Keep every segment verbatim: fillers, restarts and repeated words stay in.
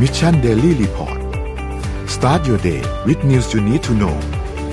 Mission Daily Report Start your day with news you need to know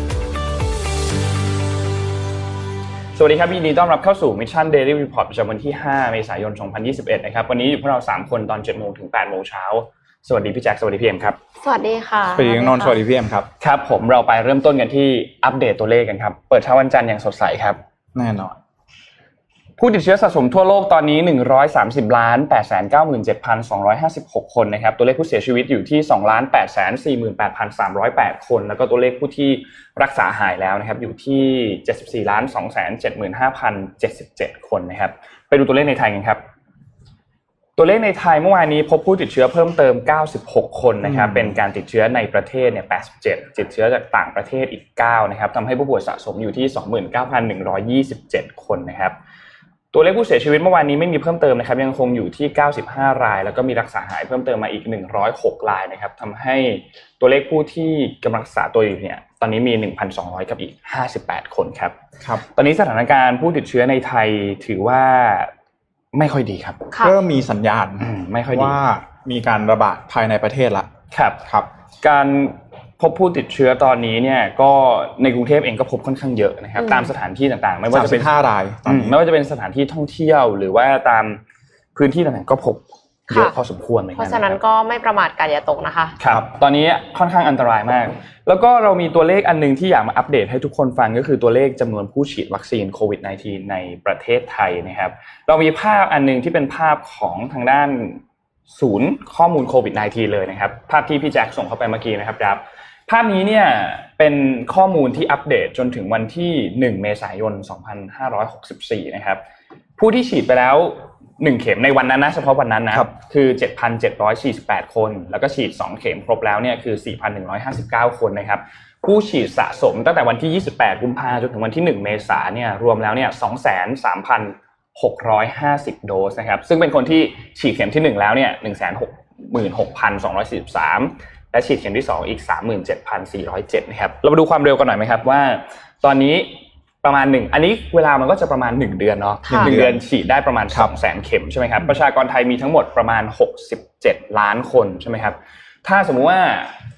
สวัสดีครับยินดีต้อนรับเข้าสู่ Mission Daily Report ประจำวันที่ห้าเมษายนสองพันยี่สิบเอ็ดนะครับวันนี้อยู่พวกเราสามคนตอน เจ็ดโมง ถึง แปดโมง เช้าสวัสดีพี่แจ็คสวัสดีพี่เอ็มครับสวัสดีค่ะสวัสดีนนท์สวัสดีพี่เอ็มครับครับผมเราไปเริ่มต้นกันที่อัปเดตตัวเลขกันครับเปิดเช้าวันจันทร์อย่างสดใสครับแน่นอนผู้ติดเชื้อสะสมทั่วโลกตอนนี้หนึ่งร้อยสามสิบล้านแปดแสนเก้าหมื่นเจ็ดพันสองร้อยห้าสิบหกคนนะครับตัวเลขผู้เสียชีวิตอยู่ที่ สองล้านแปดแสนสี่หมื่นแปดพันสามร้อยแปดคนแล้วก็ตัวเลขผู้ที่รักษาหายแล้วนะครับอยู่ที่ เจ็ดสิบสี่ล้านสองแสนเจ็ดหมื่นห้าพันเจ็ดสิบเจ็ดคนนะครับไปดูตัวเลขในไทยกันครับตัวเลขในไทยเมื่อวานนี้พบผู้ติดเชื้อเพิ่มเติมเก้าสิบหกคนนะครับเป็นการติดเชื้อในประเทศเนี่ยแปดสิบเจ็ดติดเชื้อจากต่างประเทศอีกเก้านะครับทำให้ผู้ป่วยสะสมอยู่ที่ สองหมื่นเก้าพันหนึ่งร้อยยี่สิบเจ็ดคนนะครับตัวเลขผู้เสียชีวิตเมื่อวานนี้ไม่มีเพิ่มเติมนะครับยังคงอยู่ที่เก้าสิบห้ารายแล้วก็มีรักษาหายเพิ่มเติมมาอีกหนึ่งร้อยหกรายนะครับทำให้ตัวเลขผู้ที่กำลังรักษาตัวอยู่เนี่ยตอนนี้มี หนึ่งพันสองร้อย กับอีกห้าสิบแปดคนครับครับตอนนี้สถานการณ์ผู้ติดเชื้อในไทยถือว่าไม่ค่อยดีครับเริ่มมีสัญญาณไม่ค่อยดีว่ามีการระบาดภายในประเทศละครับครับการพบผู้ติดเชื้อตอนนี้เนี่ยก็ในกรุงเทพเองก็พบค่อนข้างเยอะนะครับตามสถานที่ต่างๆไม่ว่าจะเป็นห้ารายตอนนี้ไม่ว่าจะเป็นสถานที่ท่องเที่ยวหรือว่าตามพื้นที่ต่างๆก็พบเยอะพอสมควรเหมือนกันเพราะฉะนั้นก็ไม่ประมาทกาดอย่าตกนะคะครับตอนนี้ค่อนข้างอันตรายมากแล้วก็เรามีตัวเลขอันนึงที่อยากมาอัปเดตให้ทุกคนฟังก็คือตัวเลขจำนวนผู้ฉีดวัคซีนโควิด สิบเก้า ในประเทศไทยนะครับเรามีภาพอันนึงที่เป็นภาพของทางด้านศูนย์ข้อมูลโควิด สิบเก้า เลยนะครับภาพที่พี่แจ็คส่งเข้าไปเมื่อกี้นะครับครับภาพนี้เนี่ยเป็นข้อมูลที่อัปเดตจนถึงวันที่หนึ่งเมษายนสองพันห้าร้อยหกสิบสี่นะครับผู้ที่ฉีดไปแล้วหนึ่งเข็มในวันนั้นนะเฉพาะวันนั้นนะคือ เจ็ดพันเจ็ดร้อยสี่สิบแปด คนแล้วก็ฉีดสองเข็มครบแล้วเนี่ยคือ สี่พันหนึ่งร้อยห้าสิบเก้า คนนะครับผู้ฉีดสะสมตั้งแต่วันที่ยี่สิบแปดกุมภาพันธ์จนถึงวันที่หนึ่งเมษายนเนี่ยรวมแล้วเนี่ย สองแสนสามพันหกร้อยห้าสิบ โดสนะครับซึ่งเป็นคนที่ฉีดเข็มที่หนึ่งแล้วเนี่ย หนึ่งแสนหกหมื่นหกพันสองร้อยสี่สิบสามและฉีดเข็มที่สองอีก สามหมื่นเจ็ดพันสี่ร้อยเจ็ด นะครับเรามาดูความเร็วกันหน่อยมั้ยครับว่าตอนนี้ประมาณหนึ่งอันนี้เวลามันก็จะประมาณหนึ่งเดือนเนาะหนึ่งเดือนฉีดได้ประมาณ สองแสน เข็มใช่มั้ยครับประชากรไทยมีทั้งหมดประมาณหกสิบเจ็ดล้านคนใช่มั้ยครับถ้าสมมุติว่า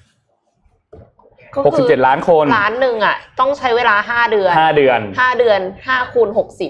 หกสิบเจ็ดล้านคนล้านนึงอ่ะต้องใช้เวลาห้าเดือนห้าเดือนห้าเดือนห้าคูณหกสิบ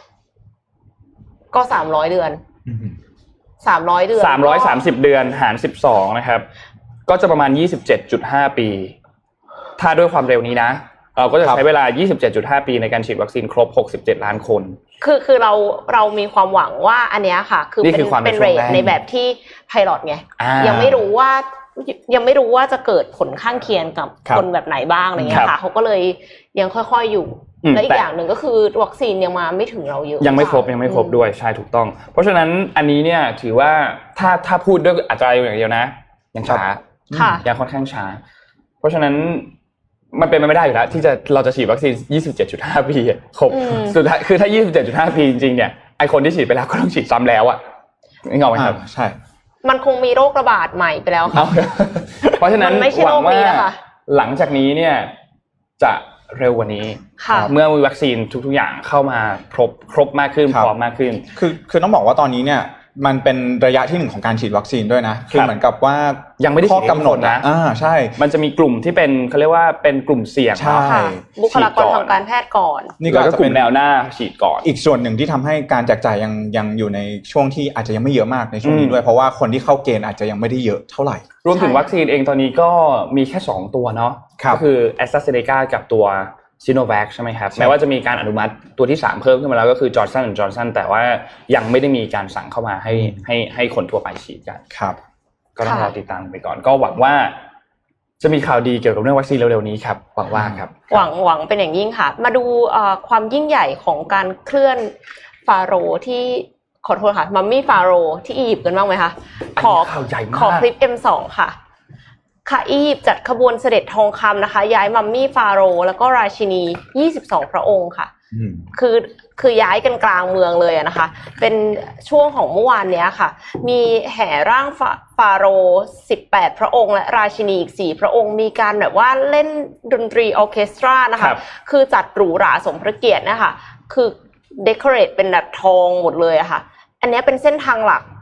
ก็สามร้อยเดือนสามร้อยเดือนสามร้อยสามสิบเดือนหารสิบสองนะครับก็จะประมาณ ยี่สิบเจ็ดจุดห้า ปีถ้าด้วยความเร็วนี้นะเราก็จะใช้เวลา ยี่สิบเจ็ดจุดห้า ปีในการฉีดวัคซีนครบหกสิบเจ็ดล้านคนคือคือเราเรามีความหวังว่าอันเนี้ยค่ะคือเป็นเป็นเรทในแบบที่ไพลอตไงยังไม่รู้ว่ายังไม่รู้ว่าจะเกิดผลข้างเคียงกับคนแบบไหนบ้างอะไรเงี้ยค่ะเขาก็เลยยังค่อยๆอยู่และอีกอย่างหนึ่งก็คือวัคซีนยังมาไม่ถึงเราเยอะยังไม่ครบยังไม่ครบด้วยใช่ถูกต้องเพราะฉะนั้นอันนี้เนี่ยถือว่าถ้าถ้าพูดด้วยอัตราอย่างเดียวนะยังช้ายังค่อนข้างช้าเพราะฉะนั้นมันเป็นไปไม่ได้อยู่แล้วที่จะเราจะฉีดวัคซีน ยี่สิบเจ็ดจุดห้า ปีครบสุดท้ายคือถ้า ยี่สิบเจ็ดจุดห้า ปีจริงๆเนี่ยไอ้คนที่ฉีดไปแล้วก็ต้องฉีดซ้ำแล้วอ่ะไม่งงมั้ยครับใช่มันคงมีโรคระบาดใหม่ไปแล้วค่ะเพราะฉะนั้นหวังว่าหลังจากนี้เนี่ยจะเร็วกว่านี้เมื่อมีวัคซีนทุกๆอย่างเข้ามาครบครบมากขึ้นพร้อมมากขึ้นคือคือต้องบอกว่าตอนนี้เนี่ยมันเป็นระยะที่หนึ่งของการฉีดวัคซีนด้วยนะคือเหมือนกับว่ายังไม่ได้ข้อกำหนดนะอ่าใช่มันจะมีกลุ่มที่เป็นเขาเรียกว่าเป็นกลุ่มเสี่ยงใช่บุคลากรทางการแพทย์ก่อนนี่ก็จะเป็นแนวหน้าฉีดก่อนอีกส่วนหนึ่งที่ทำให้การแจกจ่ายยังยังอยู่ในช่วงที่อาจจะยังไม่เยอะมากในช่วงนี้ด้วยเพราะว่าคนที่เข้าเกณฑ์อาจจะยังไม่ได้เยอะเท่าไหร่รวมถึงวัคซีนเองตอนนี้ก็มีแค่สองตัวเนาะก็คือ AstraZeneca กับตัวซิโนแวคใช่ไหมครับแม้ว่าจะมีการอนุมัติตัวที่สามเพิ่มขึ้นมาแล้วก็คือ Johnson แอนด์ Johnson แต่ว่ายังไม่ได้มีการสั่งเข้ามาให้ให้ให้คนทั่วไปฉีดกันครับก็ต้องรอติดตามไปก่อนก็หวังว่าจะมีข่าวดีเกี่ยวกับเรื่องวัคซีนเร็วๆนี้ครับหวังว่าครับหวังหวังเป็นอย่างยิ่งค่ะมาดูความยิ่งใหญ่ของการเคลื่อนฟาโรห์ที่ขอโทษค่ะมัมมี่ฟาโรห์ที่อียิปต์กันบ้างไหมคะขอขอคลิป เอ็ม สอง ค่ะค่ะอียิปต์จัดขบวนเสด็จทองคำนะคะย้ายมัมมี่ฟาโรห์แล้วก็ราชินียี่สิบสองพระองค์ค่ะคือคือย้ายกันกลางเมืองเลยนะคะเป็นช่วงของเมื่อวานนี้ค่ะมีแห่ร่างฟาโรห์สิบแปดพระองค์และราชินีอีกสี่พระองค์มีการแบบว่าเล่นดนตรีออร์เคสตรานะคะคือจัดหรูหราสมพระเกียรตินะคะคือเดคอเรทเป็นแบบทองหมดเลยอะค่ะอันนี้เป็นเส้นทางหลัก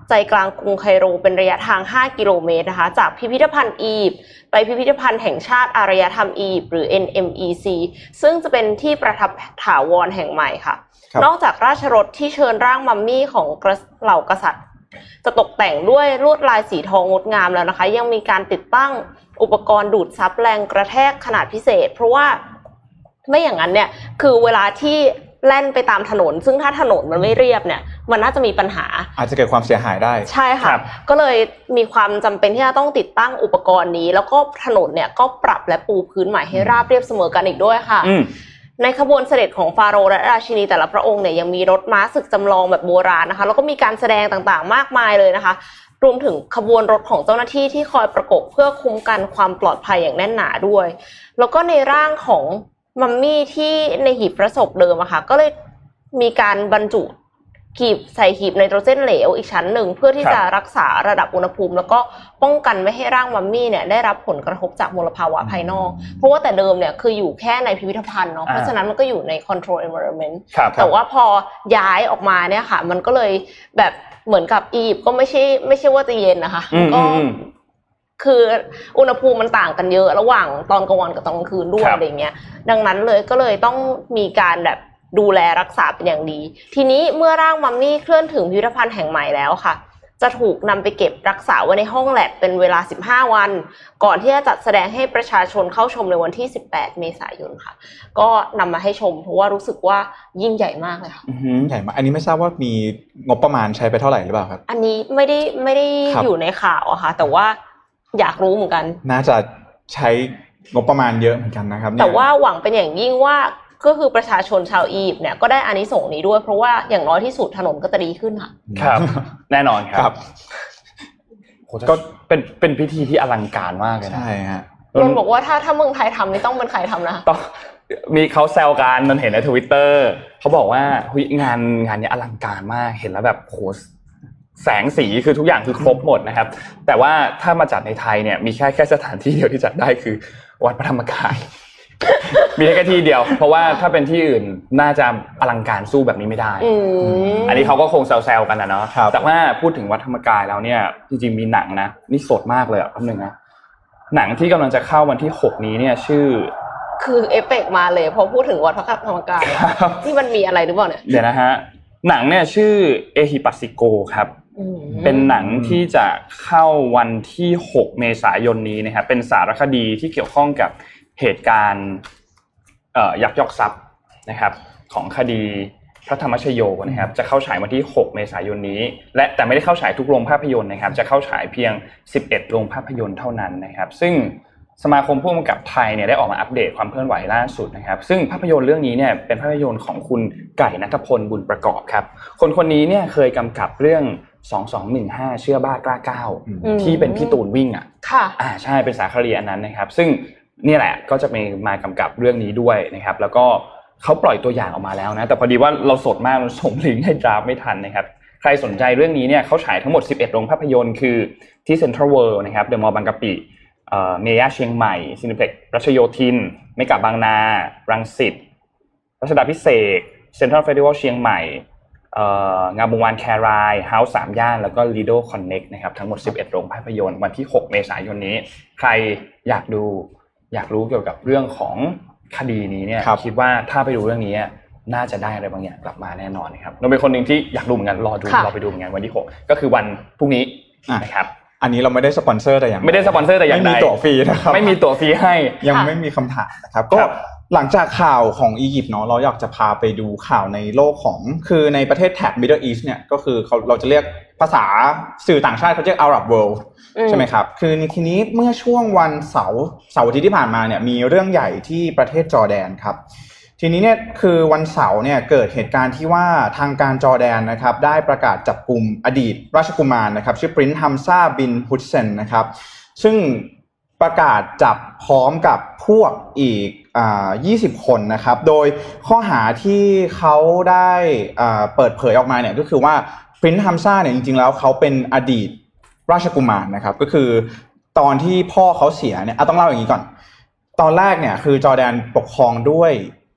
ใจกลางกรุงไคโรเป็นระยะทางห้ากิโลเมตรนะคะจากพิพิธภัณฑ์อียิปต์ไปพิพิธภัณฑ์แห่งชาติอารยธรรมอียิปต์หรือ เอ็น เอ็ม อี ซี ซึ่งจะเป็นที่ประทับถาวรแห่งใหม่ค่ะนอกจากราชรถที่เชิญร่างมัมมี่ของเหล่ากษัตริย์จะตกแต่งด้วยลวดลายสีทองงดงามแล้วนะคะยังมีการติดตั้งอุปกรณ์ดูดซับแรงกระแทกขนาดพิเศษเพราะว่าไม่อย่างนั้นเนี่ยคือเวลาที่แล่นไปตามถนนซึ่งถ้าถนนมันไม่เรียบเนี่ยมันน่าจะมีปัญหาอาจจะเกิดความเสียหายได้ใช่ค่ะก็เลยมีความจำเป็นที่จะต้องติดตั้งอุปกรณ์นี้แล้วก็ถนนเนี่ยก็ปรับและปูพื้นใหม่ให้ราบเรียบเสมอกันอีกด้วยค่ะในขบวนเสด็จของฟาโรห์และราชินีแต่ละพระองค์เนี่ยยังมีรถม้าศึกจำลองแบบโบราณนะคะแล้วก็มีการแสดงต่างๆมากมายเลยนะคะรวมถึงขบวนรถของเจ้าหน้าที่ที่คอยประกบเพื่อคุ้มกันความปลอดภัยอย่างแน่นหนาด้วยแล้วก็ในร่างของมัมมี่ที่ในหีบพระศพเดิมอะค่ะก็เลยมีการบรรจุหีบใส่หีบไนโตรเจนเหลวอีกชั้นหนึ่งเพื่อที่จะรักษาระดับอุณหภูมิแล้วก็ป้องกันไม่ให้ร่างมัมมี่เนี่ยได้รับผลกระทบจากมลภาวะภายนอกเพราะว่าแต่เดิมเนี่ยคืออยู่แค่ในพิพิธภัณฑ์เนาะเพราะฉะนั้นมันก็อยู่ใน control environment แต่ว่าพอย้ายออกมาเนี่ยค่ะมันก็เลยแบบเหมือนกับอียิปต์ก็ไม่ใช่ไม่ใช่ว่าจะเย็นนะคะก็คืออุณหภูมิมันต่างกันเยอะระหว่างตอนกลางวันกับตอนกลางคืนด้วยอะไรเงี้ยดังนั้นเลยก็เลยต้องมีการแบบดูแลรักษาเป็นอย่างดีทีนี้เมื่อร่างมัมมี่เคลื่อนถึงพิพิธภัณฑ์แห่งใหม่แล้วค่ะจะถูกนำไปเก็บรักษาไว้ในห้องแลบเป็นเวลาสิบห้าวันก่อนที่จะจัดแสดงให้ประชาชนเข้าชมในวันที่สิบแปดเมษายนค่ะก็นำมาให้ชมเพราะว่ารู้สึกว่ายิ่งใหญ่มากเลยค่ะใหญ่มากอันนี้ไม่ทราบว่ามีงบประมาณใช้ไปเท่าไหร่หรือเปล่าครับอันนี้ไม่ได้ไม่ได้อยู่ในข่าวอะค่ะแต่ว่าอยากรู้เหมือนกันน่าจะใช้งบประมาณเยอะเหมือนกันนะครับแต่ว่าหวังเป็นอย่างยิ่งว่าก็คือประชาชนชาวอียิปต์เนี่ยก็ได้อานิสงส์นี้ด้วยเพราะว่าอย่างน้อยที่สุดถนนก็จะดีขึ้นค่ะครับแน่นอนครับก็เป็นเป็นพิธีที่อลังการมากเลยนะใช่ฮะนนบอกว่าถ้าถ้าเมืองไทยทำนี่ต้องเป็นใครทำนะต้องมีเขาแซวกันนนเห็นใน Twitter เขาบอกว่าเฮ้ยงานงานนี้อลังการมากเห็นแล้วแบบโหแสงสีคือทุกอย่างคือครบหมดนะครับแต่ว่าถ้ามาจัดในไทยเนี่ยมีแค่แค่สถานที่เดียวที่จัดได้คือวัดพระธรรมกายมีแค่ที่เดียวเพราะว่าถ้าเป็นที่อื่นน่าจะอลังการสู้แบบนี้ไม่ได้อันนี้เขาก็คงแซวๆกันนะเนาะแต่ว่าพูดถึงวัดธรรมกายแล้วเนี่ยจริงๆมีหนังนะนี่สดมากเลยอ่ะแป๊บนึงนะหนังที่กำลังจะเข้าวันที่หกนี้เนี่ยชื่อคือเอฟเฟกต์มาเลยพอพูดถึงวัดพระธรรมกายที่มันมีอะไรหรือเปล่าเนี่ยเดี๋ยวนะฮะหนังเนี่ยชื่อเอฮิปัสซิโกครับเป็นหนังที่จะเข้าวันที่หกเมษายนนี้นะครับเป็นสารคดีที่เกี่ยวข้องกับเหตุการณ์เอ่อยักยอกทรัพย์นะครับของคดีพระธรรมชโยนะครับจะเข้าฉายวันที่หกเมษายนนี้และแต่ไม่ได้เข้าฉายทุกโรงภาพยนตร์นะครับจะเข้าฉายเพียงสิบเอ็ดโรงภาพยนตร์เท่านั้นนะครับซึ่งสมาคมผู้กำกับไทยเนี่ยได้ออกมาอัปเดตความเคลื่อนไหวล่าสุดนะครับซึ่งภาพยนตร์เรื่องนี้เนี่ยเป็นภาพยนตร์ของคุณไก่ณัฐพลบุญประกอบครับคนคนนี้เนี่ยเคยกำกับเรื่องสองสองหนึ่งห้าเชื่อบ้ากล้าก้าวที่เป็นพี่ตูนวิ่งอ่ะค่ะอ่าใช่เป็นสารคดีอันนั้นนะครับซึ่งนี่แหละก็จะมีมากำกับเรื่องนี้ด้วยนะครับแล้วก็เขาปล่อยตัวอย่างออกมาแล้วนะแต่พอดีว่าเราสดมากเราส่งลิงก์ให้ดราฟไม่ทันนะครับใครสนใจเรื่องนี้เนี่ยเขาฉายทั้งหมดสิบเอ็ดโรงภาพยนตร์คือที่เซ็นทรัลเวิลด์นะครับเดอะมอลล์บางกะปิเอ่อเมย่าเชียงใหม่ซินิเพล็กซ์รัชโยธินเมกะบางนารังสิตรัชดาภิเษกเซ็นทรัลเฟสติวัลเชียงใหม่เอ่องามวงศ์วานแครายเฮาส์สามย่านแล้วก็ Lido Connect นะครับทั้งหมดสิบเอ็ดโรงภาพยนตร์วันที่หกเมษายนนี้ใครอยากดูอยากรู้เกี่ยวกับเรื่องของคดีนี้เนี่ยคิดว่าถ้าไปดูเรื่องนี้น่าจะได้อะไรบางอย่างกลับมาแน่นอนนะครับเราเป็นคนนึงที่อยากดูเหมือนกันรอดูรอไปดูเหมือนกันวันที่หกก็คือวันพรุ่งนี้นะครับอันนี้เราไม่ได้สปอนเซอร์แต่อย่างไม่ได้สปอนเซอร์แต่อย่างใดไม่มีตั๋วฟรีนะครับไม่มีตั๋วฟรีให้ยังไม่มีคำถามนะครับก็หลังจากข่าวของอียิปต์เนาะเราอยากจะพาไปดูข่าวในโลกของคือในประเทศแถบ Middle East เนี่ยก็คือเขาเราจะเรียกภาษาสื่อต่างชาติเขาเรียก Arab World ใช่ไหมครับคือในทีนี้เมื่อช่วงวันเสาร์เสาร์อาทิตย์ที่ผ่านมาเนี่ยมีเรื่องใหญ่ที่ประเทศจอร์แดนครับทีนี้เนี่ยคือวันเสาร์เนี่ยเกิดเหตุการณ์ที่ว่าทางการจอร์แดนนะครับได้ประกาศจับกุมอดีตราชกุมารนะครับชื่อปรินซ์ฮัมซาบินฮุสเซนนะครับซึ่งประกาศจับพร้อมกับพวกอีกอ่ายี่สิบคนนะครับโดยข้อหาที่เขาได้อ่าเปิดเผยออกมาเนี่ยก็คือว่าปรินซ์ฮัมซาเนี่ยจริงๆแล้วเขาเป็นอดีตราชกุมารนะครับก็คือตอนที่พ่อเขาเสียเนี่ยต้องเล่าอย่างนี้ก่อนตอนแรกเนี่ยคือจอร์แดนปกครองด้วย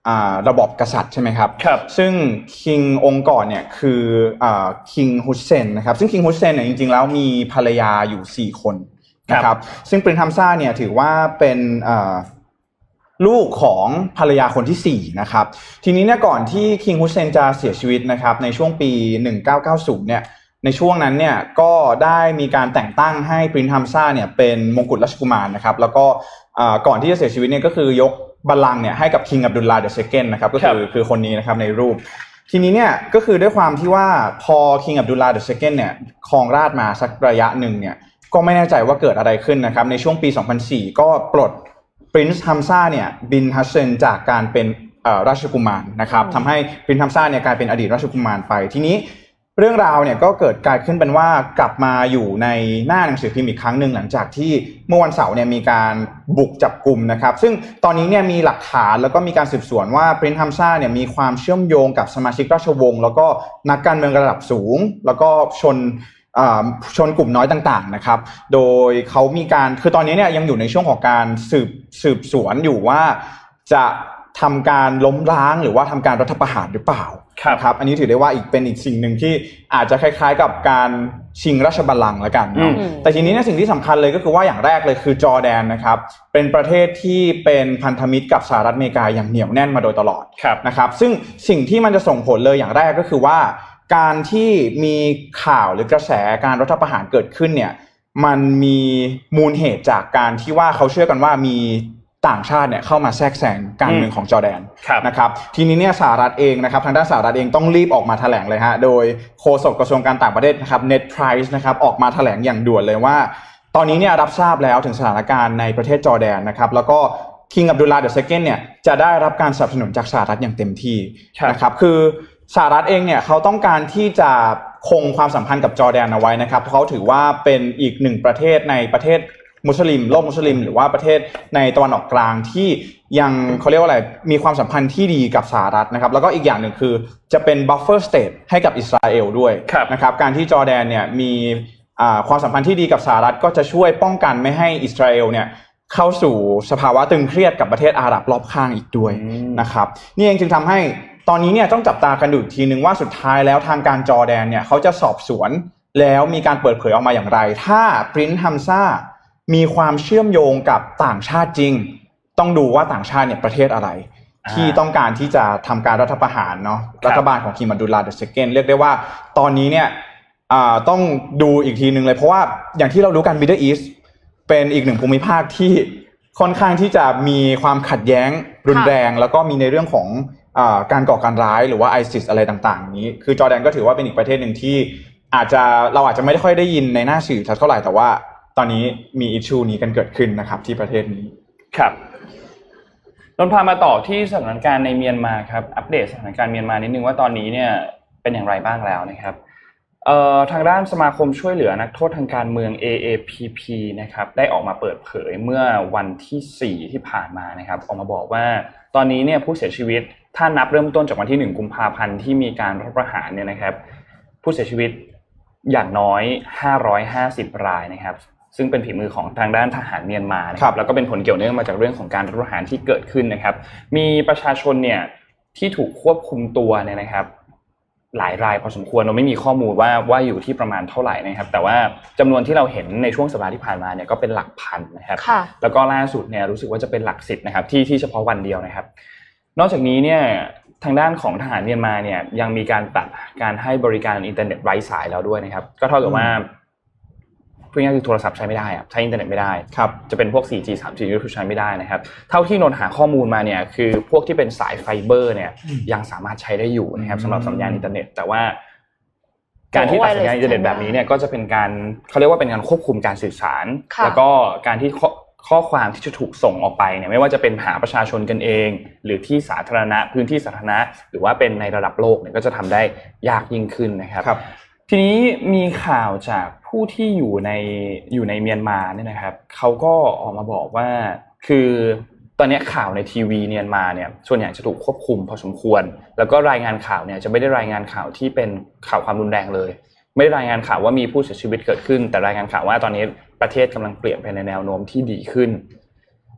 อ่าระบอบกษัตริย์ใช่ไหมครับครับซึ่งคิงองค์ก่อนเนี่ยคืออ่าคิงฮุสเซนนะครับซึ่งคิงฮุสเซนเนี่ยจริงๆแล้วมีภรรยาอยู่สี่คนนะครับซึ่งปรินซ์ฮัมซาเนี่ยถือว่าเป็นอ่าลูกของภรรยาคนที่สี่นะครับทีนี้เนี่ยก่อนที่คิงฮุสเซนจะเสียชีวิตนะครับในช่วงปีหนึ่งพันเก้าร้อยเก้าสิบเนี่ยในช่วงนั้นเนี่ยก็ได้มีการแต่งตั้งให้ปรินซ์ฮัมซาเนี่ยเป็นมงกุฎราชกุมารนะครับแล้วก็ก่อนที่จะเสียชีวิตเนี่ยก็คือยกบัลลังก์เนี่ยให้กับคิงอับดุลลาห์ เดอะ เซคันด์ นะครับก็คือคือคนนี้นะครับในรูปทีนี้เนี่ยก็คือด้วยความที่ว่าพอคิงอับดุลลาห์ เดอะ เซคันด์ เนี่ยครองราชย์มาสักระยะหนึ่งเนี่ยก็ไม่แน่ใจว่าเกิดอะไรขึ้นนะครับในช่วงปีสองพันสี่ก็ปลดปรินซ์ฮัมซาเนี่ยบินฮัสเซนจากการเป็นราชกุมารนะครับทำให้ปรินซ์ฮัมซาเนี่ยกลายเป็นอดีตราชกุมารไปทีนี้เรื่องราวเนี่ยก็เกิดกลายขึ้นเป็นว่ากลับมาอยู่ในหน้าหนังสือพิมพ์อีกครั้งหนึ่งหลังจากที่เมื่อวันเสาร์เนี่ยมีการบุกจับกลุ่มนะครับซึ่งตอนนี้เนี่ยมีหลักฐานแล้วก็มีการสืบสวนว่าปรินซ์ฮัมซาเนี่ยมีความเชื่อมโยงกับสมาชิกราชวงศ์แล้วก็นักการเมืองระดับสูงแล้วก็ชนชนกลุ่มน้อยต่างๆนะครับโดยเขามีการคือตอนนี้เนี่ยยังอยู่ในช่วงของการสืบสืบสวนอยู่ว่าจะทำการล้มล้างหรือว่าทำการรัฐประหารหรือเปล่าครับอันนี้ถือได้ว่าอีกเป็นอีกสิ่งหนึ่งที่อาจจะคล้ายๆกับการชิงราชบัลลังก์ละกันเนาะแต่ทีนี้เนี่ยสิ่งที่สำคัญเลยก็คือว่าอย่างแรกเลยคือจอร์แดนนะครับเป็นประเทศที่เป็นพันธมิตรกับสหรัฐอเมริกาอย่างเหนียวแน่นมาโดยตลอดนะครับซึ่งสิ่งที่มันจะส่งผลเลยอย่างแรกก็คือว่าการที่มีข่าวหรือกระแสการรัฐประหารเกิดขึ้นเนี่ยมันมีมูลเหตุจากการที่ว่าเขาเชื่อกันว่ามีต่างชาติเนี่ยเข้ามาแทรกแซงการเมืองของจอร์แดนนะครับทีนี้เนี่ยสหรัฐเองนะครับทางด้านสหรัฐเองต้องรีบออกมาแถลงเลยฮะโดยโฆษกกระทรวงการต่างประเทศนะครับเน็ดไพรส์นะครับออกมาแถลงอย่างด่วนเลยว่าตอนนี้เนี่ยรับทราบแล้วถึงสถานการณ์ในประเทศจอร์แดนนะครับแล้วก็คิงอับดุลลาห์ เดอะ เซคันด์ เนี่ยจะได้รับการสนับสนุนจากสหรัฐอย่างเต็มที่นะครับคือสหรัฐเองเนี่ยเขาต้องการที่จะคงความสัมพันธ์กับจอร์แดนเอาไว้นะครับเพราะเขาถือว่าเป็นอีกหนึ่งประเทศในประเทศมุสลิมโลกมุสลิมหรือว่าประเทศในตะวันออกกลางที่ยังเขาเรียกว่าอะไรมีความสัมพันธ์ที่ดีกับสหรัฐนะครับแล้วก็อีกอย่างหนึ่งคือจะเป็น buffer state ให้กับอิสราเอลด้วยนะครับการที่จอร์แดนเนี่ยมีความสัมพันธ์ที่ดีกับสหรัฐก็จะช่วยป้องกันไม่ให้อิสราเอลเนี่ยเข้าสู่สภาวะตึงเครียดกับประเทศอาหรับรอบข้างอีกด้วยนะครับนี่เองจึงทำให้ตอนนี้เนี่ยต้องจับตากันดูอีกทีนึงว่าสุดท้ายแล้วทางการจอร์แดนเนี่ยเขาจะสอบสวนแล้วมีการเปิดเผยออกมาอย่างไรถ้าปรินซ์ฮัมซามีความเชื่อมโยงกับต่างชาติจริงต้องดูว่าต่างชาติเนี่ยประเทศอะไรที่ต้องการที่จะทำการรัฐประหารเนาะรัฐบาลของคิงอับดุลลาห์ เดอะ เซคันด์ เรียกได้ว่าตอนนี้เนี่ยต้องดูอีกทีนึงเลยเพราะว่าอย่างที่เรารู้กัน Middle East เป็นอีกหนึ่งภูมิภาคที่ค่อนข้างที่จะมีความขัดแย้งรุนแรงแล้วก็มีในเรื่องของการก่อการร้ายหรือว่า ไอซิส อะไรต่างๆนี้คือจอร์แดนก็ถือว่าเป็นอีกประเทศหนึ่งที่อาจจะเราอาจจะไม่ได้ค่อยได้ยินในหน้าสื่อเท่าไหร่แต่ว่าตอนนี้มีอิชชูนี้กันเกิดขึ้นนะครับที่ประเทศนี้ครับนนพามาต่อที่สถานการณ์ในเมียนมาครับอัปเดตสถานการณ์เมียนมานิดนึงว่าตอนนี้เนี่ยเป็นอย่างไรบ้างแล้วนะครับเอ่อทางด้านสมาคมช่วยเหลือนักโทษทางการเมือง เอ เอ พี พี นะครับได้ออกมาเปิดเผยเมื่อวันที่สี่ที่ผ่านมานะครับออกมาบอกว่าตอนนี้เนี่ยผู้เสียชีวิตถ้านับเริ่มต้นจากวันที่หนึ่งกุมภาพันธ์ที่มีการรัฐประหารเนี่ยนะครับผู้เสียชีวิตอย่างน้อยห้าร้อยห้าสิบรายนะครับซึ่งเป็นฝีมือของทางด้านทหารเมียนมานะครับแล้วก็เป็นผลเกี่ยวเนื่องมาจากเรื่องของการรัฐประหารที่เกิดขึ้นนะครับมีประชาชนเนี่ยที่ถูกควบคุมตัวเนี่ยนะครับหลายรายพอสมควรเราไม่มีข้อมูลว่าว่าอยู่ที่ประมาณเท่าไหร่นะครับแต่ว่าจำนวนที่เราเห็นในช่วงสัปดาห์ที่ผ่านมาเนี่ยก็เป็นหลักพันนะครับแล้วก็ล่าสุดเนี่ยรู้สึกว่าจะเป็นหลักสิบนะครับที่ที่เฉพาะวันเดียวนะครับนอกจากนี้เนี่ยทางด้านของทหารเมียนมาเนี่ยยังมีการตัดการให้บริการอินเทอร์เน็ตไร้สายแล้วด้วยนะครับก็เท่ากับว่าพูดง่ายๆคือโทรศัพท์ใช้ไม่ได้อะใช้อินเทอร์เน็ตไม่ได้ครับจะเป็นพวก โฟร์จี ทรีจี ก็คือใช้ไม่ได้นะครับเท่าที่นนหาข้อมูลมาเนี่ยคือพวกที่เป็นสายไฟเบอร์เนี่ยยังสามารถใช้ได้อยู่นะครับสำหรับสัญญาณอินเทอร์เน็ตแต่ว่าการที่ตัดสัญญาณอินเทอร์เน็ตแบบนี้เนี่ยก็จะเป็นการเขาเรียกว่าเป็นการควบคุมการสื่อสารแล้วก็การที่ข้อความที่จะถูกส่งออกไปเนี่ยไม่ว่าจะเป็นหาประชาชนกันเองหรือที่สาธารณะพื้นที่สาธารณะหรือว่าเป็นในระดับโลกเนี่ยก็จะทำได้ยากยิ่งขึ้นนะครับทีนี้มีข่าวจากผู้ที่อยู่ในอยู่ในเมียนมาเนี่ยนะครับเขาก็ออกมาบอกว่าคือตอนนี้ข่าวในทีวีเมียนมาเนี่ยส่วนใหญ่จะถูกควบคุมพอสมควรแล้วก็รายงานข่าวเนี่ยจะไม่ได้รายงานข่าวที่เป็นข่าวความรุนแรงเลยไม่ได้รายงานข่าวว่ามีผู้เสียชีวิตเกิดขึ้นแต่รายงานข่าวว่าตอนนี้ประเทศกำลังเปลี่ยนไปในแนวโน้มที่ดีขึ้น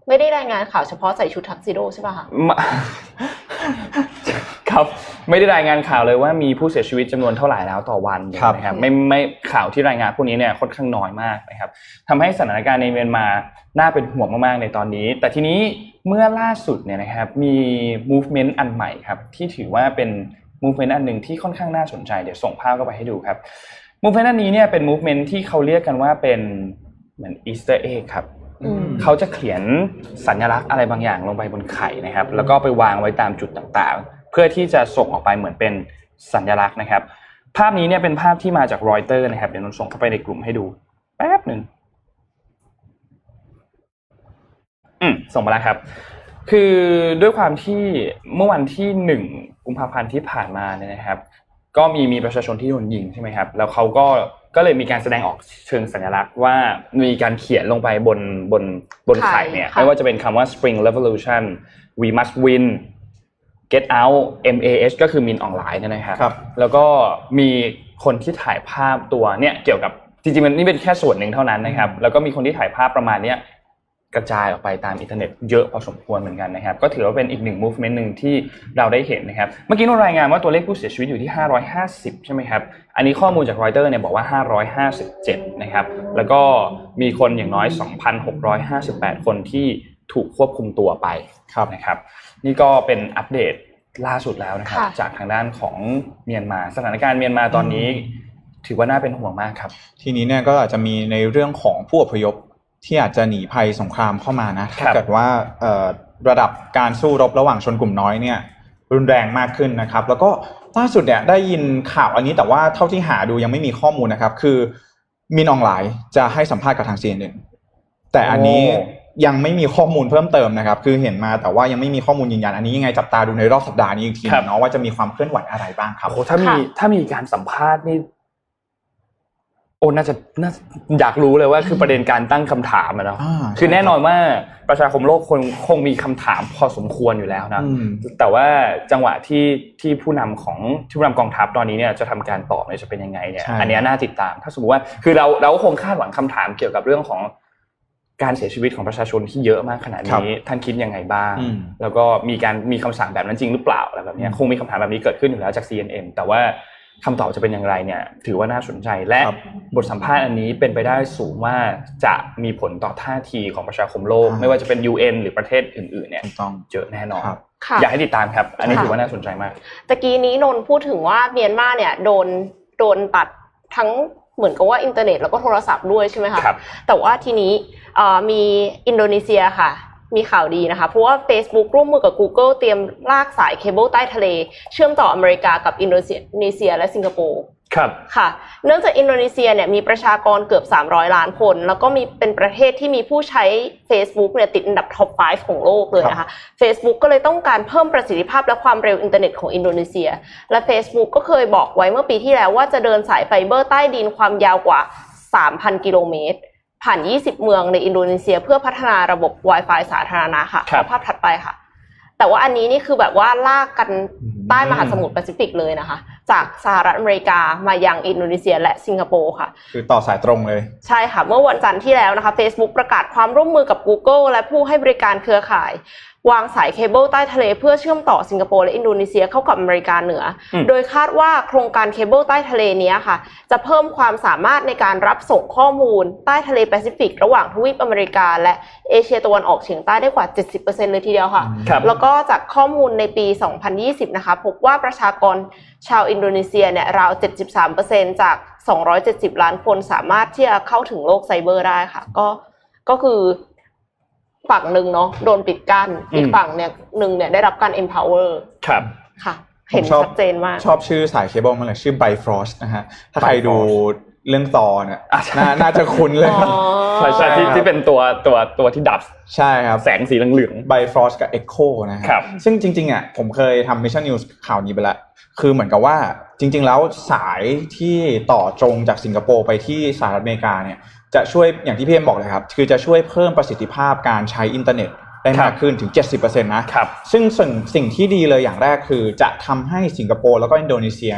ไม่ได้รายงานข่าวเฉพาะใส่ชุดทักซิโดใช่ป่ะคะครับไม่ได้รายงานข่าวเลยว่ามีผู้เสียชีวิตจำนวนเท่าไหร่แล้วต่อวันนะครับไม่ไม่ข่าวที่รายงานพวกนี้เนี่ยค่อนข้างน้อยมากนะครับทำให้สถานการณ์ในเมียนมาน่าเป็นห่วงมากๆในตอนนี้แต่ทีนี้เมื่อล่าสุดเนี่ยนะครับมี movement อันใหม่ครับที่ถือว่าเป็น movement อันหนึ่งที่ค่อนข้างน่าสนใจเดี๋ยวส่งภาพเข้าไปให้ดูครับ movement อันนี้เนี่ยเป็น movement ที่เขาเรียกกันว่าเป็นเหมือน Easter egg ครับเขาจะเขียนสัญลักษณ์อะไรบางอย่างลงไปบนไข่นะครับแล้วก็ไปวางไว้ตามจุดต่างๆเพื่อที่จะส่งออกไปเหมือนเป็นสัญลักษณ์นะครับภาพนี้เนี่ยเป็นภาพที่มาจากรอยเตอร์นะครับเดี๋ยวนนส่งเข้าไปในกลุ่มให้ดูแป๊บนึงอืมส่งมาแล้วครับคือด้วยความที่เมื่อวันที่หนึ่งกุมภาพันธ์ที่ผ่านมาเนี่ยนะครับก็มีมีประชาชนที่โดนยิงใช่ไหมครับแล้วเขาก็ก็เลยมีการแสดงออกเชิงสัญลักษณ์ว่ามีการเขียนลงไปบนบนบนไข่เนี่ยไม่ว่าจะเป็นคำว่า Spring Revolution We Must Win Get Out เอ็ม เอ เอช ก็คือ Min Aung Hlaing นะครับแล้วก็มีคนที่ถ่ายภาพตัวเนี่ยเกี่ยวกับจริงๆมันนี่เป็นแค่ส่วนหนึ่งเท่านั้นนะครับแล้วก็มีคนที่ถ่ายภาพประมาณเนี้ยกระจายออกไปตามอินเทอร์เน็ตเยอะพอสมควรเหมือนกันนะครับก็ถือว่าเป็นอีกหนึ่ง movement นึงที่เราได้เห็นนะครับเมื่อกี้เรารายงานว่าตัวเลขผู้เสียชีวิตอยู่ที่ห้าร้อยห้าสิบใช่ไหมครับอันนี้ข้อมูลจากรอยเตอร์เนี่ยบอกว่าห้าร้อยห้าสิบเจ็ดนะครับแล้วก็มีคนอย่างน้อย สองพันหกร้อยห้าสิบแปด คนที่ถูกควบคุมตัวไปนะครับนี่ก็เป็นอัปเดตล่าสุดแล้วนะครับจากทางด้านของเมียนมาสถานการณ์เมียนมาตอนนี้ถือว่าน่าเป็นห่วงมากครับทีนี้เนี่ยก็อาจจะมีในเรื่องของผู้อพยพที่อาจจะหนีภัยสงครามเข้ามานะถ้าเกิดว่าระดับการสู้รบระหว่างชนกลุ่มน้อยเนี่ยรุนแรงมากขึ้นนะครับแล้วก็ล่าสุดเนี่ยได้ยินข่าวอันนี้แต่ว่าเท่าที่หาดูยังไม่มีข้อมูลนะครับคือมินอองหลายจะให้สัมภาษณ์กับทาง ซี เอ็น เอ็น แต่อันนี้ยังไม่มีข้อมูลเพิ่มเติมนะครับคือเห็นมาแต่ว่ายังไม่มีข้อมูลยืนยันอันนี้ยังไงจับตาดูในรอบสัปดาห์นี้อีกทีเนาะว่าจะมีความเคลื่อนไหวอะไรบ้างครับโอ้ถ้ามีถ้ามีการสัมภาษณ์นี่โอ้น่าจะน่าอยากรู้เลยว่าคือประเด็นการตั้งคำถามอะเนาะคือแน่นอนว่าประชาคมโลกคงคงมีคำถามพอสมควรอยู่แล้วนะแต่ว่าจังหวะที่ที่ผู้นำของผู้นำกองทัพตอนนี้เนี่ยจะทำการตอบเนี่ยจะเป็นยังไงเนี่ยอันนี้น่าติดตามถ้าสมมติว่าคือเราเราก็คงคาดหวังคำถามเกี่ยวกับเรื่องของการเสียชีวิตของประชาชนที่เยอะมากขนาดนี้ท่านคิดยังไงบ้างแล้วก็มีการมีคำสั่งแบบนั้นจริงหรือเปล่าอะไรแบบนี้คงมีคำถามแบบนี้เกิดขึ้นอยู่แล้วจาก ซี เอ็น เอ็น แต่ว่าคำตอบจะเป็นอย่างไรเนี่ยถือว่าน่าสนใจและบทสัมภาษณ์อันนี้เป็นไปได้สูงว่าจะมีผลต่อท่าทีของประชาคมโลกไม่ว่าจะเป็น ยู เอ็น หรือประเทศอื่นๆเนี่ยต้องเจอแน่นอนอยากให้ติดตามครับอันนี้ถือว่าน่าสนใจมากตะกี้นี้นนพูดถึงว่าเมียนมาเนี่ยโดนโดนตัดทั้งเหมือนกับว่าอินเทอร์เน็ตแล้วก็โทรศัพท์ด้วยใช่ไหมคะแต่ว่าทีนี้มีอินโดนีเซียค่ะมีข่าวดีนะคะเพราะว่า Facebook ร่วมมือกับ Google เตรียมลากสายเคเบิลใต้ทะเลเชื่อมต่ออเมริกากับอินโดนีเซียและสิงคโปร์ครับค่ะเนื่องจากอินโดนีเซียเนี่ยมีประชากรเกือบสามร้อยล้านคนแล้วก็มีเป็นประเทศที่มีผู้ใช้ Facebook เนี่ยติดอันดับท็อปห้าของโลกเลยนะคะ Facebook ก็เลยต้องการเพิ่มประสิทธิภาพและความเร็วอินเทอร์เน็ตของอินโดนีเซียและ Facebook ก็เคยบอกไว้เมื่อปีที่แล้วว่าจะเดินสายไฟเบอร์ใต้ดินความยาวกว่า สามพัน กิโลเมตรผ่านยี่สิบเมืองในอินโดนีเซียเพื่อพัฒนาระบบ Wi-Fi สาธารณะค่ะภาพถัดไปค่ะแต่ว่าอันนี้นี่คือแบบว่าลากกันใต้มหาสมุทรแปซิฟิกเลยนะคะจากสหรัฐอเมริกามายังอินโดนีเซียและสิงคโปร์ค่ะคือต่อสายตรงเลยใช่ค่ะเมื่อวันจันทร์ที่แล้วนะคะ Facebook ประกาศความร่วมมือกับ Google และผู้ให้บริการเครือข่ายวางสายเคเบิลใต้ทะเลเพื่อเชื่อมต่อสิงคโปร์และอินโดนีเซียเข้ากับอเมริกาเหนือโดยคาดว่าโครงการเคเบิลใต้ทะเลนี้ค่ะจะเพิ่มความสามารถในการรับส่งข้อมูลใต้ทะเลแปซิฟิกระหว่างทวีปอเมริกาและเอเชียตะวันออกเฉียงใต้ได้กว่า เจ็ดสิบเปอร์เซ็นต์ เลยทีเดียวค่ะแล้วก็จากข้อมูลในปี สองพันยี่สิบนะคะพบว่าประชากรชาวอินโดนีเซียเนี่ยราว เจ็ดสิบสามเปอร์เซ็นต์ จากสองร้อยเจ็ดสิบล้านคนสามารถที่จะเข้าถึงโลกไซเบอร์ได้ค่ะก็ก็คือฝั่งหนึ่งเนาะโดนปิดกั้นอีกฝั่งเนี่ยหนึ่งเนี่ยได้รับการ empower ครับค่ะเห็นชัดเจนมากชอบชื่อสายเคเบิลมันเลยชื่อ Bifrost นะฮะถ้าใครดูเรื่องตอเนี่ยน่าจะคุ้นเลยใช่ใช่ที่ที่เป็นตัวตัวตัวที่ดับใช่ครับแสงสีเหลืองๆ Bifrost กับ Echo นะครับซึ่งจริงๆอ่ะผมเคยทำ Mission News ข่าวนี้ไปแล้วคือเหมือนกับว่าจริงๆแล้วสายที่ต่อตรงจากสิงคโปร์ไปที่สหรัฐอเมริกาเนี่ยจะช่วยอย่างที่พี่เอ็มบอกเลยครับคือจะช่วยเพิ่มประสิทธิภาพการใช้อินเทอร์เน็ตได้มากขึ้นถึง เจ็ดสิบเปอร์เซ็นต์ นะครับซึ่งสิ่งสิ่งที่ดีเลยอย่างแรกคือจะทำให้สิงคโปร์แล้วก็อินโดนีเซียเนี่ย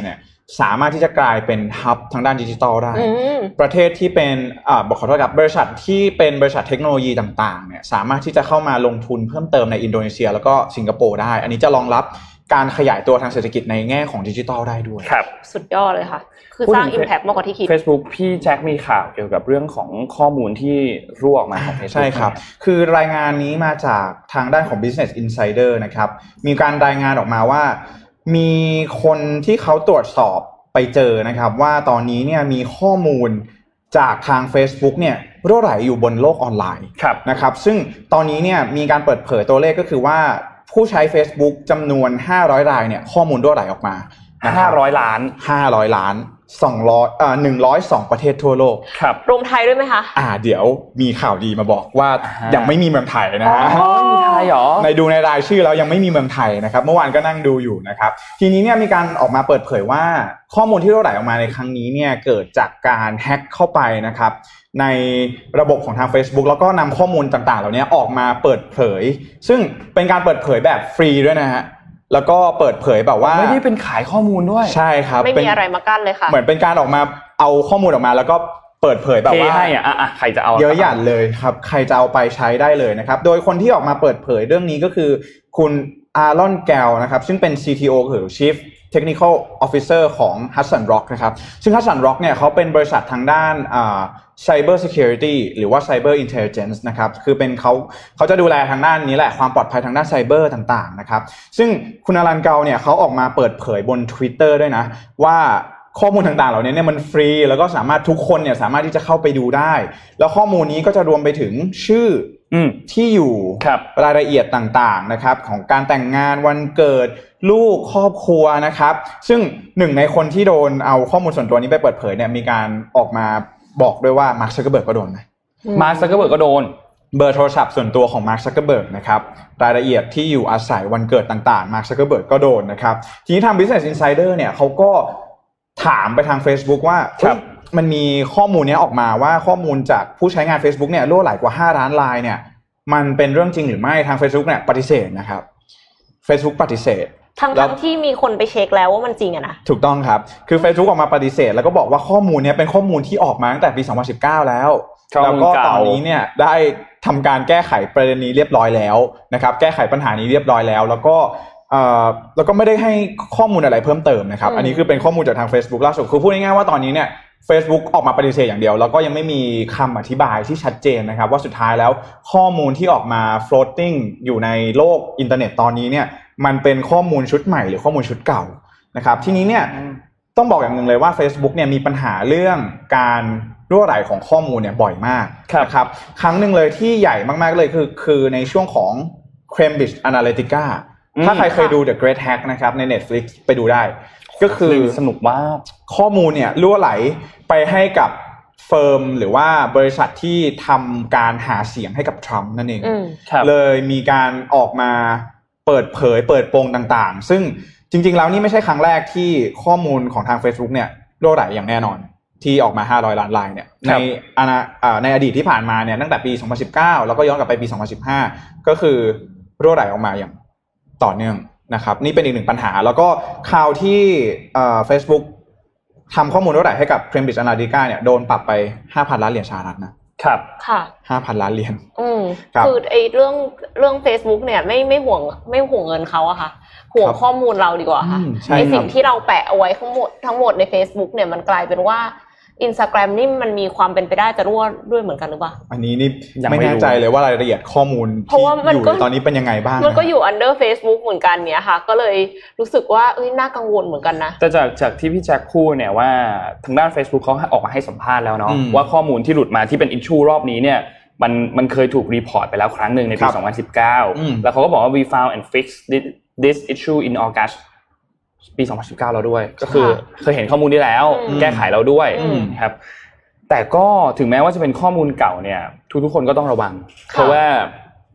สามารถที่จะกลายเป็นฮับทางด้านดิจิทัลได้ประเทศที่เป็นอ่าบอกขอโทษครับบริษัทที่เป็นบริษัทเทคโนโลยีต่างๆเนี่ยสามารถที่จะเข้ามาลงทุนเพิ่มเติมในอินโดนีเซียแล้วก็สิงคโปร์ได้อันนี้จะรองรับการขยายตัวทางเศรษฐกิจในแง่ของดิจิทัลได้ด้วยครับสุดยอดเลยค่ะคือสร้าง impact มากกว่าที่คิด Facebook พี่แจ็คมีข่าวเกี่ยวกับเรื่องของข้อมูลที่รั่วออกมาของ Facebook ใช่ครับคือรายงานนี้มาจากทางด้านของ Business Insider นะครับมีการรายงานออกมาว่ามีคนที่เขาตรวจสอบไปเจอนะครับว่าตอนนี้เนี่ยมีข้อมูลจากทาง Facebook เนี่ยรั่วไหลอยู่บนโลกออนไลน์นะครับซึ่งตอนนี้เนี่ยมีการเปิดเผยตัวเลขก็คือว่าผู้ใช้ Facebook จำนวนห้าร้อยรายเนี่ยข้อมูลรั่วไหลออกมาห้าร้อยล้านห้าร้อยล้านสองร้อยเอ่อหนึ่งร้อยสองประเทศทั่วโลกครับรวมไทยด้วยมั้ยคะอ่าเดี๋ยวมีข่าวดีมาบอกว่ายังไม่มีเมืองไทยนะฮะอ๋อมีไทยเหรอในดูในรายชื่อแล้วยังไม่มีเมืองไทยนะครับเมื่อวานก็นั่งดูอยู่นะครับทีนี้เนี่ยมีการออกมาเปิดเผยว่าข้อมูลที่รั่วไหลออกมาในครั้งนี้เนี่ยเกิดจากการแฮ็กเข้าไปนะครับในระบบของทาง Facebook แล้วก็นำข้อมูลต่างๆเหล่านี้ออกมาเปิดเผยซึ่งเป็นการเปิดเผยแบบฟรีด้วยนะฮะแล้วก็เปิดเผยแบบว่าไม่ได้เป็นขายข้อมูลด้วยใช่ครับไม่มีอะไรมากั้นเลยค่ะเหมือนเป็นการออกมาเอาข้อมูลออกมาแล้วก็เปิดเผยแบบว่าให้อ่ะอ่ะใครจะเอาเยอะหยันเลยครับใครจะเอาไปใช้ได้เลยนะครับโดยคนที่ออกมาเปิดเผยเรื่องนี้ก็คือคุณอารอนแกลนะครับซึ่งเป็น ซี ที โอ หรือ Chief Technical Officer ของ Hudson Rock นะครับซึ่ง Hudson Rock เนี่ยเขาเป็นบริษัททางด้านอ่า Cyber Security หรือว่า Cyber Intelligence นะครับคือเป็นเขาเขาจะดูแลทางด้านนี้แหละความปลอดภัยทางด้านไซเบอร์ต่างๆนะครับซึ่งคุณอลันเกาเนี่ยเขาออกมาเปิดเผยบน Twitter ด้วยนะว่าข้อมูลต่างๆเหล่านี้เนี่ยมันฟรีแล้วก็สามารถทุกคนเนี่ยสามารถที่จะเข้าไปดูได้แล้วข้อมูลนี้ก็จะรวมไปถึงชื่อที่อยู่รายละเอียดต่างๆนะครับของการแต่งงานวันเกิดลูกครอบครัวนะครับซึ่งหนึ่งในคนที่โดนเอาข้อมูลส่วนตัวนี้ไปเปิดเผยเนี่ยมีการออกมาบอกด้วยว่ามาร์ค ซักเคอร์เบิร์กก็โดนนะมาร์ค ซักเคอร์เบิร์กก็โดนเบอร์โทรศัพท์ส่วนตัวของมาร์ค ซักเคอร์เบิร์กนะครับรายละเอียดที่อยู่อาศัยวันเกิดต่างๆมาร์ค ซักเคอร์เบิร์กก็โดนนะครับทีนี้ทาง Business Insider เนี่ยเขาก็ถามไปทาง Facebook ว่ามันมีข้อมูลนี้ออกมาว่าข้อมูลจากผู้ใช้งาน Facebook เนี่ยรั่วไหลกว่าห้าล้านรายเนี่ยมันเป็นเรื่องจริงหรือไม่ทาง Facebook เนี่ยปฏิเสธนะครับ Facebook ปฏิเสธทั้งๆที่มีคนไปเช็คแล้วว่ามันจริงอะนะถูกต้องครับคือ Facebook ออกมาปฏิเสธแล้วก็บอกว่าข้อมูลนี้เป็นข้อมูลที่ออกมาตั้งแต่ปีสองพันสิบเก้าแล้วแล้วก็ตอนนี้เนี่ยได้ทำการแก้ไขประเด็นนี้เรียบร้อยแล้วนะครับแก้ไขปัญหานี้เรียบร้อยแล้วแล้วก็เอ่อแล้วก็ไม่ได้ให้ข้อมูลอะไรเพิ่มเติมนะครับอันนี้คือเป็นข้อมูลจากทาง Facebook ล่าสุดคือพูดง่ายๆว่าตอนนี้เนี่ย Facebook ออกมาปฏิเสธอย่างเดียวแล้วก็ยังไม่มีคำอธิบายที่ชัดเจนนะครับว่าสุดท้ายแล้วข้อมูลที่ออกมา floating อยู่ในโลกอินเทอร์เน็ตตอนนี้เนี่ยมันเป็นข้อมูลชุดใหม่หรือข้อมูลชุดเก่านะครับทีนี้เนี่ยต้องบอกอย่างนึงเลยว่า Facebook เนี่ยมีปัญหาเรื่องการรั่วไหลของข้อมูลเนี่ยบ่อยมากนะครับครั้งนึงเลยที่ใหญ่มากๆเลยคือคือในช่วงของ Cambridge Analytica ถ้าใครเคยดู The Great Hack นะครับใน Netflix ไปดูได้ก็คือสนุกมากข้อมูลเนี่ยรั่วไหลไปให้กับเฟิร์มหรือว่าบริษัทที่ทำการหาเสียงให้กับทรัมป์นั่นเองเลยมีการออกมาเปิดเผยเปิดโปงต่างๆซึ่งจริงๆแล้วนี่ไม่ใช่ครั้งแรกที่ข้อมูลของทาง Facebook เนี่ยรั่วไหลอย่างแน่นอนที่ออกมาห้าร้อยล้านรายเนี่ยในในอดีตที่ผ่านมาเนี่ยตั้งแต่ปีสองพันสิบเก้าแล้วก็ย้อนกลับไปปีสองพันสิบห้าก็คือรั่วไหลออกมาอย่างต่อเนื่องนะครับนี่เป็นอีกหนึ่งปัญหาแล้วก็ข่าวที่เอ่อ Facebook ทำข้อมูลรั่วไหลให้กับ Cambridge Analytica เนี่ยโดนปรับไป ห้าพัน ล้านเหรียญสหรัฐนะครับค่ะห้าพัน ล้านเหรียญอืมคือไอ้เรื่องเรื่อง Facebook เนี่ยไม่ไม่ห่วงไม่ห่วงเงินเขาอะค่ะห่วงข้อมูลเราดีกว่าค่ะไอ้สิ่งที่เราแปะเอาไว้ทั้งหมดทั้งหมดใน Facebook เนี่ยมันกลายเป็นว่า Instagram นี่มันมีความเป็นไปได้จะรั่วด้วยเหมือนกันหรือเปล่าอันนี้นี่ไม่แน่ใจเลยว่ารายละเอียดข้อมูลที่อยู่ตอนนี้เป็นยังไงบ้างมันก็อยู่ under Facebook เหมือนกันเนี่ยค่ะก็เลยรู้สึกว่าเอ้ยน่ากังวลเหมือนกันนะแต่จากจากที่พี่แจ็คพูดเนี่ยว่าทางด้าน Facebook เขาออกมาให้สัมภาษณ์แล้วเนาะว่าข้อมูลที่หลุดมาที่เป็น issue รอบนี้เนี่ยมันมันเคยถูกรีพอร์ตไปแล้วครั้งนึงในปีสองพันสิบเก้าแล้วเขาก็บอกว่า we found and fixed this issue in Augustปีสองพันสิบเก้าแล้วด้วยก็คือเคยเห็นข้อมูลนี้แล้วแก้ไขแล้วด้วยนะครับแต่ก็ถึงแม้ว่าจะเป็นข้อมูลเก่าเนี่ยทุกๆคนก็ต้องระวังเพราะว่า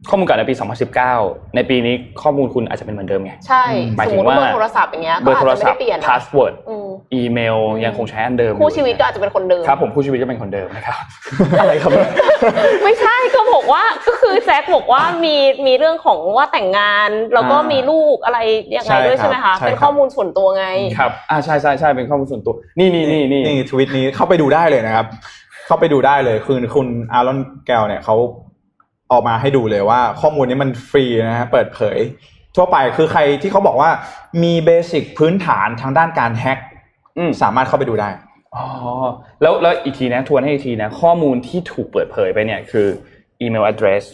ข้อมูลเก่าในปีสองพันสิบเก้าในปีนี้ข้อมูลคุณอาจจะเป็นเหมือนเดิมไงใช่หมายถึงว่าเบอร์โทรศัพท์อย่างเงี้ยเบอร์โทรศัพท์ พาสเวิร์ด อีเมลยังคงใช้อันเดิมคู่ชีวิตก็อาจจะเป็นคนเดิมครับผมคู่ชีวิตจะเป็นคนเดิมนะครับอะไรครับไม่ใช่ก็บอกว่าก็คือแจ็คบอกว่ามีมีเรื่องของว่าแต่งงานแล้วก็มีลูกอะไรยังไงด้วยใช่ไหมคะเป็นข้อมูลส่วนตัวไงครับอ่าใช่ใช่ใช่เป็นข้อมูลส่วนตัวนี่นี่นี่นี่นี่ทวิตนี้เข้าไปดูได้เลยนะครับเข้าไปดูได้เลยคือคุณอารอนแกลเนี่ยเขาออกมาให้ดูเลยว่าข้อมูลนี้มันฟรีนะฮะเปิดเผยทั่วไปคือใครที่เขาบอกว่ามีเบสิกพื้นฐานทางด้านการแฮ็กสามารถเข้าไปดูได้อ๋อแล้วแล้วอีกทีนะทวนให้อีกทีนะข้อมูลที่ถูกเปิดเผยไปเนี่ยคืออีเมล address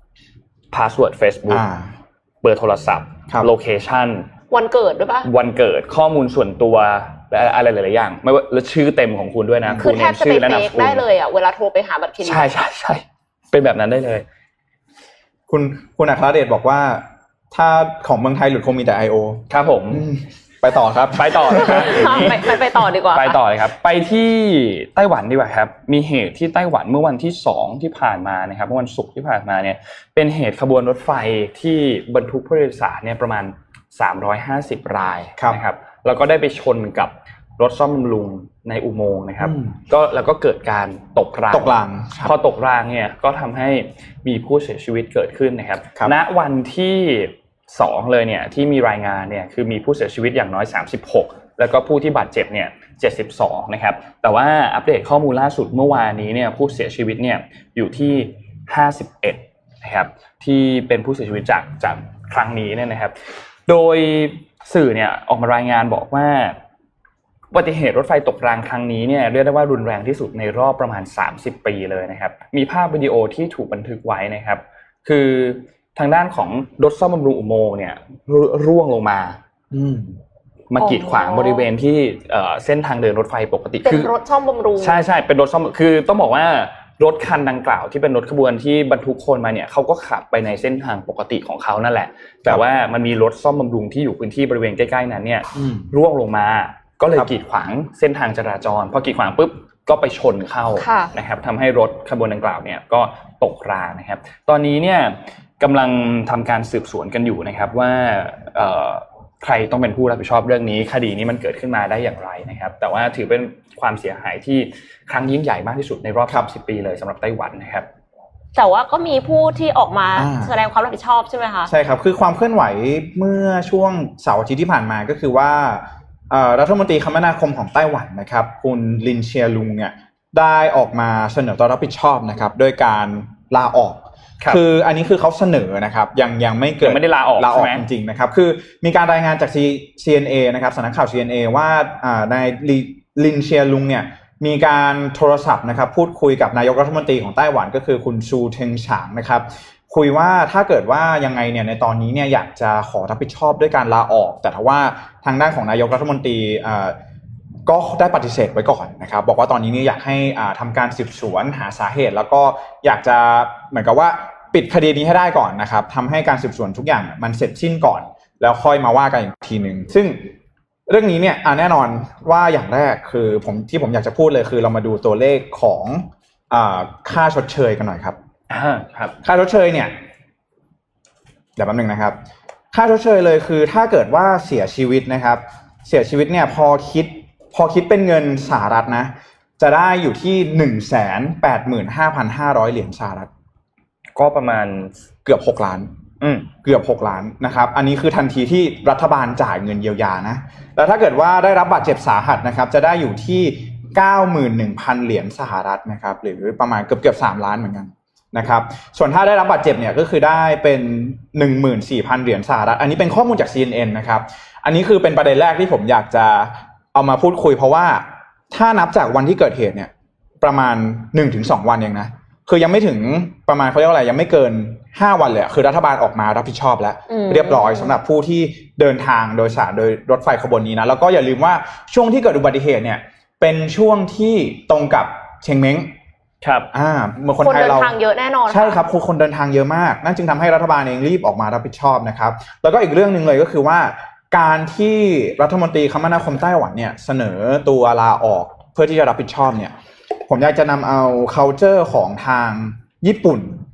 password Facebook เบอร์โทรศัพท์โลเคชั่นวันเกิดด้วยป่ะวันเกิดข้อมูลส่วนตัวและอะไรหลายๆอย่างไม่ว่าแล้วชื่อเต็มของคุณด้วยนะคือแทบจะไปเฟกได้เลยอ่ะเวลาโทรไปหาบัตรเครดิตใช่ใช่ใช่เป็นแบบนั้นได้เลยคุณคุณอัครเดชบอกว่าถ้าของเมืองไทยหลุดคงมีแต่ ไอ โอครับผมไปต่อครับไปต่อครับไปไปไปต่อดีกว่าไปต่อเลยครับไปที่ไต้หวันดีกว่าครับมีเหตุที่ไต้หวันเมื่อวันที่สองที่ผ่านมานะครับเมื่อวันศุกร์ที่ผ่านมาเนี่ยเป็นเหตุขบวนรถไฟที่บรรทุกผู้โดยสารเนี่ยประมาณสามร้อยห้าสิบรายนะครับแล้วก็ได้ไปชนกับรถซ่อมบำรุงในอุโมงค์นะครับก็แล้วก็เกิดการตกรางตกรางพอตกรางเนี่ยก็ทำให้มีผู้เสียชีวิตเกิดขึ้นนะครับณวันที่สองเลยเนี่ยที่มีรายงานเนี่ยคือมีผู้เสียชีวิตอย่างน้อยสามสิบหกแล้วก็ผู้ที่บาดเจ็บเนี่ยเจ็ดสิบสองนะครับแต่ว่าอัปเดตข้อมูลล่าสุดเมื่อวานนี้เนี่ยผู้เสียชีวิตเนี่ยอยู่ที่ห้าสิบเอ็ดนะครับที่เป็นผู้เสียชีวิตจากจากครั้งนี้เนี่ยนะครับโดยสื่อเนี่ยออกมารายงานบอกว่าอุบัติเหตุรถไฟตกรางครั้งนี้เนี่ยเรียกได้ว่ารุนแรงที่สุดในรอบประมาณสามสิบปีเลยนะครับมีภาพวิดีโอที่ถูกบันทึกไว้นะครับคือทางด้านของรถซ่อมบำรุงอุโมงค์เนี่ยร่วงลงมามากีดขวางบริเวณที่เส้นทางเดินรถไฟปกติเป็นรถซ่อมบำรุงใช่ใช่เป็นรถซ่อมคือต้องบอกว่ารถคันดังกล่าวที่เป็นรถขบวนที่บรรทุกคนมาเนี่ยเขาก็ขับไปในเส้นทางปกติของเขานั่นแหละแต่ว่ามันมีรถซ่อมบำรุงที่อยู่พื้นที่บริเวณใกล้ๆนั้นเนี่ยร่วงลงมาก็เลยกีดขวางเส้นทางจราจรพอกีดขวางปุ๊บก็ไปชนเข้านะครับทำให้รถขบวนดังกล่าวเนี่ยก็ตกรางนะครับตอนนี้เนี่ยกำลังทำการสืบสวนกันอยู่นะครับว่าใครต้องเป็นผู้รับผิดชอบเรื่องนี้คดีนี้มันเกิดขึ้นมาได้อย่างไรนะครับแต่ว่าถือเป็นความเสียหายที่ครั้งยิ่งใหญ่มากที่สุดในรอบสามสิบปีเลยสำหรับไต้หวันนะครับแต่ว่าก็มีผู้ที่ออกมาแสดงความรับผิดชอบใช่ไหมคะใช่ครับคือความเคลื่อนไหวเมื่อช่วงเสาร์อาทิตย์ที่ผ่านมาก็คือว่ารัฐมนตรีคมนาคมของไต้หวันนะครับคุณลินเชียลุงเนี่ยได้ออกมาเสนอต่อรับผิดชอบนะครับโดยการลาออกคืออันนี้คือเขาเสนอนะครับยังยังไม่เกิดไม่ได้ลาออกลาออกจริงๆนะครับคือมีการรายงานจาก ซี เอ็น เอ นะครับสำนักข่าว ซี เอ็น เอ ว่านายลินเชียลุงเนี่ยมีการโทรศัพท์นะครับพูดคุยกับนายกรัฐมนตรีของไต้หวันก็คือคุณซูเทงฉางนะครับคุยว่าถ้าเกิดว่ายังไงเนี่ยในตอนนี้เนี่ยอยากจะขอรับผิดชอบด้วยการลาออกแต่ถ้าว่าทางด้านของนายกรัฐมนตรีก็ได้ปฏิเสธไว้ก่อนนะครับบอกว่าตอนนี้เนี่ยอยากให้ทำการสืบสวนหาสาเหตุแล้วก็อยากจะเหมือนกับว่าปิดคดีนี้ให้ได้ก่อนนะครับทำให้การสืบสวนทุกอย่างมันเสร็จสิ้นก่อนแล้วค่อยมาว่ากันอีกทีนึงซึ่งเรื่องนี้เนี่ยแน่นอนว่าอย่างแรกคือผมที่ผมอยากจะพูดเลยคือเรามาดูตัวเลขของค่าชดเชยกันหน่อยครับครับค่าชดเชยเนี่ยเดี๋ยวแป๊บนึงนะครับค่าชดเชยเลยคือถ้าเกิดว่าเสียชีวิตนะครับเสียชีวิตเนี่ยพอคิดพอคิดเป็นเงินสหรัฐนะจะได้อยู่ที่ หนึ่งแสนแปดหมื่นห้าพันห้าร้อย เหรียญสหรัฐก็ประมาณเกือบหกล้านอืมเกือบหกล้านนะครับอันนี้คือทันทีที่รัฐบาลจ่ายเงินเยียวยานะแล้วถ้าเกิดว่าได้รับบาดเจ็บสาหัสนะครับจะได้อยู่ที่ เก้าหมื่นหนึ่งพัน เหรียญสหรัฐนะครับหรือประมาณเกือบๆสามล้านเหมือนกันนะครับส่วนถ้าได้รับบาดเจ็บเนี่ยก็คือได้เป็น หนึ่งหมื่นสี่พัน เหรียญสหรัฐอันนี้เป็นข้อมูลจาก ซี เอ็น เอ็น นะครับอันนี้คือเป็นประเด็นแรกที่ผมอยากจะเอามาพูดคุยเพราะว่าถ้านับจากวันที่เกิดเหตุเนี่ยประมาณ หนึ่งถึงสอง วันเองนะคือยังไม่ถึงประมาณเขาเรียกว่าอะไรยังไม่เกินห้าวันเลยคือรัฐบาลออกมารับผิดชอบแล้วเรียบร้อยสำหรับผู้ที่เดินทางโดยสารโดยรถไฟขบวนนี้นะแล้วก็อย่าลืมว่าช่วงที่เกิดอุบัติเหตุเนี่ยเป็นช่วงที่ตรงกับเชงเม้งครับอ่าเมื่อคนไทยเราคนเดินทางเยอะแน่นอนใช่ครับคือคนเดินทางเยอะมากนั่นจึงทำให้รัฐบาลเองรีบออกมารับผิดชอบนะครับแล้วก็อีกเรื่องนึงเลยก็คือว่าการที่รัฐมนตรีคมนาคมไต้หวันเนี่ยเสนอตัวลาออกเพื่อที่จะรับผิดชอบเนี่ยผมอยากจะนำเอา culture ของทางญี่ปุ่น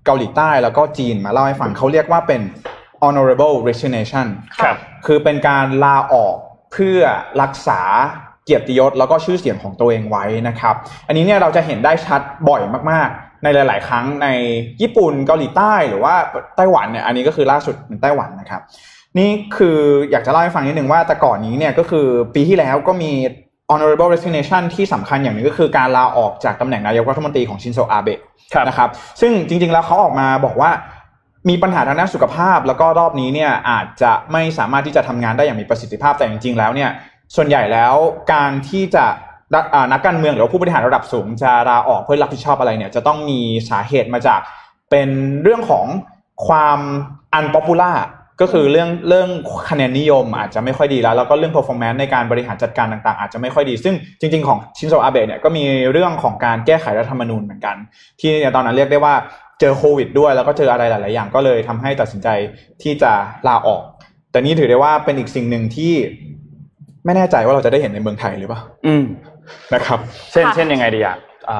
เกาหลีใต้แล้วก็จีนมาเล่าให้ฟังเขาเรียกว่าเป็น honorable resignation ครับคือเป็นการลาออกเพื่อรักษาเกียรติยศแล้วก็ชื่อเสียงของตัวเองไว้นะครับอันนี้เนี่ยเราจะเห็นได้ชัดบ่อยมากๆในหลายๆครั้งในญี่ปุ่นเกาหลีใต้หรือว่าไต้หวันเนี่ยอันนี้ก็คือล่าสุดในไต้หวันนะครับนี่คืออยากจะเล่าให้ฟังนิดนึงว่าแต่ก่อนนี้เนี่ยก็คือปีที่แล้วก็มี honorable resignation ที่สำคัญอย่างนึงก็คือการลาออกจากตำแหน่งนายกรัฐมนตรีของชินโซอาเบะนะครับซึ่งจริงๆแล้วเขาออกมาบอกว่ามีปัญหาทางด้านสุขภาพแล้วก็รอบนี้เนี่ยอาจจะไม่สามารถที่จะทำงานได้อย่างมีประสิทธิภาพแต่จริงๆแล้วเนี่ยส่วนใหญ่แล้วการที่จะนักการเมืองหรือผู้บริหารระดับสูงจะลาออกเพื่อรับผิดชอบอะไรเนี่ยจะต้องมีสาเหตุมาจากเป็นเรื่องของความ unpopular ก็คือเรื่องเรื่องคะแนนนิยมอาจจะไม่ค่อยดีแล้วแล้วก็เรื่อง performance ในการบริหารจัดการต่างๆอาจจะไม่ค่อยดีซึ่งจริงๆของชินโซอาเบะเนี่ยก็มีเรื่องของการแก้ไขรัฐธรรมนูญเหมือนกันที่ตอนนั้นเรียกได้ว่าเจอโควิดด้วยแล้วก็เจออะไรหลายๆอย่างก็เลยทำให้ตัดสินใจที่จะลาออกแต่นี่ถือได้ว่าเป็นอีกสิ่งหนึ่งที่ไม่แน่ใจว่าเราจะได้เห็นในเมืองไทยหรือเปล่าอืมนะครับเช่นเช่นยังไงดีอ่ะ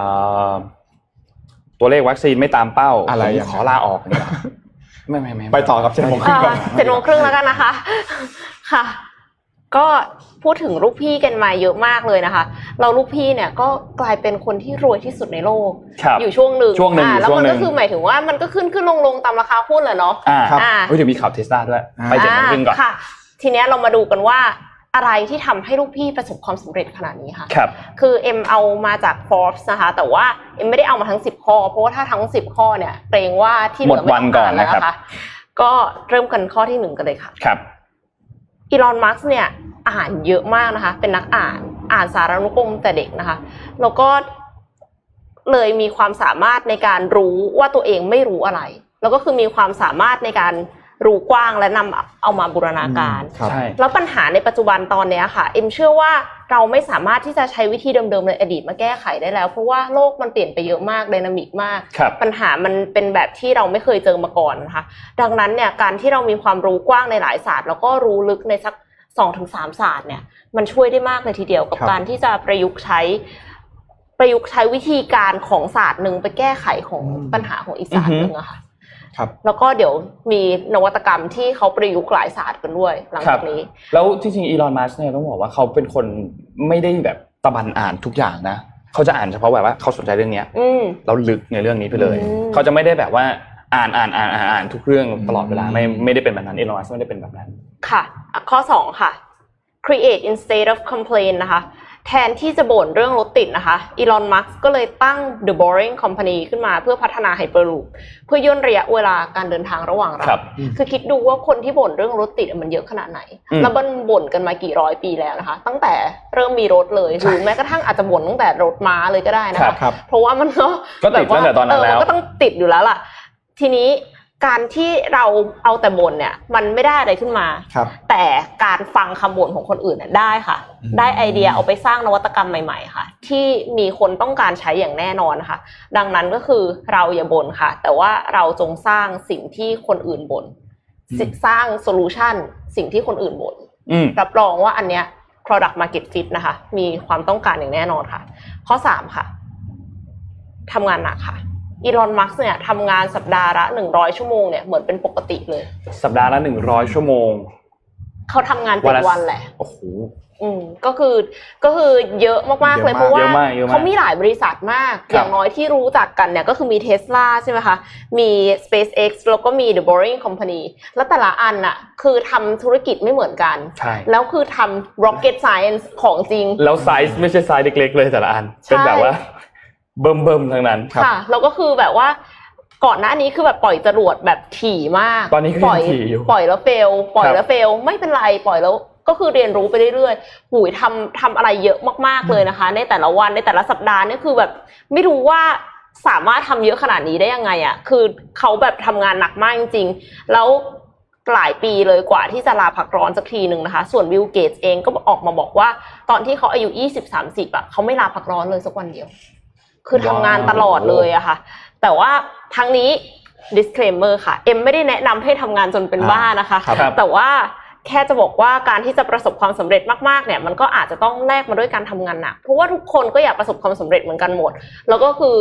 ตัวเลขวัคซีนไม่ตามเป้าอะไรขอลาออกเนี่ยไม่ไม่ไม่ไปต่อครับเจ็ดโมงครึ่งก่อนเจ็ดโมงครึ่งแล้วกันนะคะค่ะก็พูดถึงลูกพี่กันมาเยอะมากเลยนะคะเราลูกพี่เนี่ยก็กลายเป็นคนที่รวยที่สุดในโลกอยู่ช่วงหนึ่งช่วงหนึ่งแล้วมันก็คือหมายถึงว่ามันก็ขึ้นขึ้นลงลงตามราคาหุ้นแหละเนาะอ่าเฮ้ยเดี๋ยวมีข่าว Tesla ด้วยไปเจ็ดโมงครึ่งก่อนค่ะทีเนี้ยเรามาดูกันว่าอะไรที่ทำให้ลูกพี่ประสบความสำเร็จขนาดนี้ค่ะครับคือเอ็มเอามาจาก Forbes นะคะแต่ว่าเอ็มไม่ได้เอามาทั้งสิบข้อเพราะว่าถ้าทั้งสิบข้อเนี่ยเกรงว่าที่เหลือไม่ทันแล้วนะคะก็เริ่มกันข้อที่หนึ่งกันเลยค่ะครับอีลอน มัสก์เนี่ยอ่านเยอะมากนะคะเป็นนักอ่านอ่านสารานุกรมแต่เด็กนะคะแล้วก็เลยมีความสามารถในการรู้ว่าตัวเองไม่รู้อะไรแล้วก็คือมีความสามารถในการรู้กว้างและนำเอามาบูรณาการแล้วปัญหาในปัจจุบันตอนนี้ค่ะเอ็มเชื่อว่าเราไม่สามารถที่จะใช้วิธีเดิมๆในอดีตมาแก้ไขได้แล้วเพราะว่าโลกมันเปลี่ยนไปเยอะมากไดนามิกมากปัญหามันเป็นแบบที่เราไม่เคยเจอมาก่อนนะคะดังนั้นเนี่ยการที่เรามีความรู้กว้างในหลายศาสตร์แล้วก็รู้ลึกในสัก สองถึงสาม ศาสตร์เนี่ยมันช่วยได้มากเลยทีเดียวกับการที่จะประยุกต์ใช้ประยุกต์ใช้วิธีการของศาสตร์นึงไปแก้ไขของปัญหาของอีกศาสตร์นึงอะค่ะครับแล้วก็เดี๋ยวมีนวัตกรรมที่เขาประยุกต์หลายศาสตร์กันด้วยหลังจากนี้แล้วที่จริงอีลอน มัสก์เนี่ยต้องบอกว่าเขาเป็นคนไม่ได้แบบตะบันอ่านทุกอย่างนะเขาจะอ่านเฉพาะแบบว่าเขาสนใจเรื่องนี้แล้วลึกในเรื่องนี้ไปเลยเขาจะไม่ได้แบบว่าอ่านอ่านอ่านอ่านทุกเรื่องตลอดเวลาไม่ไม่ได้เป็นแบบนั้นอีลอน มัสก์ไม่ได้เป็นแบบนั้นค่ะข้อสองค่ะ create instead of complain นะคะแทนที่จะบ่นเรื่องรถติดนะคะอีลอน มัสก์ก็เลยตั้ง The Boring Company ขึ้นมาเพื่อพัฒนา Hyperloop เพื่อย่นระยะเวลาการเดินทางระหว่างเราคือคิดดูว่าคนที่บ่นเรื่องรถติดมันเยอะขนาดไหนแล้วมันบ่นกันมากี่ร้อยปีแล้วนะคะตั้งแต่เริ่มมีรถเลยหรือแม้กระทั่งอาจจะบ่นตั้งแต่รถม้าเลยก็ได้นะคะเพราะว่ามันก็ก็ติดตั้งแต่ตอนนั้นแล้วก็ต้องติดอยู่แล้วล่ะทีนี้การที่เราเอาแต่บ่นเนี่ยมันไม่ได้อะไรขึ้นมาแต่การฟังคำบ่นของคนอื่นเนี่ยได้ค่ะได้ไอเดียเอาไปสร้างนวัตกรรมใหม่ๆค่ะที่มีคนต้องการใช้อย่างแน่นอนค่ะดังนั้นก็คือเราอย่าบ่นค่ะแต่ว่าเราจงสร้างสิ่งที่คนอื่นบ่นสร้างโซลูชันสิ่งที่คนอื่นบ่นรับรองว่าอันเนี้ย product market fit นะคะมีความต้องการอย่างแน่นอนค่ะข้อสามค่ะทำงานหนักค่ะอีลอน มัสก์เนี่ยทำงานสัปดาห์ละหนึ่งร้อยชั่วโมงเนี่ยเหมือนเป็นปกติเลยสัปดาห์ละหนึ่งร้อยชั่วโมงเขาทำงานเจ็ดวันแหละโอ้โหอืมก็คือก็คือเยอะมากๆเลยเพราะว่าเขามีหลายบริษัทมากอย่างน้อยที่รู้จักกันเนี่ยก็คือมี Tesla ใช่ไหมคะมี SpaceX แล้วก็มี The Boring Company แล้วแต่ละอันน่ะคือทำธุรกิจไม่เหมือนกันแล้วคือทำ rocket science ของจริงแล้วไซส์ไม่ใช่ไซส์เล็กๆเลยแต่ละอันเป็นแบบว่าเบิ่มๆทั้งนั้นค่ะแล้วก็คือแบบว่าก่อนหน้านี้คือแบบปล่อยจรวดแบบถี่มากตอนนี้ก็ยังถี่อยู่ปล่อยแล้วเฟลปล่อยแล้วเฟลไม่เป็นไรปล่อยแล้วก็คือเรียนรู้ไปเรื่อยๆหูยทำทำอะไรเยอะมากๆเลยนะคะในแต่ละวันในแต่ละสัปดาห์นี่คือแบบไม่รู้ว่าสามารถทำเยอะขนาดนี้ได้ยังไงอ่ะคือเขาแบบทำงานหนักมากจริงๆแล้วหลายปีเลยกว่าที่จะลาพักร้อนสักทีนึงนะคะส่วนบิล เกตส์เองก็ออกมาบอกว่าตอนที่เขาอายุ ยี่สิบ สามสิบ อ่ะเขาไม่ลาพักร้อนเลยสักวันเดียวคือทำงานตลอดเลยอะค่ะแต่ว่าทั้งนี้ disclaimer ค่ะเอ็มไม่ได้แนะนำให้ทำงานจนเป็นบ้านะคะแต่ว่าแค่จะบอกว่าการที่จะประสบความสำเร็จมากๆเนี่ยมันก็อาจจะต้องแลกมาด้วยการทำงานหนักเพราะว่าทุกคนก็อยากประสบความสำเร็จเหมือนกันหมดแล้วก็คือ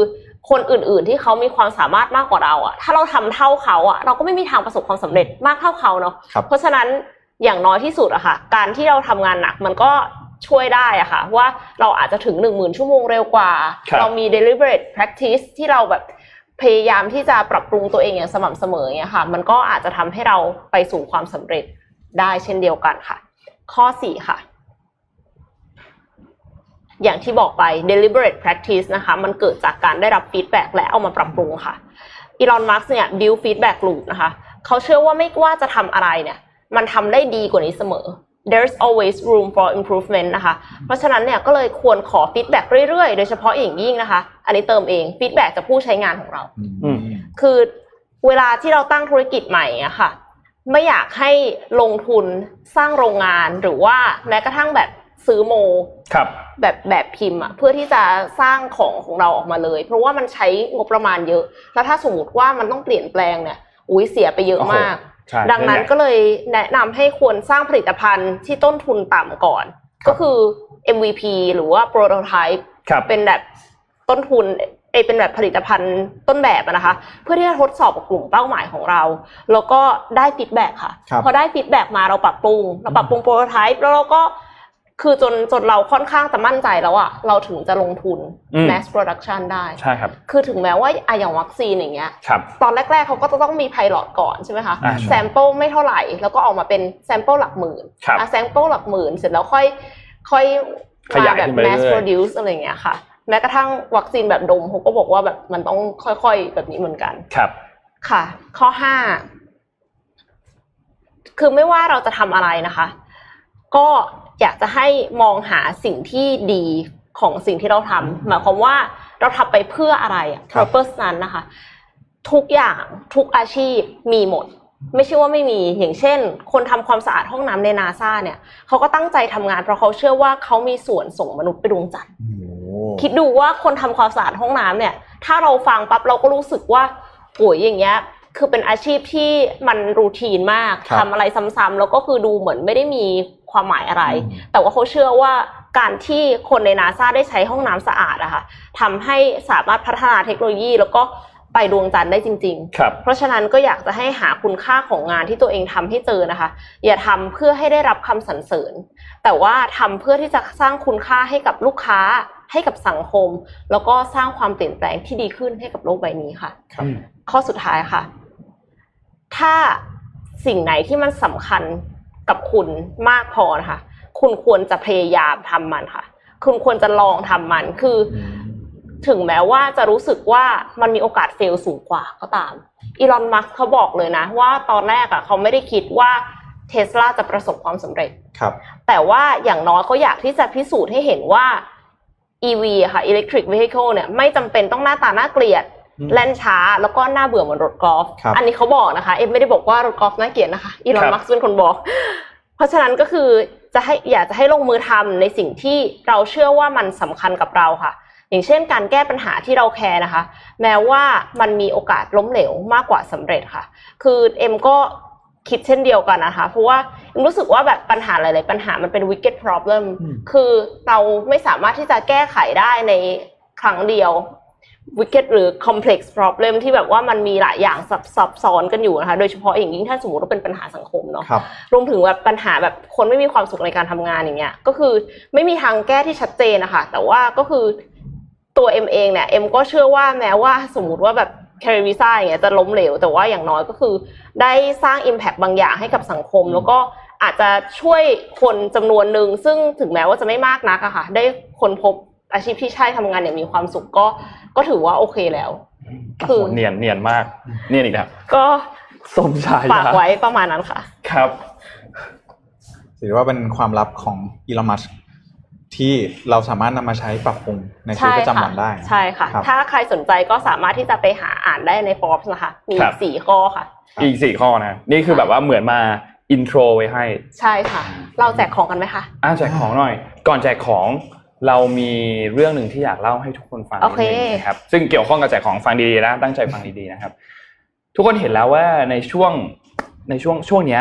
คนอื่นๆที่เขามีความสามารถมากกว่าเราอ่ะถ้าเราทำเท่าเขาอ่ะเราก็ไม่มีทางประสบความสำเร็จมากเท่าเขาเนาะเพราะฉะนั้นอย่างน้อยที่สุดอะค่ะการที่เราทำงานหนักมันก็ช่วยได้อะค่ะว่าเราอาจจะถึง หนึ่งหมื่น ชั่วโมงเร็วกว่าเรามี deliberate practice ที่เราแบบพยายามที่จะปรับปรุงตัวเองอย่างสม่ำเสมออย่างเงี้ยค่ะมันก็อาจจะทำให้เราไปสู่ความสำเร็จได้เช่นเดียวกันค่ะข้อสี่ค่ะอย่างที่บอกไป deliberate practice นะคะมันเกิดจากการได้รับ feedback และเอามาปรับปรุงค่ะอีลอน มัสก์เนี่ย build feedback loop นะคะเขาเชื่อว่าไม่ว่าจะทำอะไรเนี่ยมันทำได้ดีกว่านี้เสมอ there's always room for improvement นะคะเพราะฉะนั้นเนี่ยก็เลยควรขอ feedback เรื่อยๆโดยเฉพาะอย่างยิ่งนะคะอันนี้เติมเอง feedback จากผู้ใช้งานของเราคือเวลาที่เราตั้งธุรกิจใหม่อะค่ะไม่อยากให้ลงทุนสร้างโรงงานหรือว่าแม้กระทั่งแบบซื้อโมครับแบบแบบพิมพ์อะเพื่อที่จะสร้างของของเราออกมาเลยเพราะว่ามันใช้งบประมาณเยอะแล้วถ้าสมมติว่ามันต้องเปลี่ยนแปลงเนี่ยอุ้ยเสียไปเยอะมากดังนั้นก็เลยแนะนำให้ควรสร้างผลิตภัณฑ์ที่ต้นทุนต่ำก่อนก็คือ เอ็ม วี พี หรือว่า Prototype เป็นแบบต้นทุนเอเป็นแบบผลิตภัณฑ์ต้นแบบนะคะเพื่อที่จะทดสอบกับกลุ่มเป้าหมายของเราแล้วก็ได้ฟีดแบ็กค่ะพอได้ฟีดแบ็กมาเราปรับปรุงเราปรับปรุง Prototype แล้วเราก็คือจนจนเราค่อนข้างจะมั่นใจแล้วอะเราถึงจะลงทุน mass production ได้ใช่ครับคือถึงแม้ว่าอะอย่างวัคซีนอย่างเงี้ยตอนแรกๆเขาก็จะต้องมี pilot ก่อนใช่ไหมคะ sample ไม่เท่าไหร่แล้วก็ออกมาเป็น sample หลักหมื่นอ่ะ sample หลักหมื่นเสร็จแล้วค่อยค่อยมาแบบ mass produce อะไรอย่างเงี้ยค่ะแม้กระทั่งวัคซีนแบบดมเขาก็บอกว่าแบบมันต้องค่อยๆแบบนี้เหมือนกันครับค่ะข้อห้าคือไม่ว่าเราจะทำอะไรนะคะก็อยากจะให้มองหาสิ่งที่ดีของสิ่งที่เราทำหมายความว่าเราทำไปเพื่ออะไรอะ purpose นั้นนะคะทุกอย่างทุกอาชีพมีหมดไม่ใช่ว่าไม่มีอย่างเช่นคนทำความสะอาดห้องน้ำใน NASA เนี่ยเขาก็ตั้งใจทำงานเพราะเขาเชื่อว่าเขามีส่วนส่งมนุษย์ไปดวงจันทร์คิดดูว่าคนทำความสะอาดห้องน้ำเนี่ยถ้าเราฟังปั๊บเราก็รู้สึกว่าโหยอย่างเงี้ยคือเป็นอาชีพที่มันรูทีนมากทำอะไรซ้ำๆแล้วก็คือดูเหมือนไม่ได้มีความหมายอะไรแต่ว่าเขาเชื่อว่าการที่คนใน NASA ได้ใช้ห้องน้ำสะอาดอะค่ะทำให้สามารถพัฒนาเทคโนโลยีแล้วก็ไปดวงจันทร์ได้จริงๆเพราะฉะนั้นก็อยากจะให้หาคุณค่าของงานที่ตัวเองทำให้เจอนะคะอย่าทำเพื่อให้ได้รับคำสรรเสริญแต่ว่าทำเพื่อที่จะสร้างคุณค่าให้กับลูกค้าให้กับสังคมแล้วก็สร้างความเปลี่ยนแปลงที่ดีขึ้นให้กับโลกใบนี้ค่ะข้อสุดท้ายค่ะถ้าสิ่งไหนที่มันสำคัญกับคุณมากพอนะคะคุณควรจะพยายามทำมันค่ะคุณควรจะลองทำมันคือถึงแม้ว่าจะรู้สึกว่ามันมีโอกาสเฟลสูงกว่าก็ตามอีลอน มัสก์เขาบอกเลยนะว่าตอนแรกอ่ะเขาไม่ได้คิดว่า Tesla จะประสบความสำเร็จครับแต่ว่าอย่างน้อยเขาอยากที่จะพิสูจน์ให้เห็นว่า อี วี ค่ะ Electric Vehicle เนี่ยไม่จำเป็นต้องหน้าตาน่าเกลียดแล่นช้าแล้วก็น่าเบื่อเหมือนรถกอล์ฟอันนี้เขาบอกนะคะเอ็มไม่ได้บอกว่ารถกอล์ฟน่าเกลียดนะคะอีลอน มัสก์เป็นคนบอกเพราะฉะนั้นก็คือจะให้อยากจะให้ลงมือทำในสิ่งที่เราเชื่อว่ามันสำคัญกับเราค่ะอย่างเช่นการแก้ปัญหาที่เราแคร์นะคะแม้ว่ามันมีโอกาสล้มเหลวมากกว่าสำเร็จค่ะคือเอ็มก็คิดเช่นเดียวกันนะคะเพราะว่าเอ็มรู้สึกว่าแบบปัญหาหลายๆปัญหามันเป็น wicked problem คือเราไม่สามารถที่จะแก้ไขได้ในครั้งเดียว wicked หรือ complex problem ที่แบบว่ามันมีหลายอย่างซับซ้อนกันอยู่นะคะโดยเฉพาะอย่างยิ่งถ้าสมมติว่าเป็นปัญหาสังคมเนาะรวมถึงแบบปัญหาแบบคนไม่มีความสุขในการทำงานอย่างเงี้ยก็คือไม่มีทางแก้ที่ชัดเจนนะคะแต่ว่าก็คือตัวเอ็มเองเนี่ยเอ็มก็เชื่อว่าแม้ว่าสมมุติว่าแบบแคริวิซ่าอย่างเงี้ยจะล้มเหลวแต่ว่าอย่างน้อยก็คือได้สร้าง impact บางอย่างให้กับสังคมแล้วก็อาจจะช่วยคนจำนวนนึงซึ่งถึงแม้ว่าจะไม่มากนักอะค่ะได้คนพบอาชีพที่ใช่ทำงานอย่างมีความสุขก็ก็ถือว่าโอเคแล้วคือเนียนเนียนมากเนียนอีกแล้วก็สมชายฝากไว้ประมาณนั้นค่ะครับถือว่าเป็นความลับของอีลอน มัสก์ที่เราสามารถนำมาใช้ปรับปรุงในชีวิตประจำวันได้ใช่ค่ะถ้าใครสนใจก็สามารถที่จะไปหาอ่านได้ใน Forbes นะคะมีสี่ข้อค่ะอีกสี่ข้อนะนี่คือแบบว่าเหมือนมาอินโทรไว้ให้ใช่ค่ะเราแจกของกันไหมคะอ่าแจกของหน่อยก่อนแจกของเรามีเรื่องหนึ่งที่อยากเล่าให้ทุกคนฟังนิดนึงนะครับซึ่งเกี่ยวข้องกับแจกของฟังดีๆนะตั้งใจฟังดีๆนะครับทุกคนเห็นแล้วว่าในช่วงในช่วงช่วงเนี้ย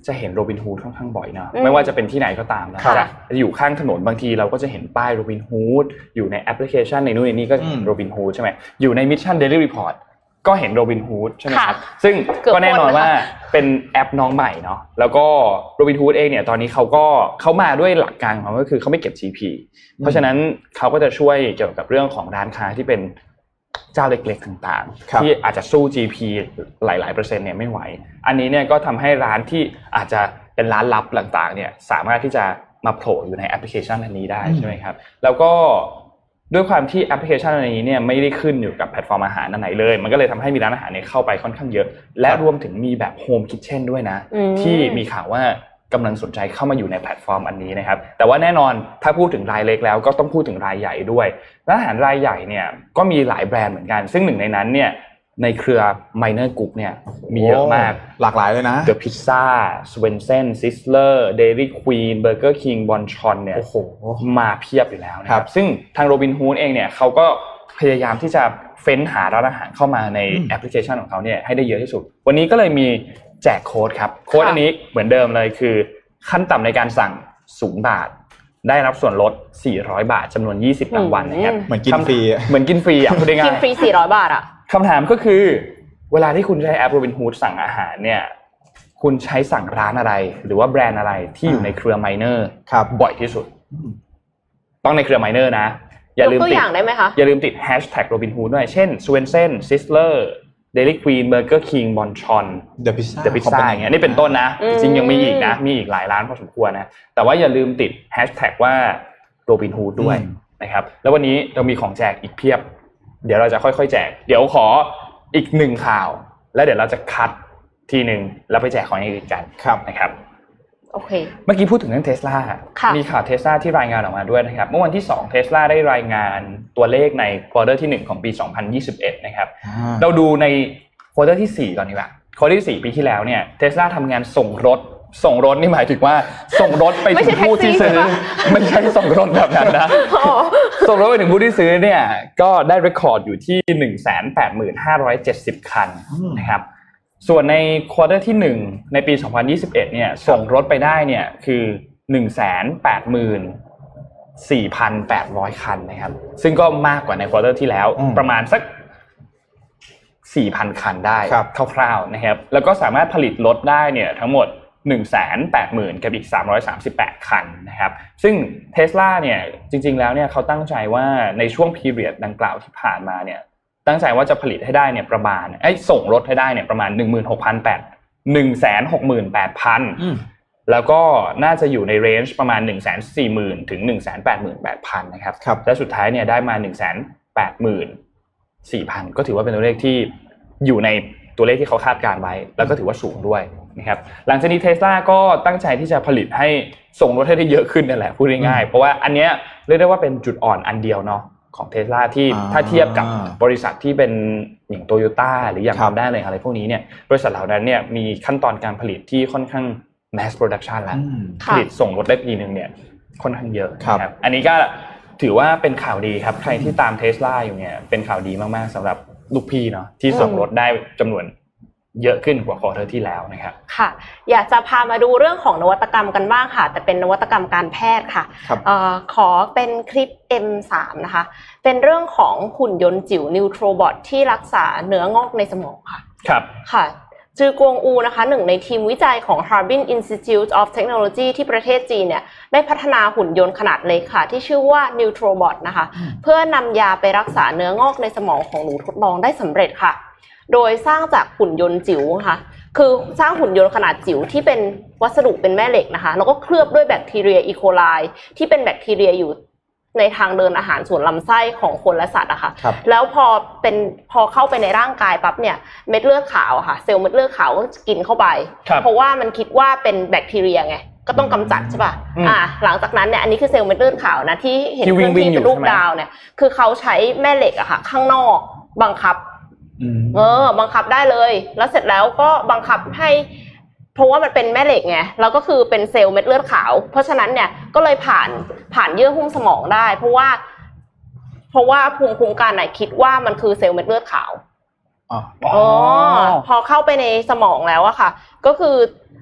จะเห็นโรบินฮูดค่อนข้างบ่อยนะไม่ว่าจะเป็นที่ไหนก็ตามนะจะอยู่ข้างถนนบางทีเราก็จะเห็นป้ายโรบินฮูดอยู่ในแอปพลิเคชันในนู่นในนี่ก็เห็นโรบินฮูดใช่ไหมอยู่ในมิชชั่นเดลี่รีพอร์ตก็เห็นโรบินฮูดใช่ไหมครับซึ่งก็แน่นอนว่าเป็นแอปน้องใหม่เนาะแล้วก็โรบินฮูดเองเนี่ยตอนนี้เขาก็เขามาด้วยหลักการของเขาก็คือเขาไม่เก็บ จี พี เพราะฉะนั้นเขาก็จะช่วยเกี่ยวกับเรื่องของร้านค้าที่เป็นเจ้าเล็กๆต่างๆที่อาจจะสู้ จี พี หลายๆเปอร์เซ็นต์เนี่ยไม่ไหวอันนี้เนี่ยก็ทำให้ร้านที่อาจจะเป็นร้านลับต่างๆเนี่ยสามารถที่จะมาโผล่อยู่ในแอปพลิเคชันอันนี้ได้ใช่ไหมครับแล้วก็ด้วยความที่แอปพลิเคชันอันนี้เนี่ยไม่ได้ขึ้นอยู่กับแพลตฟอร์มอาหารอันไหนเลยมันก็เลยทำให้มีร้านอาหารเนี่ยเข้าไปค่อนข้างเยอะและรวมถึงมีแบบโฮมคิทเช่นด้วยนะที่มีข่าวว่ากำลังสนใจเข้ามาอยู่ในแพลตฟอร์มอันนี้นะครับแต่ว่าแน่นอนถ้าพูดถึงรายเล็กแล้วก็ต้องพูดถึงรายใหญ่ด้วยร้านอาหารรายใหญ่เนี่ยก็มีหลายแบรนด์เหมือนกันซึ่งหนึ่งในนั้นเนี่ยในเครือ Minor Group เนี่ยมีเยอะมากหลากหลายเลยนะ The Pizza Swensen Sizzler Dairy Queen Burger King Bonchon เนี่ยโอ้โหมาเพียบอยู่แล้วนะครับซึ่งทาง Robinhood เองเนี่ยเขาก็พยายามที่จะเฟ้นหาร้านอาหารเข้ามาในแอปพลิเคชันของเขาเนี่ยให้ได้เยอะที่สุดวันนี้ก็เลยมีแจกโค้ดครับโค้ดอันนี้เหมือนเดิมเลยคือขั้นต่ำในการสั่งศูนย์บาทได้รับส่วนลดสี่ร้อยบาทจำนวนยี่สิบรางวัลนะครับเหมือนกินฟรีเหมือนกินฟรีอ่ะพูดง่ายๆกินฟรีสี่ร้อยบาทอ่ะคำถามก็คือเวลาที่คุณใช้แอป Robinhood สั่งอาหารเนี่ยคุณใช้สั่งร้านอะไรหรือว่าแบรนด์อะไรที่อยู่ในเครือ Minor บ่อยที่สุดต้องในเครือ Minor นะอย่าลืมติดอย่าลืมติด แฮชแท็ก Robinhood ด้วยเช่น Swensen Sizzler Dairy Queen Burger King Bonchon The Pizza The Pizza อย่างเงี้ยนี่เป็นต้นนะจริงยังมีอีกนะมีอีกหลายร้านพอสมควรนะแต่ว่าอย่าลืมติดแฮชแท็กว่า Robinhood ด้วยนะครับแล้ววันนี้เรามีของแจกอีกเพียบเดี๋ยวเราจะค่อยๆแจกเดี๋ยวขออีกหนึ่งข่าวแล้วเดี๋ยวเราจะคัดทีนึงแล้วไปแจกของอย่างอื่นกันนะครับโอเคเมื่อกี้พูดถึงเรื่อง Tesla มีข่าว Tesla ที่รายงานออกมาด้วยนะครับเมื่อวันที่สอง Tesla ได้รายงานตัวเลขในควอเตอร์ที่หนึ่งของปีสองพันยี่สิบเอ็ดนะครับเราดูในควอเตอร์ที่สี่ก่อนดีกว่าควอเตอร์ที่สี่ปีที่แล้วเนี่ย Tesla ทำงานส่งรถส่งรถนี่หมายถึงว่าส่งรถไปถึงผู้ที่ซื้อไม่ใช่ส่งรถแบบนั้นนะส่งรถไปถึงผู้ที่ซื้อเนี่ยก็ได้เรคคอร์ดอยู่ที่ หนึ่งแสนแปดหมื่นห้าร้อยเจ็ดสิบ คันนะครับส่วนในควอเตอร์ที่หนึ่งในปีสองพันยี่สิบเอ็ดเนี่ยส่งรถไปได้เนี่ยคือ หนึ่งแสนแปดหมื่นสี่พันแปดร้อย คันนะครับซึ่งก็มากกว่าในควอเตอร์ที่แล้วประมาณสัก สี่พัน คันได้คร่าวๆนะครับแล้วก็สามารถผลิตรถได้เนี่ยทั้งหมด หนึ่งแสนแปดหมื่น กับอีกสามร้อยสามสิบแปดคันนะครับซึ่ง Tesla เนี่ยจริงๆแล้วเนี่ยเขาตั้งใจว่าในช่วงพีเรียดดังกล่าวที่ผ่านมาเนี่ยตั้งใจว่าจะผลิตให้ได้เนี่ยประมาณไอ้ส่งรถให้ได้เนี่ยประมาณ หนึ่งหมื่นหกพันแปดร้อย หนึ่งแสนหกหมื่นแปดพัน แล้วก็น่าจะอยู่ในเรนจ์ประมาณ หนึ่งแสนสี่หมื่น ถึง หนึ่งแสนแปดหมื่นแปดพัน นะครับและสุดท้ายเนี่ยได้มา หนึ่งแสนแปดหมื่นสี่พัน ก็ถือว่าเป็นตัวเลขที่อยู่ในตัวเลขที่เขาคาดการไว้แล้วก็ถือว่าสูงด้วยนะครับหลังจากนี้ Tesla ก็ตั้งใจที่จะผลิตให้ส่งรถให้ได้เยอะขึ้นนั่นแหละพูดง่ายๆเพราะว่าอันเนี้ยเรียกได้ว่าเป็นจุดอ่อนอันเดียวเนาะของ Tesla ที่ถ้าเทียบกับบริษัทที่เป็นอย่าง Toyota หรืออย่าง Honda อะไรอะไรพวกนี้เนี่ยบริษัทเหล่านั้นเนี่ยมีขั้นตอนการผลิตที่ค่อนข้าง mass production แล้วผลิตส่งรถได้ปีนึงเนี่ยค่อนข้างเยอะนะครับอันนี้ก็ถือว่าเป็นข่าวดีครับใครที่ตาม Tesla อยู่เนี่ยเป็นข่าวดีมากๆสำหรับลูกพี่เนาะที่ส่งรถได้จำนวนเยอะขึ้นกว่าควอเตอร์ที่แล้วนะครับค่ะอยากจะพามาดูเรื่องของนวัตกรรมกันบ้างค่ะแต่เป็นนวัตกรรมการแพทย์ค่ะเอ่อขอเป็นคลิป เอ็ม สาม นะคะเป็นเรื่องของหุ่นยนต์จิ๋ว Neutrobot ที่รักษาเนื้องอกในสมองค่ะครับค่ะจือกวงอูนะคะหนึ่งในทีมวิจัยของ Harbin Institute of Technology ที่ประเทศจีนเนี่ยได้พัฒนาหุ่นยนต์ขนาดเล็กค่ะที่ชื่อว่า Neutrobot นะคะเพื่อนำยาไปรักษาเนื้องอกในสมองของหนูทดลองได้สำเร็จค่ะโดยสร้างจากหุ่นยนต์จิ๋วค่ะคือสร้างหุ่นยนต์ขนาดจิ๋วที่เป็นวัสดุเป็นแม่เหล็กนะคะแล้วก็เคลือบด้วยแบคทีเรียอีโคไลที่เป็นแบคทีเรียอยู่ในทางเดินอาหารส่วนลำไส้ของคนและสัตว์อะค่ะแล้วพอเป็นพอเข้าไปในร่างกายปั๊บเนี่ยเม็ดเลือดขาวอะค่ะเซลล์เม็ดเลือดขาวก็กินเข้าไปเพราะว่ามันคิดว่าเป็นแบคทีเรียไงก็ต้องกำจัดใช่ป่ะอ่าหลังจากนั้นเนี่ยอันนี้คือเซลล์เม็ดเลือดขาวนะที่เห็นเคลื่อนที่เป็นรูปดาวเนี่ยคือเขาใช้แม่เหล็กอะค่ะข้างนอกบังคับเออบังคับได้เลยแล้วเสร็จแล้วก็บังคับให้เพราะว่ามันเป็นแม่เหล็กไงแล้วก็คือเป็นเซลล์เม็ดเลือดขาวเพราะฉะนั้นเนี่ยก็เลยผ่านผ่านเยื่อหุ้มสมองได้เพราะว่าเพราะว่าภูมิคุ้มกันน่ะคิดว่ามันคือเซลล์เม็ดเลือดขาวอ๋อพอเข้าไปในสมองแล้วอะค่ะก็คือ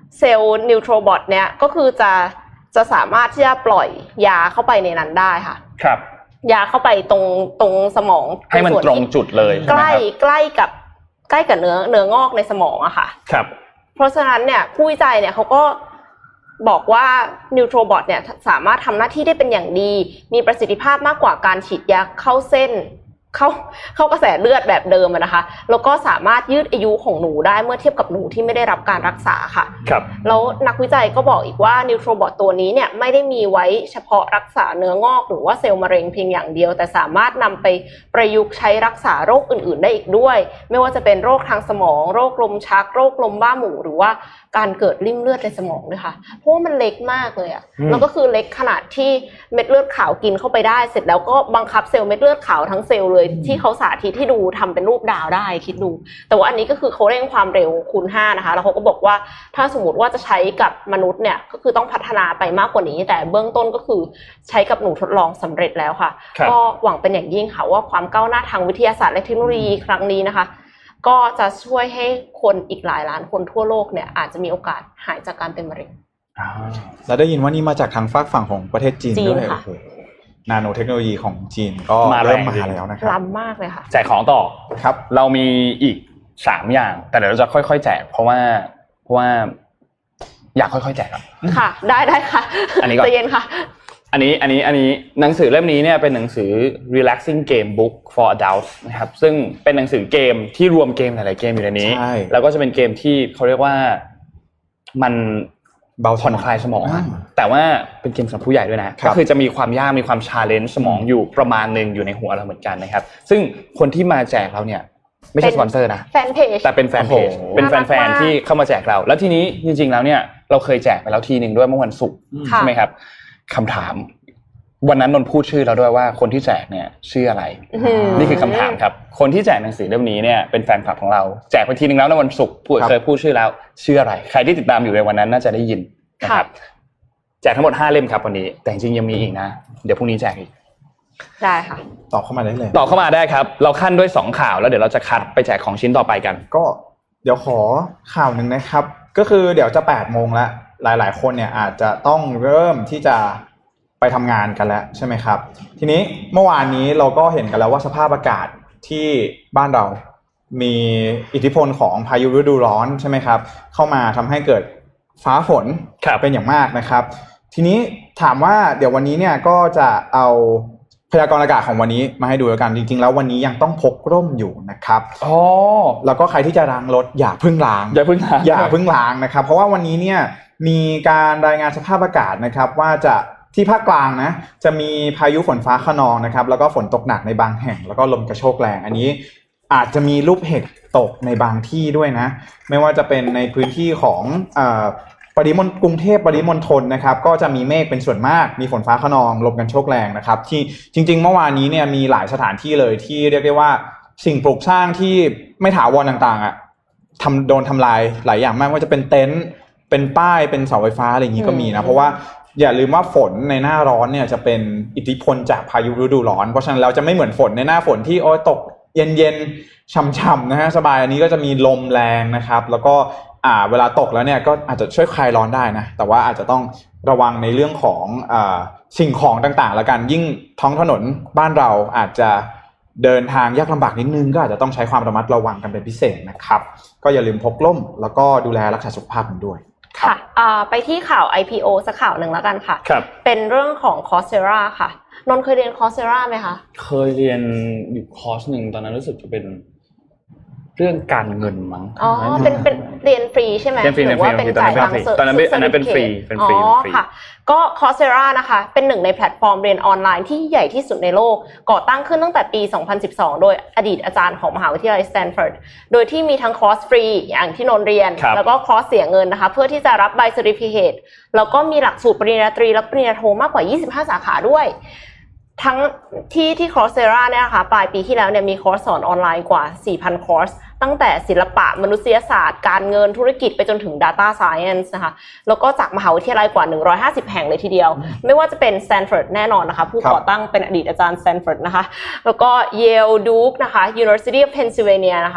เซลล์นิวโทรบอทเนี่ยก็คือจะจะสามารถที่จะปล่อยยาเข้าไปในนั้นได้ค่ะครับยาเข้าไปตรงตรงสมองให้มันตรงจุดเลยใกล้ใกล้กับใกล้กับเนื้อเนื้องอกในสมองอะค่ะครับเพราะฉะนั้นเนี่ยผู้วิจัยเนี่ยเขาก็บอกว่านิวโทรบอทเนี่ยสามารถทำหน้าที่ได้เป็นอย่างดีมีประสิทธิภาพมากกว่าการฉีดยาเข้าเส้นเข้าเข้ากระแสเลือดแบบเดิมนะคะแล้วก็สามารถยืดอายุของหนูได้เมื่อเทียบกับหนูที่ไม่ได้รับการรักษาค่ะครับแล้วนักวิจัยก็บอกอีกว่านิวโทรบอทตัวนี้เนี่ยไม่ได้มีไว้เฉพาะรักษาเนื้องอกหรือว่าเซลล์มะเร็งเพียงอย่างเดียวแต่สามารถนำไปประยุกต์ใช้รักษาโรคอื่นๆได้อีกด้วยไม่ว่าจะเป็นโรคทางสมองโรคลมชักโรคลมบ้าหมู่หรือว่าการเกิดริ่มเลือดในสมองด้วยค่ะเพราะว่ามันเล็กมากเลยอ่ะแล้วก็คือเล็กขนาดที่เม็ดเลือดขาวกินเข้าไปได้เสร็จแล้วก็บังคับเซลล์เม็ดเลือดขาวทั้งเซลล์เลยที่เขาสาธิตที่ดูทำเป็นรูปดาวได้คิดดูแต่ว่าอันนี้ก็คือเขาเร่งความเร็วคูณห้านะคะแล้วเขาก็บอกว่าถ้าสมมติว่าจะใช้กับมนุษย์เนี่ยก็คือต้องพัฒนาไปมากกว่านี้แต่เบื้องต้นก็คือใช้กับหนูทดลองสำเร็จแล้วค่ะก็หวังเป็นอย่างยิ่งค่ะว่าความก้าวหน้าทางวิทยาศาสตร์และเทคโนโลยีครั้งนี้นะคะก็จะช่วยให้คนอีกหลายล้านคนทั่วโลกเนี่ยอาจจะมีโอกาสหายจากการเป็นมะเร็งแล้วได้ยินว่านี่มาจากทางฝากฝั่งของประเทศจีนด้วยโอ้โหนาโนเทคโนโลยีของจีนก็เริ่มมาแล้วนะครับล้ำมากเลยค่ะแจกของต่อครับเรามีอีกสามอย่างแต่เดี๋ยวเราจะค่อยๆแจกเพราะว่าเพราะว่าอยากค่อยๆแจกครับค่ะได้ได้ค่ะอันนี้ก็ใจเย็นค่ะอันนี้อันนี้อันนี้หนังสือเล่มนี้เนี่ยเป็นหนังสือ relaxing game book for adults นะครับซึ่งเป็นหนังสือเกมที่รวมเกมหลายๆเกมอยู่ในนี้แล้วก็จะเป็นเกมที่เขาเรียกว่ามันเบาผ่อนคลายสมองแต่ว่าเป็นเกมสำหรับผู้ใหญ่ด้วยนะก็คือจะมีความยากมีความ challenge สมองอยู่ประมาณนึงอยู่ในหัวเราเหมือนกันนะครับซึ่งคนที่มาแจกเราเนี่ยไม่ใช่สปอนเซอร์นะแฟนเพจแต่เป็นแฟนเพจเป็นแฟนๆที่เข้ามาแจกเราแล้วทีนี้จริงๆแล้วเนี่ยเราเคยแจกไปแล้วทีนึงด้วยเมื่อวันศุกร์ใช่มั้ยครับคำถามวันนั้นนนพูดชื่อเราด้วยว่าคนที่แจกเนี่ยชื่ออะไรนี่คือคำถามครับคนที่แจกหนังสือเล่มนี้เนี่ยเป็นแฟนคลับของเราแจกไปทีนึงแล้วในวันศุกร์พูดเคยพูดชื่อแล้วชื่ออะไรใครที่ติดตามอยู่ในวันนั้นน่าจะได้ยินนะครับแจกทั้งหมดห้าเล่มครับวันนี้แต่จริงๆยังมีอีกนะเดี๋ยวพรุ่งนี้แจกอีกได้ค่ะตอบเข้ามาได้เลยตอบเข้ามาได้ครับเราขั้นด้วยสองข่าวแล้วเดี๋ยวเราจะคัดไปแจกของชิ้นต่อไปกันก็เดี๋ยวขอข่าวนึงนะครับก็คือเดี๋ยวจะ แปดโมงแล้วหลายๆคนเนี่ยอาจจะต้องเริ่มที่จะไปทำงานกันแล้วใช่ไหมครับทีนี้เมื่อวานนี้เราก็เห็นกันแล้วว่าสภาพอากาศที่บ้านเรามีอิทธิพลของพายุฤดูร้อนใช่ไหมครับเข้ามาทำให้เกิดฟ้าฝนเป็นอย่างมากนะครับทีนี้ถามว่าเดี๋ยววันนี้เนี่ยก็จะเอาพยากรณ์อากาศของวันนี้มาให้ดูแล้วกันจริงๆแล้ววันนี้ยังต้องพกร่มอยู่นะครับอ๋อแล้วก็ใครที่จะล้างรถอย่าเพิ่งล้างอย่าเพิ่งล้างอย่าเพิ่งล้างนะครับเพราะว่าวันนี้เนี่ยมีการรายงานสภาพอากาศนะครับว่าจะที่ภาคกลางนะจะมีพายุฝนฟ้าคะนองนะครับแล้วก็ฝนตกหนักในบางแห่งแล้วก็ลมกระโชกแรงอันนี้อาจจะมีลูกเห็บตกในบางที่ด้วยนะไม่ว่าจะเป็นในพื้นที่ของเอ่อปริมณฑลกรุงเทพปริมณฑลนะครับก็จะมีเมฆเป็นส่วนมากมีฝนฟ้าคะนองลมกันโชกแรงนะครับที่จริงๆเมื่อวานนี้เนี่ยมีหลายสถานที่เลยที่เรียกได้ว่าสิ่งปลูกสร้างที่ไม่ถาวรต่างๆอ่ะทำโดนทำลายหลายอย่างมากว่าจะเป็นเต็นท์เป็นป้ายเป็นเสาไฟฟ้าอะไรอย่างนี้ก็มีนะเพราะว่าอย่าลืมว่าฝนในหน้าร้อนเนี่ยจะเป็นอิทธิพลจากพายุฤดูร้อนเพราะฉะนั้นเราจะไม่เหมือนฝนในหน้าฝนที่โอ้ยตกเย็นๆช่ำๆนะฮะสบายอันนี้ก็จะมีลมแรงนะครับแล้วก็อ่าเวลาตกแล้วเนี่ยก็อาจจะช่วยคลายร้อนได้นะแต่ว่าอาจจะต้องระวังในเรื่องของอ่าสิ่งของต่างๆแล้วกันยิ่งท้องถนนบ้านเราอาจจะเดินทางยากลำบากนิดนึงก็อาจจะต้องใช้ความระมัดระวังกันเป็นพิเศษนะครับก็อย่าลืมพกร่มแล้วก็ดูแลรักษาสุขภาพกันด้วยค่ะไปที่ข่าว ไอ พี โอ สักข่าวหนึ่งแล้วกันค่ะเป็นเรื่องของ Coursera ค่ะนนท์เคยเรียน Coursera ไหมคะเคยเรียนอยู่คอร์สหนึ่งตอนนั้นรู้สึกจะเป็นเรื่องการเงินมั้งอ๋อเป็นเป็นเรียนฟรีใช่ไหมหรือว่าเป็นจ่ายตังค์ตอนนั้นอันนั้นเป็นฟรีเป็นฟรีอ๋อค่ะก็ Coursera นะคะเป็นหนึ่งในแพลตฟอร์มเรียนออนไลน์ที่ใหญ่ที่สุดในโลกก่อตั้งขึ้นตั้งแต่ปีสองพันสิบสองโดยอดีตอาจารย์ของมหาวิทยาลัยสแตนฟอร์ดโดยที่มีทั้งคอร์สฟรีอย่างที่นนท์เรียนแล้วก็คอร์สเสียเงินนะคะเพื่อที่จะรับใบเซอร์ติฟิเคตแล้วก็มีหลักสูตรปริญญาตรีและปริญญาโทมากกว่ายี่สิบห้าสาขาด้วยทั้งที่ที่ Coursera เนี่ยนะคะปลายปีที่แล้วเนี่ยมีคอร์สสอนออนไลน์กว่า สี่พัน คอร์สตั้งแต่ศิลปะมนุษยศาสตร์การเงินธุรกิจไปจนถึง Data Science นะคะแล้วก็จากมหาวิทยาลัยกว่าหนึ่งร้อยห้าสิบแห่งเลยทีเดียวไม่ว่าจะเป็น Stanford แน่นอนนะคะผู้ก่อตั้งเป็นอดีตอาจารย์ Stanford นะคะแล้วก็ Yale Duke นะคะ University of Pennsylvania นะคะ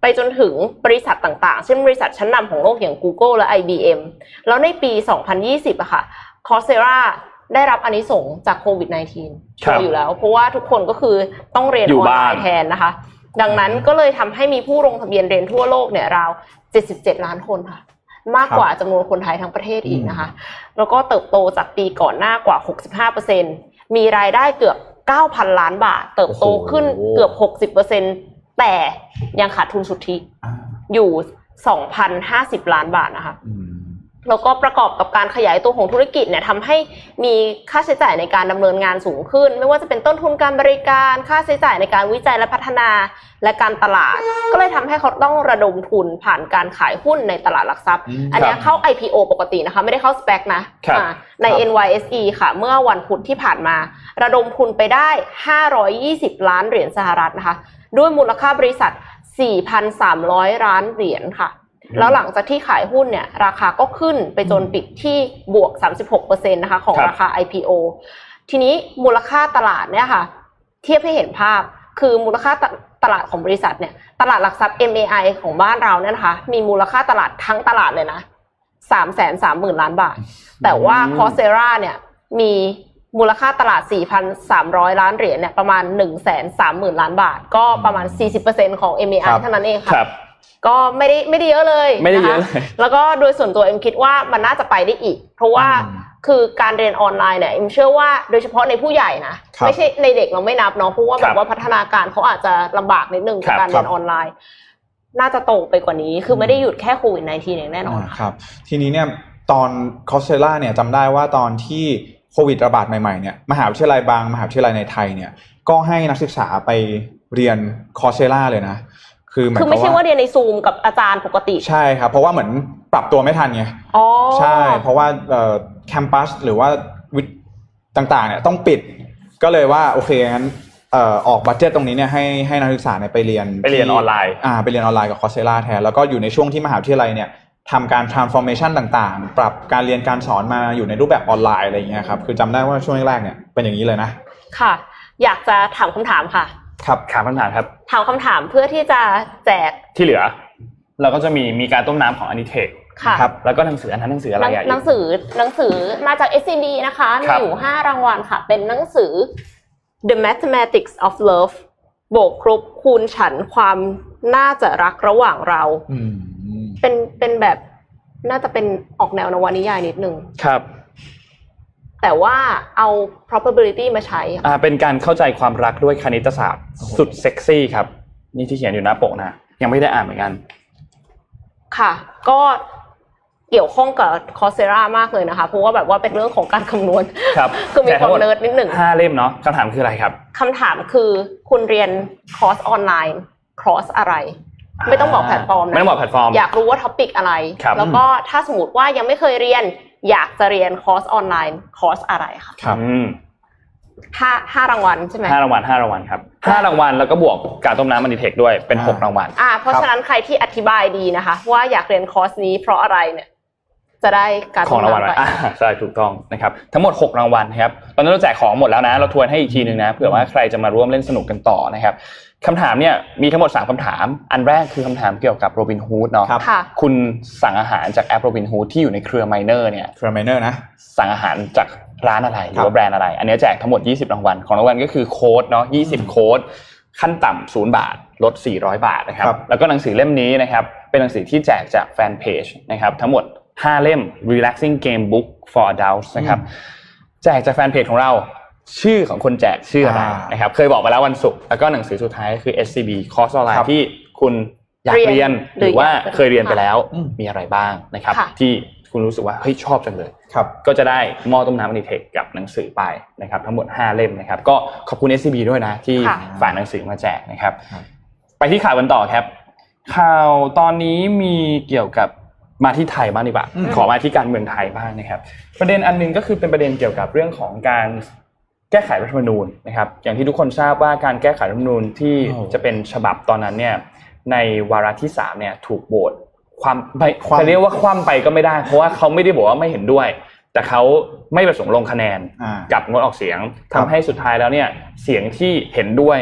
ไปจนถึงบริษัทต่างๆเช่นบริษัทชั้นนำของโลกอย่าง Google และ ไอ บี เอ็ม แล้วในปีสองพันยี่สิบอะค่ะ Coursera ได้รับอานิสงส์จากโควิด สิบเก้า ชัวร์อยู่แล้วเพราะว่าทุกคนก็คือต้องเรียนออนไลน์แทนนะคะดังนั้นก็เลยทำให้มีผู้ลงทะเบียนเรียนทั่วโลกเนี่ยราวเจ็ดสิบเจ็ดล้านคนค่ะมากกว่าจำนวนคนไทยทั้งประเทศอีกนะคะแล้วก็เติบโตจากปีก่อนหน้ากว่า หกสิบห้าเปอร์เซ็นต์ มีรายได้เกือบ เก้าพัน ล้านบาทเติบโตขึ้นเกือบ หกสิบเปอร์เซ็นต์ แต่ยังขาดทุนสุทธิอยู่ สองพันห้าสิบ ล้านบาทนะคะแล้วก็ประกอบกับการขยายตัวของธุรกิจเนี่ยทำให้มีค่าใช้จ่ายในการดำเนินงานสูงขึ้นไม่ว่าจะเป็นต้นทุนการบริการค่าใช้จ่ายในการวิจัยและพัฒนาและการตลาดก็เลยทำให้เขาต้องระดมทุนผ่านการขายหุ้นในตลาดหลักทรัพย์อันนี้เข้า ไอ พี โอ ปกตินะคะไม่ได้เข้า สเปค นะใน เอ็น วาย เอส อี ค่ะเมื่อวันพุธที่ผ่านมาระดมทุนไปได้ห้าร้อยยี่สิบล้านเหรียญสหรัฐนะคะด้วยมูลค่าบริษัท สี่พันสามร้อย ล้านเหรียญค่ะแล้วหลังจากที่ขายหุ้นเนี่ยราคาก็ขึ้นไปจนปิดที่บวก สามสิบหกเปอร์เซ็นต์ นะคะของราคา ไอ พี โอ ทีนี้มูลค่าตลาดเนี่ยค่ะเทียบให้เห็นภาพคือมูลค่าตลาดของบริษัทเนี่ยตลาดหลักทรัพย์ เอ็ม เอ ไอ ของบ้านเราเนี่ยนะคะมีมูลค่าตลาดทั้งตลาดเลยนะ สามแสนสามหมื่น ล้านบาทแต่ว่า Coursera เนี่ยมีมูลค่าตลาด สี่พันสามร้อย ล้านเหรียญเนี่ยประมาณ หนึ่งแสนสามหมื่น ล้านบาทก็ประมาณ สี่สิบเปอร์เซ็นต์ ของ เอ็ม เอ ไอ เท่านั้นเองค่ะก็ไม่ได้ไม่ได้เยอะเลยไม่ได้เยอะเลยแล้วก็โดยส่วนตัวเอ็มคิดว่ามันน่าจะไปได้อีกเพราะว่าคือการเรียนออนไลน์เนี่ยเอ็มเชื่อว่าโดยเฉพาะในผู้ใหญ่นะไม่ใช่ในเด็กเราไม่นับเนาะเพราะว่าแบบว่าพัฒนาการเขาอาจจะลำบากนิดนึงกับการเรียนออนไลน์น่าจะโตไปกว่านี้คือไม่ได้หยุดแค่โควิด สิบเก้า อย่างแน่นอนครับทีนี้เนี่ยตอน Coursera เนี่ยจำได้ว่าตอนที่โควิดระบาดใหม่ๆเนี่ยมหาวิทยาลัยบางมหาวิทยาลัยในไทยเนี่ยก็ให้นักศึกษาไปเรียน Coursera เลยนะคือคือไม่ใช่ว่าเรียนในซูมกับอาจารย์ปกติใช่ครับเพราะว่าเหมือนปรับตัวไม่ทันไงอ๋อใช่เพราะว่าเอ่อแคมปัสหรือว่าวิทย์ต่างๆเนี่ยต้องปิดก็เลยว่าโอเคงั้นเอ่อออกบัดเจ็ตตรงนี้เนี่ยให้ให้นักศึกษาเนี่ยไปเรียนไปเรียนออนไลน์อ่าไปเรียนออนไลน์กับ Coursera แทนแล้วก็อยู่ในช่วงที่มหาวิทยาลัยเนี่ยทำการ transformation ต่างๆปรับการเรียนการสอนมาอยู่ในรูปแบบออนไลน์อะไรอย่างเงี้ยครับคือจำได้ว่าช่วงแรกๆเนี่ยเป็นอย่างนี้เลยนะค่ะอยากจะถามคำถามค่ะครับถามคำถามครับถามคำถามเพื่อที่จะแจกที่เหลือเราก็จะมีมีการต้มน้ำของ Anitech ครับแล้วก็หนังสืออันนั้นหนังสืออะไรอ่ะหนังสือหนังสือมาจาก เอส ซี บี นะคะมีอยู่ห้ารางวัลค่ะเป็นหนังสือ The Mathematics of Love บวกครบคูณฉันความน่าจะรักระหว่างเราเป็นเป็นแบบน่าจะเป็นออกแนวนวนิยายนิดนึงครับแต่ว่าเอา probability มาใช้อ่าเป็นการเข้าใจความรักด้วยคณิตศาสตร์สุดเซ็กซี่ครับนี่ที่เขียนอยู่หน้าปกนะยังไม่ได้อ่านเหมือนกันค่ะก็เกี่ยวข้องกับ Coursera มากเลยนะคะเพราะว่าแบบว่าเป็นเรื่องของการคำนวณครับคือมีความเนิร์ดนิดหนึ่งห้าเล่มเนาะคำถามคืออะไรครับคำถามคือคุณเรียนคอร์สออนไลน์คอร์สอะไรไม่ต้องบอกแพลตฟอร์มนะไม่ต้องบอกแพลตฟอร์มอยากรู้ว่าท็อปิกอะไรแล้วก็ถ้าสมมติว่ายังไม่เคยเรียนอยากจะเรียนคอร์สออนไลน์คอร์สอะไรคะครับห้าห้ารางวัลใช่ไหมห้ารางวัลห้ารางวัลครับห้ารางวัลแล้วก็บวกการต้มน้ำ Anitech ด้วยเป็นหกรางวัลอ่าเพราะฉะนั้นใครที่อธิบายดีนะคะว่าอยากเรียนคอร์สนี้เพราะอะไรเนี่ยจะได้การของรางวัลไปใช่ถูกต้องนะครับทั้งหมดหกรางวัลครับตอนนี้เราแจกของหมดแล้วนะเราทวนให้อีกทีนึงนะเผื่อว่าใครจะมาร่วมเล่นสนุกกันต่อนะครับคำถามเนี่ยมีทั้งหมดสามคำถามอันแรกคือคำถามเกี่ยวกับ Robinhood เนาะคุณสั่งอาหารจากแอป Robinhood ที่อยู่ในเครือ Miner เนี่ยเครือ Miner นะสั่งอาหารจากร้านอะไรหรือว่าแบรนด์อะไรอันนี้แจกทั้งหมดยี่สิบรางวัลของรางวัลก็คือโค้ดเนาะยี่สิบโค้ดขั้นต่ำศูนย์บาทลดสี่ร้อยบาทนะครับแล้วก็หนังสือเล่มนี้นะครับเป็นหนังสือที่แจกจากแฟนเพจนะครับทั้งหมดห้าเล่ม Relaxing Game Book for Adults นะครับแจกจากแฟนเพจของเราชื่อของคนแจกชื่ออะไรนะครับเคยบอกไปแล้ววันศุกร์แล้วก็หนังสือสุดท้ายคือ เอส ซี บี คอร์สออนไลน์ที่คุณอยากเรียนหรือว่าเคยเรียนไปแล้วมีอะไรบ้างนะครับที่คุณรู้สึกว่าเฮ้ยชอบจังเลยก็จะได้หม้อต้มน้ำ Anitech กับหนังสือไปนะครับทั้งหมดห้าเล่มนะครับก็ขอบคุณ เอส ซี บี ด้วยนะที่ฝากหนังสือมาแจกนะครับไปที่ข่าวกันต่อครับข่าวตอนนี้มีเกี่ยวกับมาที่ไทยบ้างดีกว่าขอมาที่การเมืองไทยบ้างนะครับประเด็นอันนึงก็คือเป็นประเด็นเกี่ยวกับเรื่องของการแก้ไขรัฐธรรมนูญนะครับอย่างที่ทุกคนทราบว่าการแก้ไขรัฐธรรมนูญที่จะเป็นฉบับตอนนั้นเนี่ยในวาระที่สามเนี่ยถูกโหวตความไปจะเรียกว่าคว่ำไปก็ไม่ได้เพราะว่าเขาไม่ได้บอกว่าไม่เห็นด้วยแต่เขาไม่ประสงค์ลงคะแนนกับงดออกเสียงทำให้สุดท้ายแล้วเนี่ยเสียงที่เห็นด้วยเนี่ย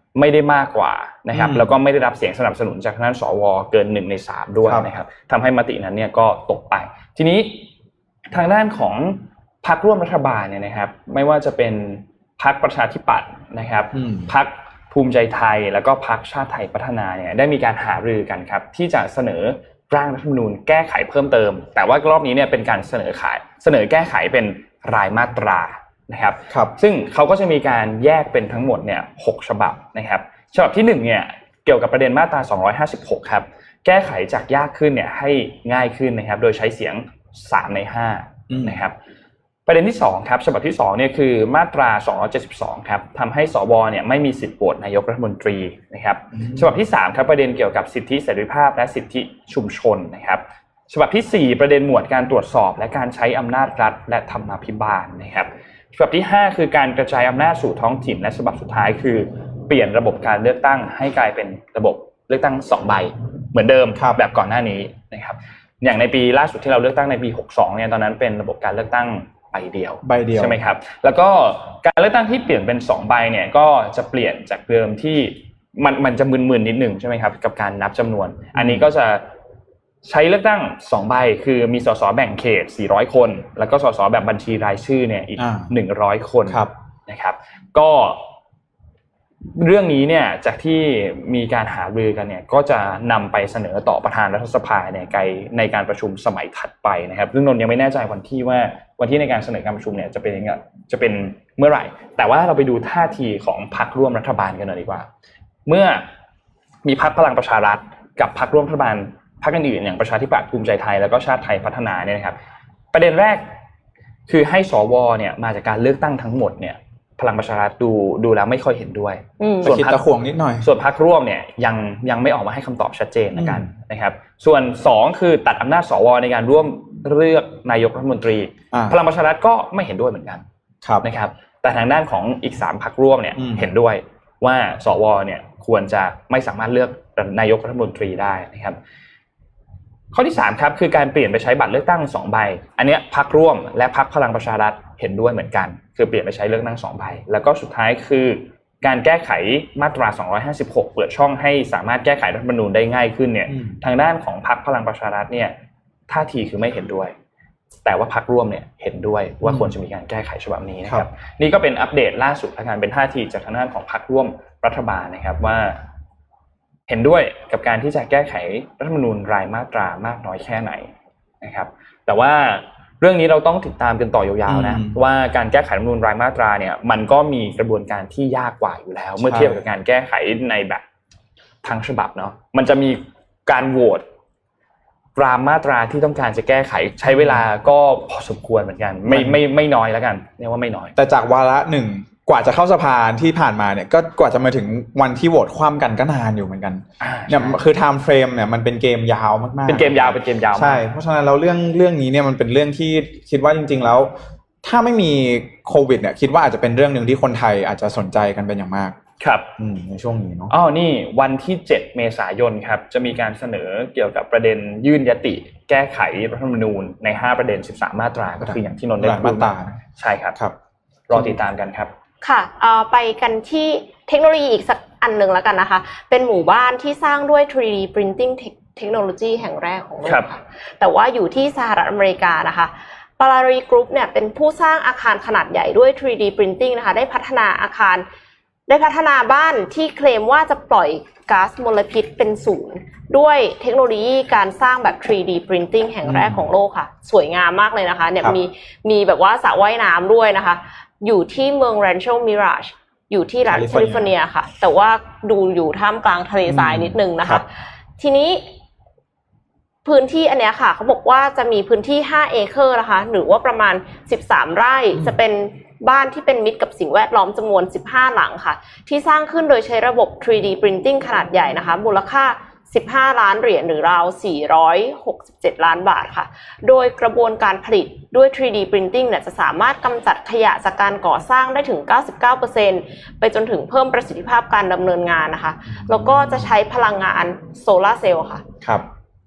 ไม่ได้มากกว่านะครับแล้วก็ไม่ได้รับเสียงสนับสนุนจากทางด้านสวเกินหนึ่งในสามด้วยนะครับทำให้มตินั้นเนี่ยก็ตกไปทีนี้ทางด้านของพรรคร่วมรัฐบาลเนี่ยนะครับไม่ว่าจะเป็นพรรคประชาธิปัตย์นะครับพรรคภูมิใจไทยแล้วก็พรรคชาติไทยพัฒนาเนี่ยได้มีการหารือกันครับที่จะเสนอร่างรัฐธรรมนูญแก้ไขเพิ่มเติมแต่ว่ารอบนี้เนี่ยเป็นการเสนอขายเสนอแก้ไขเป็นรายมาตรานะครับซึ่งเขาก็จะมีการแยกเป็นทั้งหมดเนี่ยหกฉบับนะครับฉบับที่หนึ่งเนี่ยเกี่ยวกับประเด็นมาตราสองร้อยห้าสิบหกครับแก้ไขจากยากขึ้นเนี่ยให้ง่ายขึ้นนะครับโดยใช้เสียงสามในห้านะครับประเด็นที่สองครับฉบับที่สองเนี่ยคือมาตราสองร้อยเจ็ดสิบสองครับทำให้สวเนี่ยไม่มีสิทธิ์โหวตนายกรัฐมนตรีนะครับฉบับที่สามครับประเด็นเกี่ยวกับสิทธิเสรีภาพและสิทธิชุมชนนะครับฉบับที่สี่ประเด็นหมวดการตรวจสอบและการใช้อำนาจรัฐและธรรมาภิบาลนะครับฉบับที่ห้าคือการกระจายอำนาจสู่ท้องถิ่นและฉบับสุดท้ายคือเปลี่ยนระบบการเลือกตั้งให้กลายเป็นระบบเลือกตั้งสองใบเหมือนเดิมแบบก่อนหน้านี้นะครับอย่างในปีล่าสุดที่เราเลือกตั้งในปีหกสิบสองเนี่ยตอนนั้นเป็นระบบการเลือกตั้งใบเดียวใบเดียวใช่ไหมครับแล้วก็การเลือกตั้งที่เปลี่ยนเป็นสองใบเนี่ยก็จะเปลี่ยนจากเดิมที่มันมันจะมึนๆนิดนึงใช่ไหมครับกับการนับจำนวนอันนี้ก็จะใช้เลือกตั้งสองใบคือมีสสแบ่งเขตสี่ร้อยคนแล้วก็สสแบบบัญชีรายชื่อเนี่ยอีกหนึ่งร้อยคนนะครับก็เรื่องนี้เนี่ยจากที่มีการหารือกันเนี่ยก็จะนำไปเสนอต่อประธานรัฐสภาเนี่ยในการประชุมสมัยถัดไปนะครับซึ่งนนท์ยังไม่แน่ใจวันที่ว่าวันที่ในการเสนอการประชุมเนี่ยจะเป็นยังไงจะเป็นเมื่อไหร่แต่ว่าเราไปดูท่าทีของพรรคร่วมรัฐบาลกันหน่อยดีกว่าเมื่อมีพรรคพลังประชารัฐกับพรรคร่วมรัฐบาลพรรคอื่นๆอย่างประชาธิปัตย์ภูมิใจไทยแล้วก็ชาติไทยพัฒนาเนี่ยนะครับประเด็นแรกคือให้สวเนี่ยมาจากการเลือกตั้งทั้งหมดเนี่ยพลังประชารัฐดูดูแล้วไม่ค่อยเห็นด้วยส่วนพรรคตะขวงนิดหน่อยส่วนพรรคร่วมเนี่ยยังยังไม่ออกมาให้คำตอบชัดเจนนะกันนะครับส่วนสองคือตัดอำนาจสวในการร่วมเลือกนายกรัฐมนตรีพลังประชารัฐก็ไม่เห็นด้วยเหมือนกันนะครับแต่ทางด้านของอีกสามพรรคร่วมเนี่ยเห็นด้วยว่าสวเนี่ยควรจะไม่สามารถเลือกนายกรัฐมนตรีได้นะครับข้อที่สามครับคือการเปลี่ยนไปใช้บัตรเลือกตั้งสองใบอันนี้พรรคร่วมและพรรคพลังประชารัฐเห็นด้วยเหมือนกันคือเปลี่ยนไปใช้เลือกตั้งสองใบแล้วก็สุดท้ายคือการแก้ไขมาตราสองร้อยห้าสิบหกเปิดช่องให้สามารถแก้ไขรัฐธรรมนูญได้ง่ายขึ้นเนี่ยทางด้านของพรรคพลังประชารัฐเนี่ยท่าทีคือไม่เห็นด้วยแต่ว่าพรรคร่วมเนี่ยเห็นด้วยว่าควรจะมีการแก้ไขฉบับนี้นะครับนี่ก็เป็นอัปเดตล่าสุดและการเป็นท่าทีจากทางด้านของพรรคร่วมรัฐบาลนะครับว่าเห็นด้วยกับการที่จะแก้ไขรัฐธรรมนูญรายมาตรามากน้อยแค่ไหนนะครับแต่ว่าเรื่องนี้เราต้องติดตามกันต่อยาวๆนะว่าการแก้ไขรัฐธรรมนูญรายมาตราเนี่ยมันก็มีกระบวนการที่ยากกว่าอยู่แล้วเมื่อเทียบกับการแก้ไขในแบบทั้งฉบับเนาะมันจะมีการโหวตรายมาตราที่ต้องการจะแก้ไขใช้เวลาก็พอสมควรเหมือนกันไม่ไม่ไม่น้อยแล้วกันเรียกว่าไม่น้อยแต่จากวาระหนึ่งกว่าจะเข้าสภาที่ผ่านมาเนี่ยก็กว่าจะมาถึงวันที่โหวตคว่ำกันก็นานอยู่เหมือนกันเนี่ยคือไทม์เฟรมเนี่ยมันเป็นเกมยาวมากๆเป็นเกมยาวเป็นเกมยาวใช่เพราะฉะนั้นเราเรื่องเรื่องนี้เนี่ยมันเป็นเรื่องที่คิดว่าจริงๆแล้วถ้าไม่มีโควิดเนี่ยคิดว่าอาจจะเป็นเรื่องนึงที่คนไทยอาจจะสนใจกันเป็นอย่างมากครับอืมในช่วงนี้เนาะอ๋อนี่วันที่เจ็ดเมษายนครับจะมีการเสนอเกี่ยวกับประเด็นยื่นยติแก้ไขรัฐธรรมนูญในห้าประเด็นสิบสามมาตราก็คืออย่างที่นนท์ได้พูดมาใช่ครับครับรอติดตามกันครับค่ะเอ่อไปกันที่เทคโนโลยีอีกสักอันนึงแล้วกันนะคะเป็นหมู่บ้านที่สร้างด้วย ทรี ดี Printing Technology แห่งแรกของโลกค่ะแต่ว่าอยู่ที่สหรัฐอเมริกานะคะ Palari Group เนี่ยเป็นผู้สร้างอาคารขนาดใหญ่ด้วย ทรี ดี Printing นะคะได้พัฒนาอาคารได้พัฒนาบ้านที่เคลมว่าจะปล่อยก๊าซมลพิษเป็นศูนย์ด้วยเทคโนโลยีการสร้างแบบ ทรี ดี Printing แห่งแรกของโลกค่ะสวยงามมากเลยนะคะเนี่ยมีมีแบบว่าสระว่ายน้ำด้วยนะคะอยู่ที่เมือง Rancho Mirage อยู่ที่รัฐแคลิฟอร์เนียค่ะแต่ว่าดูอยู่ท่ามกลางทะเลทรายนิดนึงนะคะทีนี้พื้นที่อันเนี้ยค่ะเขาบอกว่าจะมีพื้นที่ห้าเอเคอร์นะคะหรือว่าประมาณสิบสามไร่จะเป็นบ้านที่เป็นมิตรกับสิ่งแวดล้อมจำนวนสิบห้าหลังค่ะที่สร้างขึ้นโดยใช้ระบบ ทรี ดี Printing ขนาดใหญ่นะคะมูลค่าสิบห้าล้านเหรียญหรือราวสี่ร้อยหกสิบเจ็ดล้านบาทค่ะโดยกระบวนการผลิตด้วย ทรี ดี Printing เนี่ยจะสามารถกำจัดขยะจากการก่อสร้างได้ถึง เก้าสิบเก้าเปอร์เซ็นต์ ไปจนถึงเพิ่มประสิทธิภาพการดำเนินงานนะคะแล้วก็จะใช้พลังงานโซลาร์เซลล์ค่ะครับ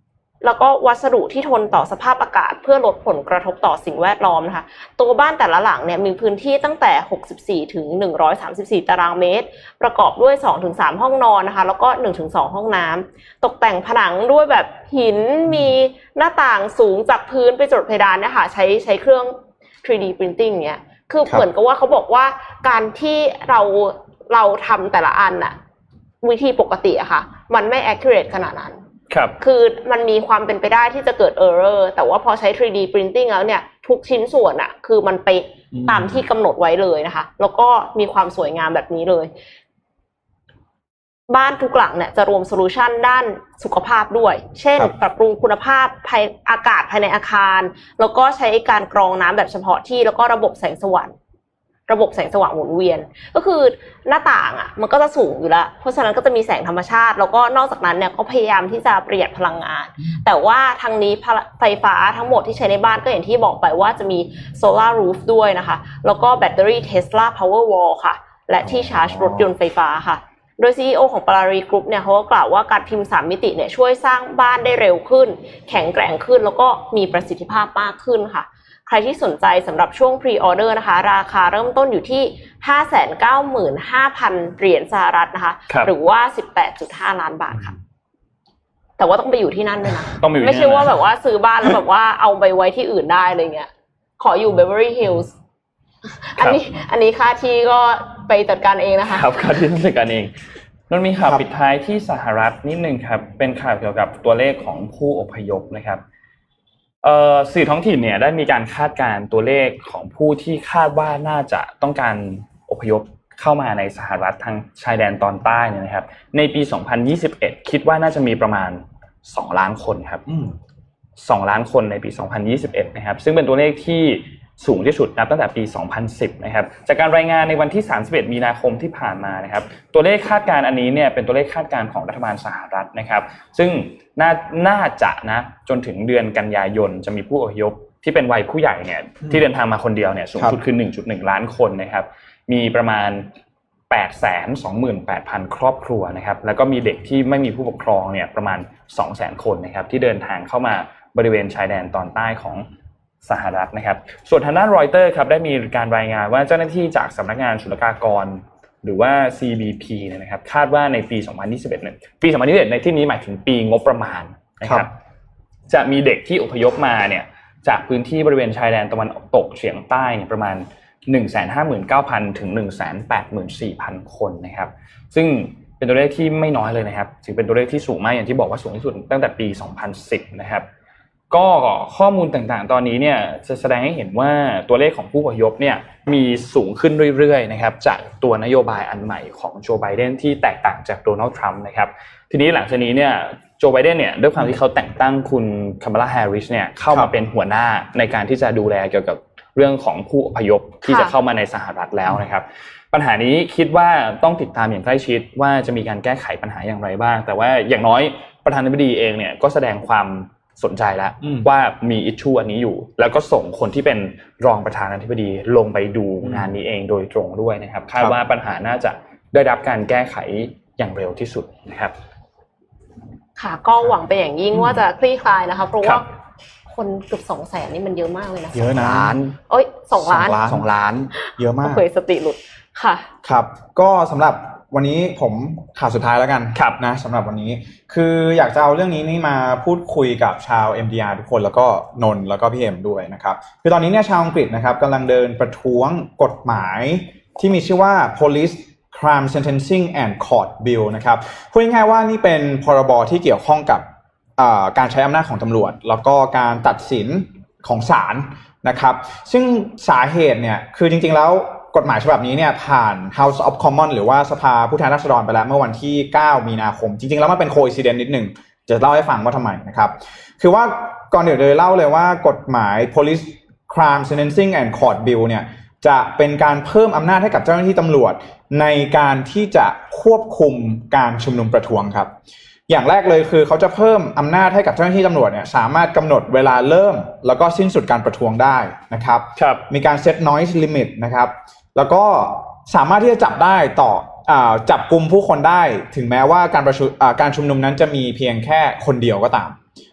แล้วก็วัสดุที่ทนต่อสภาพอากาศเพื่อลดผลกระทบต่อสิ่งแวดล้อมนะคะตัวบ้านแต่ละหลังเนี่ยมีพื้นที่ตั้งแต่หกสิบสี่ถึงหนึ่งร้อยสามสิบสี่ตารางเมตรประกอบด้วย สองถึงสาม ห้องนอนนะคะแล้วก็ หนึ่งถึงสอง ห้องน้ำตกแต่งผนังด้วยแบบหินมีหน้าต่างสูงจากพื้นไปจรดเพดานเนี่ยค่ะใช้ใช้เครื่อง ทรี ดี printing เนี่ยคือเหมือนกับว่าเขาบอกว่าการที่เราเราทำแต่ละอันน่ะวิธีปกติอะค่ะมันไม่ accurate ขนาดนั้นครับคือมันมีความเป็นไปได้ที่จะเกิด error แต่ว่าพอใช้ ทรี ดี printing แล้วเนี่ยทุกชิ้นส่วนอะคือมันไปตามที่กำหนดไว้เลยนะคะแล้วก็มีความสวยงามแบบนี้เลยบ้านทุกหลังเนี่ยจะรวมโซลูชันด้านสุขภาพด้วยเช่นปรับปรุงคุณภาพภายอากาศภายในอาคารแล้วก็ใช้การกรองน้ำแบบเฉพาะที่แล้วก็ระบบแสงสว่างระบบแสงสว่างหมุนเวียนก็คือหน้าต่างอ่ะมันก็จะสูงอยู่แล้วเพราะฉะนั้นก็จะมีแสงธรรมชาติแล้วก็นอกจากนั้นเนี่ยก็พยายามที่จะประหยัดพลังงานแต่ว่าทางนี้ไฟฟ้าทั้งหมดที่ใช้ในบ้านก็อย่างที่บอกไปว่าจะมีโซลาร์รูฟด้วยนะคะแล้วก็แบตเตอรี่ Tesla Powerwall ค่ะและที่ชาร์จรถยนต์ไฟฟ้าค่ะโดย ซี อี โอ ของ Palari Group เนี่ยเขาก็กล่าวว่าการพิมพ์สามมิติเนี่ยช่วยสร้างบ้านได้เร็วขึ้นแข็งแกร่งขึ้นแล้วก็มีประสิทธิภาพมากขึ้นค่ะใครที่สนใจสำหรับช่วง Pre-order นะคะราคาเริ่มต้นอยู่ที่ ห้าแสนเก้าหมื่นห้าพัน เหรียญสหรัฐนะคะหรือว่า สิบแปดจุดห้า ล้านบาทค่ะแต่ว่าต้องไปอยู่ที่นั่นด้วยนะไม่ใช่ว่าแบบว่าซื้อบ้านแล้วแบบว่าเอาไปไว้ที่อื่นได้อะไรเงี้ยขออยู่ Beverly Hills อันนี้อันนี้ค่าที่ก็ไปจัดการเองนะคะครับค่าที่จัดการเองนั่นมีข่าวปิดท้ายที่สหรัฐนิดนึงครับเป็นข่าวเกี่ยวกับตัวเลขของผู้อพยพนะครับเอ่อสื่อท้องถิ่นเนี่ยได้มีการคาดการณ์ตัวเลขของผู้ที่คาดว่าน่าจะต้องการอพยพเข้ามาในสหรัฐทางชายแดนตอนใต้เนี่ยนะครับในปีสองพันยี่สิบเอ็ดคิดว่าน่าจะมีประมาณสองล้านคนครับอืมสองล้านคนในปีสองพันยี่สิบเอ็ดนะครับซึ่งเป็นตัวเลขที่สูงที่สุดนับตั้งแต่ปีสองพันสิบนะครับจากการรายงานในวันที่สามสิบเอ็ดมีนาคมที่ผ่านมานะครับตัวเลขคาดการณ์อันนี้เนี่ยเป็นตัวเลขคาดการณ์ของรัฐบาลสหรัฐนะครับซึ่งน่าน่าจะนะจนถึงเดือนกันยายนจะมีผู้อพยพที่เป็นวัยผู้ใหญ่เนี่ยที่เดินทางมาคนเดียวเนี่ยสูงสุดคือ หนึ่งจุดหนึ่ง ล้านคนนะครับมีประมาณ แปดแสนสองหมื่นแปดพัน ครอบครัวนะครับแล้วก็มีเด็กที่ไม่มีผู้ปกครองเนี่ยประมาณ สองแสน คนนะครับที่เดินทางเข้ามาบริเวณชายแดนตอนใต้ของสหรัฐนะครับส่วนทางด้านรอยเตอร์ครับได้มีการรายงานว่าเจ้าหน้าที่จากสำนักงานศุลกากรหรือว่า ซี บี พี เนี่ยนะครับคาดว่าในปีสองพันยี่สิบเอ็ดเนี่ยปีสองพันยี่สิบเอ็ดในที่นี้หมายถึงปีงบประมาณนะครับจะมีเด็กที่อพยพมาเนี่ยจากพื้นที่บริเวณชายแดนตะวันตกเฉียงใต้เนี่ยประมาณ หนึ่งแสนห้าหมื่นเก้าพัน ถึง หนึ่งแสนแปดหมื่นสี่พัน คนนะครับซึ่งเป็นตัวเลขที่ไม่น้อยเลยนะครับถือเป็นตัวเลขที่สูงมากอย่างที่บอกว่าสูงที่สุดตั้งแต่ปีสองพันสิบนะครับก็ข้อมูลต่างๆตอนนี้เนี่ยจะแสดงให้เห็นว่าตัวเลขของผู้อพยพเนี่ยมีสูงขึ้นเรื่อยๆนะครับจากตัวนโยบายอันใหม่ของโจไบเดนที่แตกต่างจากโดนัลด์ทรัมป์นะครับทีนี้หลังจากนี้เนี่ยโจไบเดนเนี่ยด้วยความที่เขาแต่งตั้งคุณคัมมาลาแฮร์ริสเนี่ยเข้ามาเป็นหัวหน้าในการที่จะดูแลเกี่ยวกับเรื่องของผู้อพยพที่จะเข้ามาในสหรัฐแล้วนะครับปัญหานี้คิดว่าต้องติดตามอย่างใกล้ชิดว่าจะมีการแก้ไขปัญหาอย่างไรบ้างแต่ว่าอย่างน้อยประธานาธิบดีเองเนี่ยก็แสดงความสนใจแล้วว่ามีอิชชูอันนี้อยู่แล้วก็ส่งคนที่เป็นรองประธานาธิบดีลงไปดูงานนี้เองโดยตรงด้วยนะครับคาดว่าปัญหาน่าจะได้รับการแก้ไขอย่างเร็วที่สุดนะครับค่ะก็หวังไปอย่างยิ่งว่าจะคลี่คลายนะคะเพราะว่าคนเกือบ สองแสน นี่มันเยอะมากเลยนะเยอะนะล้านเอ้ยสองล้านสองล้านเยอะมากเผยสติหลุดค่ะครับก็สำหรับวันนี้ผมข่าวสุดท้ายแล้วกันนะสำหรับวันนี้คืออยากจะเอาเรื่องนี้นี่มาพูดคุยกับชาว เอ็ม ดี อาร์ ทุกคนแล้วก็นนท์แล้วก็พี่เอ็มด้วยนะครับคือตอนนี้เนี่ยชาวอังกฤษนะครับกำลังเดินประท้วงกฎหมายที่มีชื่อว่า Police Crime Sentencing and Court Bill นะครับพูดง่ายๆว่านี่เป็นพรบที่เกี่ยวข้องกับการใช้อำนาจของตำรวจแล้วก็การตัดสินของศาลนะครับซึ่งสาเหตุเนี่ยคือจริงๆแล้วกฎหมายฉบับนี้เนี่ยผ่าน House of Commons หรือว่าสภาผู้แทนราษฎรไปแล้วเมื่อวันที่เก้ามีนาคมจริงๆแล้วมันเป็น coincidence นิดนึงจะเล่าให้ฟังว่าทำไมนะครับคือว่าก่อนเดี๋ยวเลยเล่าเลยว่ากฎหมาย Police Crime Sentencing and Court Bill เนี่ยจะเป็นการเพิ่มอำนาจให้กับเจ้าหน้าที่ตำรวจในการที่จะควบคุมการชุมนุมประท้วงครับอย่างแรกเลยคือเขาจะเพิ่มอำนาจให้กับเจ้าหน้าที่ตำรวจเนี่ยสามารถกำหนดเวลาเริ่มแล้วก็สิ้นสุดการประท้วงได้นะครับมีการเซต noise limit นะครับแล้วก็สามารถที่จะจับได้ต่ออ่าจับกุมผู้คนได้ถึงแม้ว่าการประชุมอ่าการชุมนุมนั้นจะมีเพียงแค่คนเดียวก็ตาม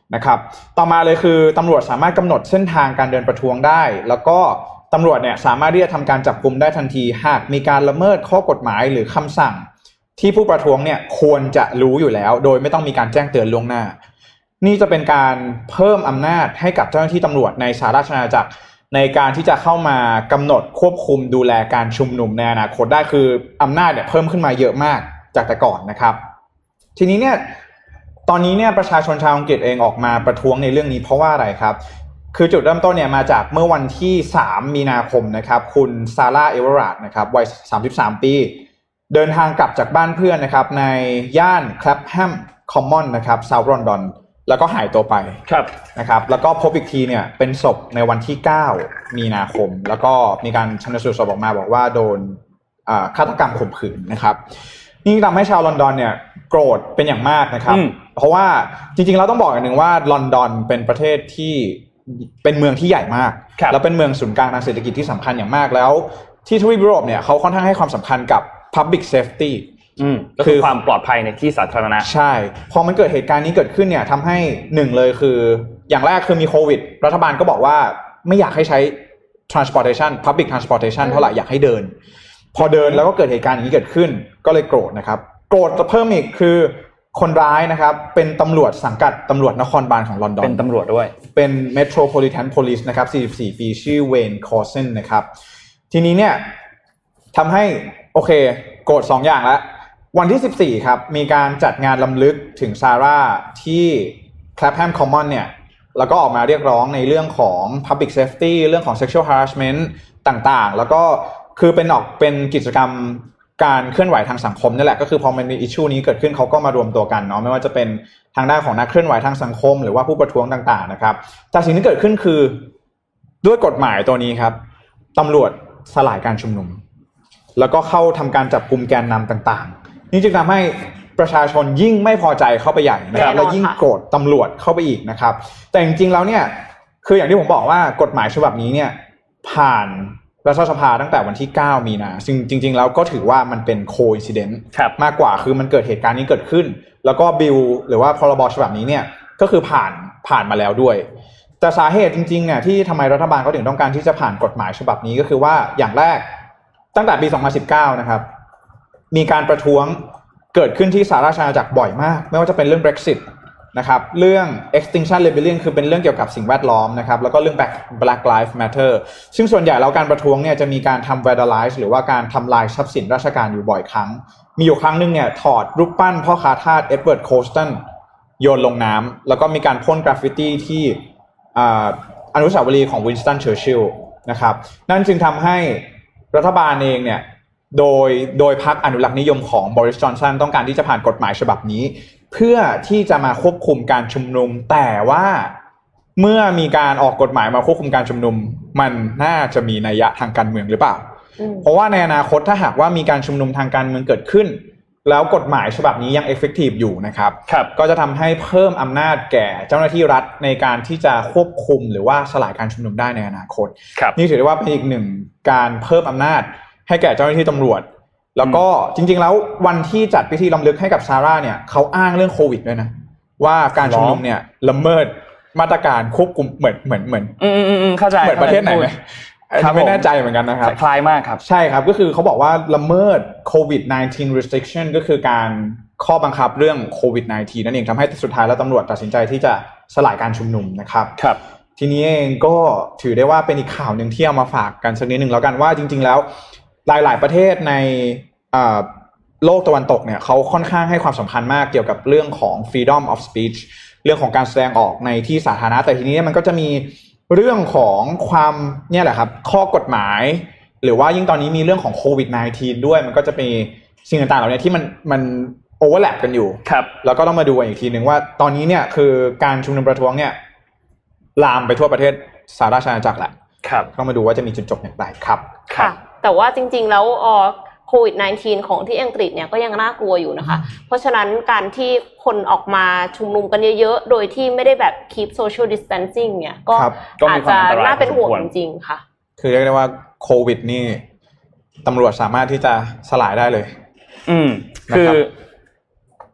นะครับต่อมาเลยคือตำรวจสามารถกำหนดเส้นทางการเดินประท้วงได้แล้วก็ตำรวจเนี่ยสามารถที่จะทำการจับกุมได้ทันทีหากมีการละเมิดข้อกฎหมายหรือคำสั่งที่ผู้ประท้วงเนี่ยควรจะรู้อยู่แล้วโดยไม่ต้องมีการแจ้งเตือนล่วงหน้านี่จะเป็นการเพิ่มอำนาจให้กับเจ้าหน้าที่ตำรวจในสหราชอาณาจักรในการที่จะเข้ามากำหนดควบคุมดูแลการชุมนุมในอนาคตได้คืออำนาจเนี่ยเพิ่มขึ้นมาเยอะมากจากแต่ก่อนนะครับทีนี้เนี่ยตอนนี้เนี่ยประชาชนชาวอังกฤษเองออกมาประท้วงในเรื่องนี้เพราะว่าอะไรครับคือจุดเริ่มต้นเนี่ยมาจากเมื่อวันที่สามมีนาคมนะครับคุณซาร่าเอเวอราร์ดนะครับวัยสามสิบสามปีเดินทางกลับจากบ้านเพื่อนนะครับในย่านแคลปแฮมคอมมอนนะครับเซาท์ลอนดอนแล้วก็หายตัวไปครับนะครับแล้วก็พบอีกทีเนี่ยเป็นศพในวันที่เก้ามีนาคมแล้วก็มีการชันสูตรศพออกมาบอกว่าโดนฆาตกรรมข่มขืนนะครับนี่ทำให้ชาวลอนดอนเนี่ยโกรธเป็นอย่างมากนะครับเพราะว่าจริงๆเราต้องบอกอย่างหนึ่งว่าลอนดอนเป็นประเทศที่เป็นเมืองที่ใหญ่มากแล้วเป็นเมืองศูนย์กลางทางเศรษฐกิจที่สำคัญอย่างมากแล้วที่ทวีปยุโรปเนี่ยเขาค่อนข้างให้ความสำคัญกับ public safety อืมก็คือความปลอดภัยในที่สาธารณะใช่พอมันเกิดเหตุการณ์นี้เกิดขึ้นเนี่ยทำให้หนึ่งเลยคืออย่างแรกคือมีโควิดรัฐบาลก็บอกว่าไม่อยากให้ใช้ transportation public transportation เท่าไหร่อยากให้เดินพอเดินแล้วก็เกิดเหตุการณ์อย่างนี้เกิดขึ้นก็เลยโกรธนะครับโกรธเพิ่มอีกคือคนร้ายนะครับเป็นตำรวจสังกัดตำรวจนครบาลของลอนดอนเป็นตำรวจด้วยเป็น Metropolitan Police นะครับสี่สิบสี่ปีชื่อเวนคอร์เซนนะครับทีนี้เนี่ยทำให้โอเคโกรธสองอย่างแล้ววันที่สิบสี่ครับมีการจัดงานรำลึกถึงซาร่าที่ Clapham Common เนี่ยแล้วก็ออกมาเรียกร้องในเรื่องของ Public Safety เรื่องของ Sexual Harassment ต่างๆแล้วก็คือเป็นออกเป็นกิจกรรมการเคลื่อนไหวทางสังคมนี่แหละก็คือพอมันมีอิชชูนี้เกิดขึ้นเขาก็มารวมตัวกันเนาะไม่ว่าจะเป็นทางด้านของนักเคลื่อนไหวทางสังคมหรือว่าผู้ประท้วงต่างๆนะครับแต่สิ่งที่เกิดขึ้นคือด้วยกฎหมายตัวนี้ครับตำรวจสลายการชุมนุมแล้วก็เข้าทำการจับกุมแกนนำต่างๆนี่จึงทำให้ประชาชนยิ่งไม่พอใจเข้าไปใหญ่นะครับและยิ่งโกรธตำรวจเข้าไปอีกนะครับแต่จริงๆแล้วเนี่ยคืออย่างที่ผมบอกว่ากฎหมายฉบับนี้เนี่ยผ่านรัฐสภาตั้งแต่วันที่เก้ามีนาซึ่งจริงๆแล้วก็ถือว่ามันเป็นโคอินซิเดนต์มากกว่าคือมันเกิดเหตุการณ์นี้เกิดขึ้นแล้วก็บิลหรือว่าพรบฉบับนี้เนี่ยก็คือผ่านผ่านมาแล้วด้วยแต่สาเหตุจริงๆเนี่ยที่ทำไมรัฐบาลเขาถึงต้องการที่จะผ่านกฎหมายฉบับนี้ก็คือว่าอย่างแรกตั้งแต่ปีสองพันสิบเก้านะครับมีการประท้วงเกิดขึ้นที่สหราชอาณาจักรบ่อยมากไม่ว่าจะเป็นเรื่อง Brexit นะครับเรื่อง Extinction Rebellion คือเป็นเรื่องเกี่ยวกับสิ่งแวดล้อมนะครับแล้วก็เรื่อง Black Lives Matter ซึ่งส่วนใหญ่แล้วการประท้วงเนี่ยจะมีการทำ vandalize หรือว่าการทำลายทรัพย์สินราชการอยู่บ่อยครั้งมีอยู่ครั้งนึงเนี่ยถอดรูปปั้นพ่อค้าทาสเอ็ดเวิร์ดโคสตันโยนลงน้ำแล้วก็มีการพ่นกราฟฟิตี้ที่อนุสาวรีย์ของวินสตันเชอร์ชิลล์นะครับนั่นจึงทำให้รัฐบาลเองเนี่ยโดยโดยพรรคอนุรักษ์นิยมของบริส จอนสันต้องการที่จะผ่านกฎหมายฉบับนี้เพื่อที่จะมาควบคุมการชุมนุมแต่ว่าเมื่อมีการออกกฎหมายมาควบคุมการชุมนุมมันน่าจะมีนัยยะทางการเมืองหรือเปล่าเพราะว่าในอนาคตถ้าหากว่ามีการชุมนุมทางการเมืองเกิดขึ้นแล้วกฎหมายฉบับนี้ยัง effective อยู่นะครับก็จะทำให้เพิ่มอำนาจแก่เจ้าหน้าที่รัฐในการที่จะควบคุมหรือว่าสลายการชุมนุมได้ในอนาคตนี่ถือได้ว่าเป็นอีกหนึ่งการเพิ่มอำนาจให้แก่เจ้าหน้าที่ตำรวจแล้วก็จริงๆแล้ววันที่จัดพิธีรำลึกให้กับซาร่าเนี่ยเขาอ้างเรื่องโควิดด้วยนะว่าการชุมนุมเนี่ยละเมิดมาตรการควบคุมเหมือนเหมือนเหมือนอืมๆๆเข้าใจเหมือนประเทศไหนมั้ยไม่แน่ใจเหมือนกันนะครับคล้ายมากครับใช่ครับก็คือเขาบอกว่าละเมิดโควิด สิบเก้า restriction ก็คือการข้อบังคับเรื่องโควิด สิบเก้า นั่นเองทำให้สุดท้ายแล้วตำรวจตัดสินใจที่จะสลายการชุมนุมนะครับครับทีนี้เองก็ถือได้ว่าเป็นอีกข่าวนึงที่เอามาฝากกันสักนิดนึงแล้วกันว่าจริงๆแล้วหลายๆประเทศในโลกตะวันตกเนี่ยเขาค่อนข้างให้ความสำคัญมากเกี่ยวกับเรื่องของ freedom of speech เรื่องของการแสดงออกในที่สาธารณะแต่ทีนี้มันก็จะมีเรื่องของความเนี่ยแหละครับข้อกฎหมายหรือว่ายิ่งตอนนี้มีเรื่องของโควิด สิบเก้า ด้วยมันก็จะมีสิ่งต่างๆเหล่านี้ที่มันมันโอเวอร์แลปกันอยู่ครับแล้วก็ต้องมาดูกันอีกทีนึงว่าตอนนี้เนี่ยคือการชุมนุมประท้วงเนี่ยลามไปทั่วประเทศสหราชอาณาจักรแหละครับต้องมาดูว่าจะมีจุดจบอย่างไรครับค่ะแต่ว่าจริงๆแล้วอ๋อโควิด สิบเก้า ของที่อังกฤษเนี่ยก็ยังน่ากลัวอยู่นะคะเพราะฉะนั้นการที่คนออกมาชุมนุมกันเยอะๆโดยที่ไม่ได้แบบ keep social distancing เนี่ยก็อาจจะน่าเป็นห่วงจริงๆค่ะคือเรียกได้ว่าโควิดนี่ตำรวจสามารถที่จะสลายได้เลยอืมคือ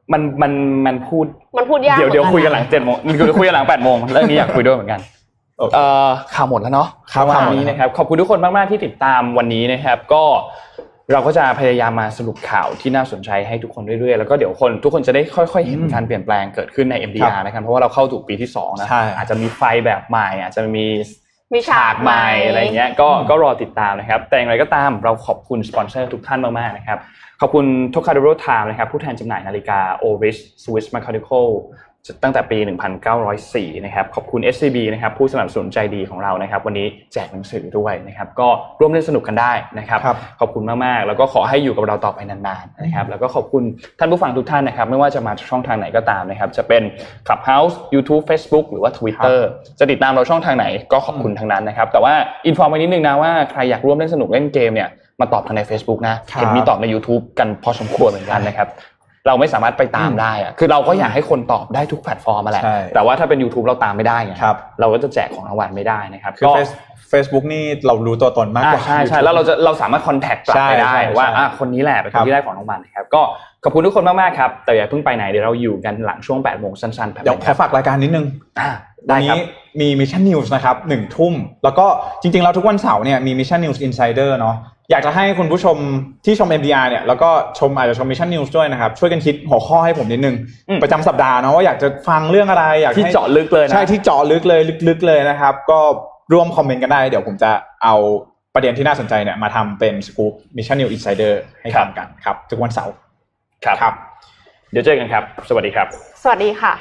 มันมันมันพูดมันพูดยากเดี๋ยวเดี๋ยวคุยกันหลังเจ็ดโมงเดี๋ยวคุยกันหลังแปดโมงเรื่องนี้อยากคุยด้วยเหมือนกันเอ่อข่าวหมดแล้วเนาะข่าววันนี้นะครับขอบคุณทุกคนมากๆที่ติดตามวันนี้นะครับก็เราก็จะพยายามมาสรุปข่าวที่น่าสนใจให้ทุกคนเรื่อยๆแล้วก็เดี๋ยวคนทุกคนจะได้ค่อยๆเห็นการเปลี่ยนแปลงเกิดขึ้นใน เอ็ม ดี อาร์ นะครับเพราะว่าเราเข้าสู่ปีที่สองนะอาจจะมีไฟแบบใหม่อาจจะมีมีฉากใหม่อะไรเงี้ยก็ก็รอติดตามนะครับแต่อย่างไรก็ตามเราขอบคุณสปอนเซอร์ทุกท่านมากๆนะครับขอบคุณ Tokadoro Time นะครับผู้แทนจำหน่ายนาฬิกา Oris Swiss Mechanical ตั้งแต่ปีหนึ่งพันเก้าร้อยสี่นะครับขอบคุณ เอส ซี บี นะครับผู้สนับสนุนใจดีของเรานะครับวันนี้แจกหนังสือด้วยนะครับก็ร่วมเล่นสนุกกันได้นะครับขอบคุณมากๆแล้วก็ขอให้อยู่กับเราต่อไปนานๆนะครับแล้วก็ขอบคุณท่านผู้ฟังทุกท่านนะครับไม่ว่าจะมาช่องทางไหนก็ตามนะครับจะเป็น Clubhouse YouTube Facebook หรือว่า Twitter จะติดตามเราช่องทางไหนก็ขอบคุณทั้งนั้นนะครับแต่ว่าอินฟอร์มไว้นิดนึงนะว่าใครอยากร่วมเล่นสนุกเล่นเกมเนี่ยมาตอบทางใน Facebook นะเห็นมีตอบใน YouTube กันพอสมควรเหมือนกันนะครับเราไม่สามารถไปตามได้อะคือเราก็อยากให้คนตอบได้ทุกแพลตฟอร์มมาแหละแต่ว่าถ้าเป็น YouTube เราตามไม่ได้ไงเราก็จะแจกของรางวัลไม่ได้นะครับก็ Facebook นี่เรารู้ตัวตนมากกว่าใช่ๆแล้วเราจะเราสามารถคอนแทคกลับไปได้ว่าอ่ะคนนี้แหละเป็นคนที่ได้ของรางวัลนะครับก็ขอบคุณทุกคนมากๆครับแต่อย่าเพิ่งไปไหนเดี๋ยวเราอยู่กันหลังช่วง แปดโมงสั้นๆเดี๋ยวขอฝากรายการนิดนึงวันนี้มี Mission News นะครับหนึ่งทุ่มแล้วก็จริงๆแล้วทุกวันเสาร์เนี่ยมี Mission News Insider เนาะอยากจะให้คุณผู้ชมที่ชม เอ็ม ดี อาร์ เนี่ยแล้วก็ชมอาจจะชม Mission News ด้วยนะครับช่วยกันคิดหัวข้อให้ผมนิดนึงประจำสัปดาห์เนาะว่าอยากจะฟังเรื่องอะไรอยากที่เจาะลึกเลยนะใช่ที่เจาะลึกเลยลึกๆเลยนะครับก็ร่วมคอมเมนต์กันได้เดี๋ยวผมจะเอาประเด็นที่น่าสนใจเนี่ยมาทำเป็นสกู๊ป Mission News Insider ให้ฟังกันครับทุกวันเสาร์ครับเดี๋ยวเจอกันครับสวัสดีครับสวัสดีค่ะ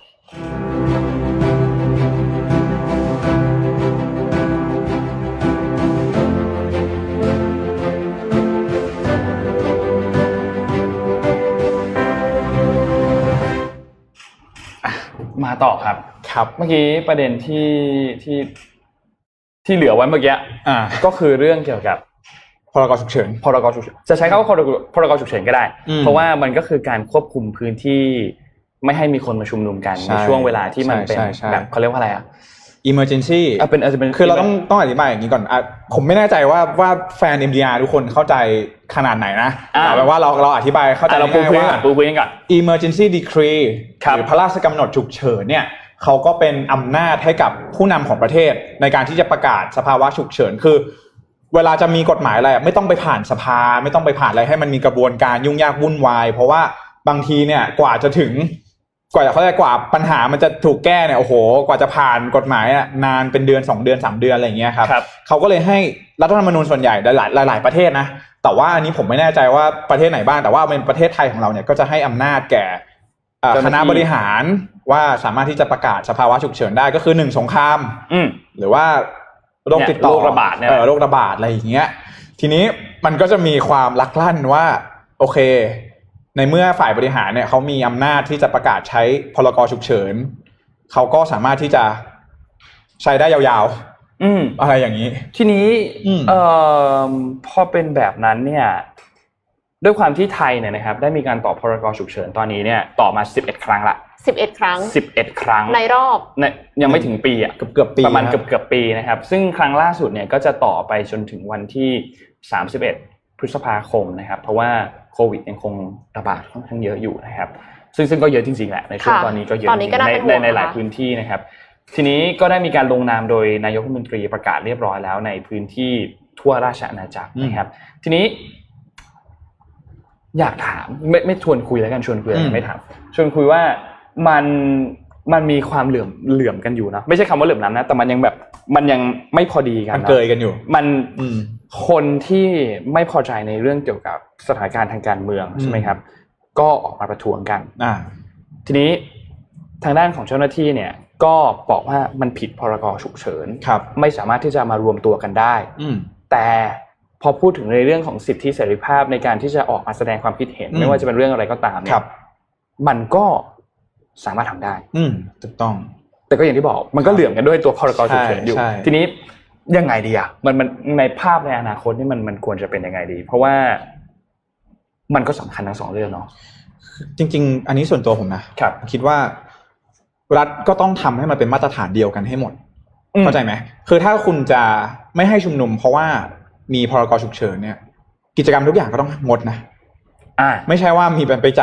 มาต่อครับครับเมื่อกี้ประเด็นที่ที่ที่เหลือไว้เมื่อกี้อ่าก็คือเรื่องเกี่ยวกับพรกฉุกเฉินพรกฉุกเฉินจะใช้คำว่าพรกฉุกเฉินก็ได้เพราะว่ามันก็คือการควบคุมพื้นที่ไม่ให้มีคนมาชุมนุมกันในช่วงเวลาที่มันเป็นแบบเขาเรียกว่าอะไรอ่ะ emergency อ่ะเป็นอาจจะเป็นคือเราต้องต้องอธิบายอย่างนี้ก่อนอ่ะผมไม่แน่ใจว่าว่าแฟน เอ็ม ดี อาร์ ทุกคนเข้าใจขนาดไหนนะแต่แปลว่าเราเราอธิบายเข้าใจง่ายๆว่าปูพื้นก่อน emergency decree หรือพระราชกำหนดฉุกเฉินเนี่ยเขาก็เป็นอำนาจให้กับผู้นำของประเทศในการที่จะประกาศสภาวะฉุกเฉินคือเวลาจะมีกฎหมายอะไรไม่ต้องไปผ่านสภาไม่ต้องไปผ่านอะไรให้มันมีกระบวนการยุ่งยากวุ่นวายเพราะว่าบางทีเนี่ยกว่าจะถึงกว่าเขาจะกว่าปัญหามันจะถูกแก้เนี่ยโอ้โหกว่าจะผ่านกฎหมายอ่ะนานเป็นเดือนสองเดือนสามเดือนอะไรอย่างเงี้ยครับเขาก็เลยให้รัฐธรรมนูญส่วนใหญ่หลายหลายประเทศนะแต่ว่าอันนี้ผมไม่แน่ใจว่าประเทศไหนบ้างแต่ว่าเป็นประเทศไทยของเราเนี่ยก็จะให้อำนาจแก่คณะบริหารว่าสามารถที่จะประกาศสภาวะฉุกเฉินได้ก็คือหนึ่งสงครามหรือว่าโรคติดต่อโรคระบาดเนี่ยโรคระบาดอะไรอย่างเงี้ยทีนี้มันก็จะมีความลักลั่นว่าโอเคในเมื่อฝ่ายบริหารเนี่ยเขามีอำนาจที่จะประกาศใช้พรกฉุกเฉินเขาก็สามารถที่จะใช้ได้ยาวๆอืมอะไรอย่างนี้ทีนี้เอ่อพอเป็นแบบนั้นเนี่ยด้วยความที่ไทยเนี่ยนะครับได้มีการต่อพรกฉุกเฉินตอนนี้เนี่ยต่อมาสิบเอ็ดครั้งละสิบเอ็ดครั้งสิบเอ็ดครั้งในรอบในยังไม่ถึงปีอ่ะเกือบๆปีประมาณเกือบๆปีนะครับซึ่งครั้งล่าสุดเนี่ยก็จะต่อไปจนถึงวันที่สามสิบเอ็ดพฤษภาคมนะครับเพราะว่าโควิดยังคงระบาดค่อนข้างเยอะอยู่นะครับซึ่งซึ่งก็เยอะจริงๆแหละในช่วงตอนนี้ก็เยอะในในในหลายพื้นที่นะครับทีนี้ก็ได้มีการลงนามโดยนายกรัฐมนตรีประกาศเรียบร้อยแล้วในพื้นที่ทั่วราชอาณาจักรนะครับทีนี้อยากถามไม่ไม่ชวนคุยแล้วกันชวนคุยไม่ถามชวนคุยว่ามันมันมีความเหลื่อมเหลื่อมกันอยู่นะไม่ใช่คำว่าเหลื่อมล้ำนะแต่มันยังแบบมันยังไม่พอดีกันมันเกยกันอยู่มันคนที่ไม่พอใจในเรื่องเกี่ยวกับสถานการณ์ทางการเมืองใช่ไหมครับก็ออกมาประท้วงกันทีนี้ทางด้านของเจ้าหน้าที่เนี่ยก็บอกว่ามันผิดพรกฉุกเฉินไม่สามารถที่จะมารวมตัวกันได้แต่พอพูดถึงในเรื่องของสิทธิเสรีภาพในการที่จะออกมาแสดงความคิดเห็นไม่ว่าจะเป็นเรื่องอะไรก็ตามเนี่ยมันก็สามารถทำได้อืมถูกต้องแต่ก็อย่างที่บอกมันก็เหลื่อมกันด้วยตัวพรกฉุกเฉินอยู่ทีนี้ยังไงดีอ่ะมันมันในภาพในอนาคตนี่มันมันควรจะเป็นยังไงดีเพราะว่ามันก็สำคัญทั้งสองเรื่องเนาะจริงๆอันนี้ส่วนตัวผมนะครับคิดว่ารัฐก็ต้องทำให้มันเป็นมาตรฐานเดียวกันให้หมดเข้าใจไหมคือถ้าคุณจะไม่ให้ชุมนุมเพราะว่ามีพรกฉุกเฉินเนี่ยกิจกรรมทุกอย่างก็ต้องงดนะอ่าไม่ใช่ว่ามีไปจัด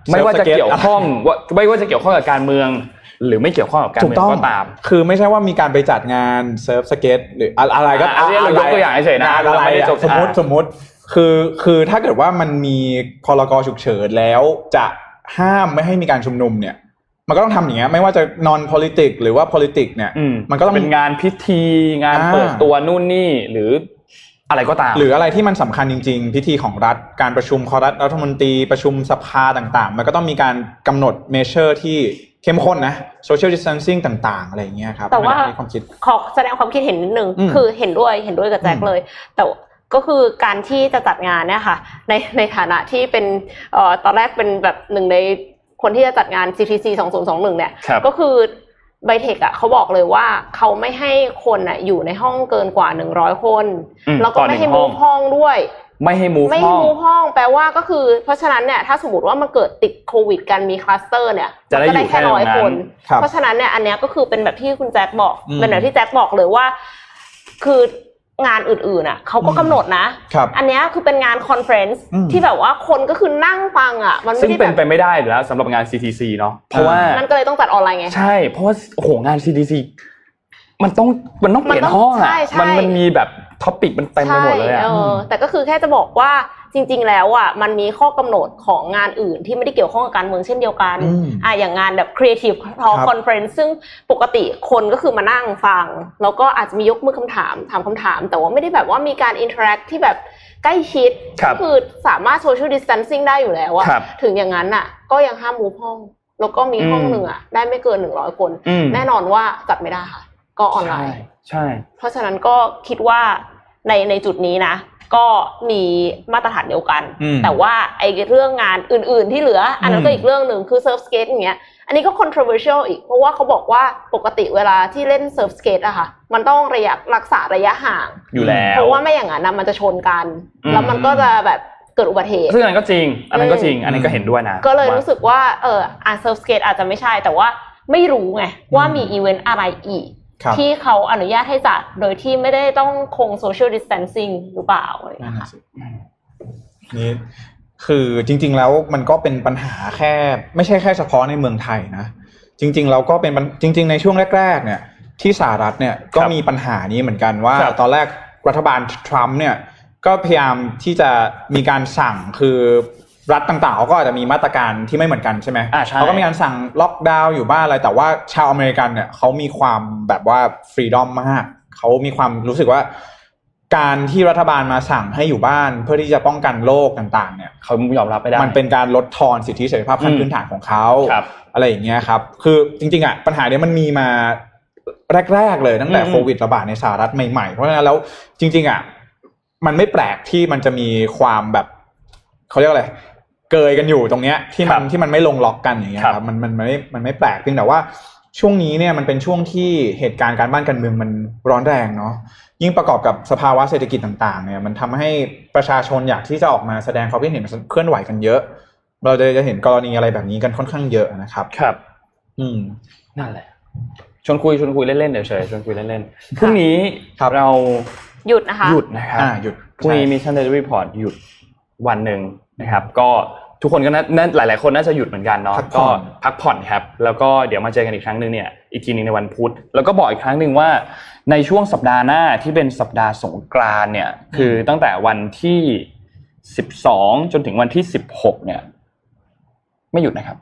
ไม่ว่าจะเกี่ยวข้องว่าไม่ว่าจะเกี่ยวข้องกับการเมืองหรือไม่เกี่ยวข้องกับการเมืองก็ตามคือไม่ใช่ว่ามีการไปจัดงานเซิร์ฟสเก็ตหรืออะไรก็อันนี้เรายกตัวอย่างเฉยๆนะอะไรสมมติสมมติคือคือถ้าเกิดว่ามันมีพรกฉุกเฉินแล้วจะห้ามไม่ให้มีการชุมนุมเนี่ยมันก็ต้องทำอย่างเงี้ยไม่ว่าจะ non politic หรือว่า politic เนี่ยมันก็ต้องเป็นงานพิธีงานเปิดตัวนู่นนี่หรืออะไรก็ตามหรืออะไรที่มันสำคัญจริงๆพิธีของรัฐการประชุมคอรัฐรัฐมนตรีประชุมสภาต่างๆมันก็ต้องมีการกำหนดเมเจอร์ที่เข้มข้นนะ social distancing ต่างๆอะไรอย่างเงี้ยครับแต่ว่าขอแสดงความคิดเห็นนิดนึงคือเห็นด้วยเห็นด้วยกับแจ็คเลยแต่ก็คือการที่จะจัดงานเนี่ยค่ะในในฐานะที่เป็นเอ่อตอนแรกเป็นแบบหนึ่งในคนที่จะจัดงาน ซี ที ซี สองพันยี่สิบเอ็ดเนี่ยก็คือไบเทคอ่ะเขาบอกเลยว่าเขาไม่ให้คนอ่ะอยู่ในห้องเกินกว่าหนึ่งร้อยคนแล้วก็ไม่ให้มูฟห้องด้วยไม่ให้มูฟห้องไม่มูฟห้องแปลว่าก็คือเพราะฉะนั้นเนี่ยถ้าสมมติว่ามันเกิดติดโควิดกันมีคลัสเตอร์เนี่ยจะได้อยู่แค่ร้อยคนเพราะฉะนั้นเนี่ยอันเนี้ยก็คือเป็นแบบที่คุณแจ็คบอกเป็นแบบที่แจ็คบอกเลยว่าคืองานอื่นๆอ่ะเขาก็กำหนดนะอันนี้คือเป็นงานคอนเฟรนซ์ที่แบบว่าคนก็คือนั่งฟังอ่ะมันไม่ได้ซึ่งเป็นไปไม่ได้อยู่แล้วสำหรับงาน ซี ที ซี เนาะเพราะว่านั่นก็เลยต้องจัดออนไลน์ไงใช่เพราะว่าโอ้โหงาน ซี ที ซี มันต้องมันต้องเปลี่ยนห้องอ่ะมันมันมีแบบท็อปิกมันเต็มไปหมดเลยอ่ะแต่ก็คือแค่จะบอกว่าจริงๆแล้วอ่ะมันมีข้อกำหนดของงานอื่นที่ไม่ได้เกี่ยวข้องกับการเมืองเช่นเดียวกันอ่ะอย่างงานแบบ Creative Talk Conference ซึ่งปกติคนก็คือมานั่งฟังแล้วก็อาจจะมียกมือคำถามถามคำถามแต่ว่าไม่ได้แบบว่ามีการ interact ที่แบบใกล้ชิดก็คือสามารถ social distancing ได้อยู่แล้วอ่ะถึงอย่างนั้นอ่ะก็ยังห้ามมูฟห้องแล้วก็มีห้องนึงอ่ะได้ไม่เกินหนึ่งร้อยคนแน่นอนว่าจัดไม่ได้ค่ะก็ออนไลน์ใช่เพราะฉะนั้นก็คิดว่าในในจุดนี้นะก็มีมาตรฐานเดียวกันแต่ว่าไอ้เรื่องงานอื่นๆที่เหลืออันนั้นก็อีกเรื่องนึงคือเซิร์ฟสเกตอย่างเงี้ยอันนี้ก็ controversial อีกเพราะว่าเขาบอกว่าปกติเวลาที่เล่นเซิร์ฟสเกตอะค่ะมันต้องระยะรักษาระยะห่างอยู่แล้วเพราะว่าไม่อย่างนั้นนะมันจะชนกันแล้วมันก็จะแบบเกิดอุบัติเหตุซึ่งอันนั้นก็จริงอันนั้นก็จริงอันนี้ก็เห็นด้วยนะก็เลยรู้สึกว่าเอออ่ะเซิร์ฟสเกตอาจจะไม่ใช่แต่ว่าไม่รู้ไงว่ามีอีเวนต์อะไรอีกที่เขาอนุญาตให้จัดโดยที่ไม่ได้ต้องคง social distancing หรือเปล่าอะไรอย่างเงี้ยค่ะนี่คือจริงๆแล้วมันก็เป็นปัญหาแค่ไม่ใช่แค่เฉพาะในเมืองไทยนะจริงๆเราก็เป็นจริงๆในช่วงแรกๆเนี่ยที่สหรัฐเนี่ยก็มีปัญหานี้เหมือนกันว่าตอนแรกรัฐบาลทรัมป์เนี่ยก็พยายามที่จะมีการสั่งคือรัฐต่างๆเขาก็อาจจะมีมาตรการที่ไม่เหมือนกันใช่ไหมเขาก็มีการสั่งล็อกดาวน์อยู่บ้านอะไรแต่ว่าชาวอเมริกันเนี่ยเขามีความแบบว่าฟรีดอมมากเขามีความรู้สึกว่าการที่รัฐบาลมาสั่งให้อยู่บ้านเพื่อที่จะป้องกันโรคต่างๆเนี่ยเขายอมรับไม่ได้มันเป็นการลดทอนสิทธิเสรีภาพขั้นพื้นฐานของเขาอะไรอย่างเงี้ยครับคือจริงๆอ่ะปัญหาเนี้ยมันมีมาแรกๆเลยตั้งแต่โควิดระบาดในสหรัฐใหม่ๆเพราะฉะนั้นแล้วจริงๆอ่ะมันไม่แปลกที่มันจะมีความแบบเขาเรียกอะไรเกยกันอยู่ตรงเนี้ยที่มันที่มันไม่ลงล็อกกันอย่างเงี้ยครับมันมันไม่มันไม่แปลกเพียงแต่ว่าช่วงนี้เนี่ยมันเป็นช่วงที่เหตุการณ์การบ้านการเมืองมันร้อนแรงเนาะยิ่งประกอบกับสภาวะเศรษฐกิจต่างๆเนี่ยมันทำให้ประชาชนอยากที่จะออกมาแสดงความคิดเห็นเคลื่อนไหวกันเยอะเราจะจะเห็นกรณีอะไรแบบนี้กันค่อนข้างเยอะนะครับครับอืมนั่นแหละชวนคุยชวนคุยเล่นๆเดี๋ยวเฉยชวนคุยเล่นๆพรุ่งนี้เราหยุดนะคะหยุดนะครับหยุดพรุ่งนี้ Mission Daily Report หยุดวันนึงนะครับก็ทุกคนก็น่าหลายๆคนน่าจะหยุดเหมือนกันเนาะก็พักผ่อนครับแล้วก็เดี๋ยวมาเจอกันอีกครั้งนึงเนี่ยอีกทีนึงในวันพุธแล้วก็บอกอีกครั้งนึงว่าในช่วงสัปดาห์หน้าที่เป็นสัปดาห์สงกรานต์เนี่ยคือตั้งแต่วันที่สิบสองจนถึงวันที่สิบหกเนี่ยไม่หยุดนะครับ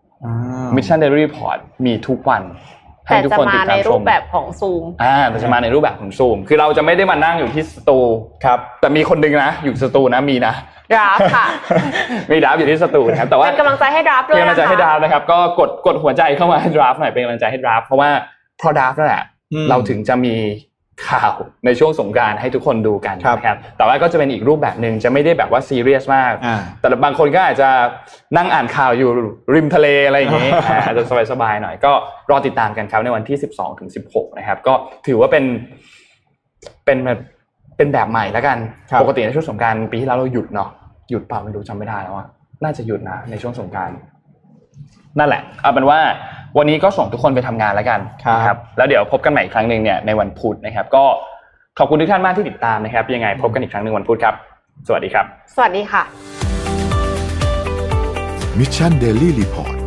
Mission Daily Report มีทุกวันให้ทุกคนติดตามชมแต่จะมาในรูปแบบของ Zoom อ่าแต่จะมาในรูปแบบของ Zoom คือเราจะไม่ได้มานั่งอยู่ที่สตูครับแต่มีคนนึงนะอยู่สตูนะมีนะดราฟค่ะมีดราฟอยู่ที่สตูนะครับแต่ว่าเป็นกำลังใจให้ดราฟด้วยนะคะเป็นกำลังใจให้ดราฟนะครับก็กดกดหัวใจเข้ามาให้ดราฟหน่อยเป็นกำลังใจให้ดราฟเพราะว่าเพราะดราฟนั่นแหละเราถึงจะมีข่าวในช่วงสงกรานต์ให้ทุกคนดูกันนะครับแต่ว่าก็จะเป็นอีกรูปแบบนึงจะไม่ได้แบบว่าซีเรียสมากแต่บางคนก็อาจจะนั่งอ่านข่าวอยู่ริมทะเลอะไรอย่างงี้อาจจะสบายๆหน่อยก็รอติดตามกันครับในวันที่สิบสองถึงสิบหกนะครับก็ถือว่าเป็นเป็นแบบเป็นแบบใหม่แล้วกันปกติในช่วงสงกรานต์ปีที่แล้วเราหยุดเนาะหยุดเปล่าไม่รู้จำไม่ได้แล้วว่าน่าจะหยุดนะในช่วงสงกรานต์นั่นแหละเอาเป็นว่าวันนี้ก็ส่งทุกคนไปทำงานแล้วกันครับแล้วเดี๋ยวพบกันใหม่อีกครั้งนึงเนี่ยในวันพุธนะครับก็ขอบคุณทุกท่านมากที่ติดตามนะครับยังไงพบกันอีกครั้งนึงวันพุธครับสวัสดีครับสวัสดีค่ะ Mission Daily Report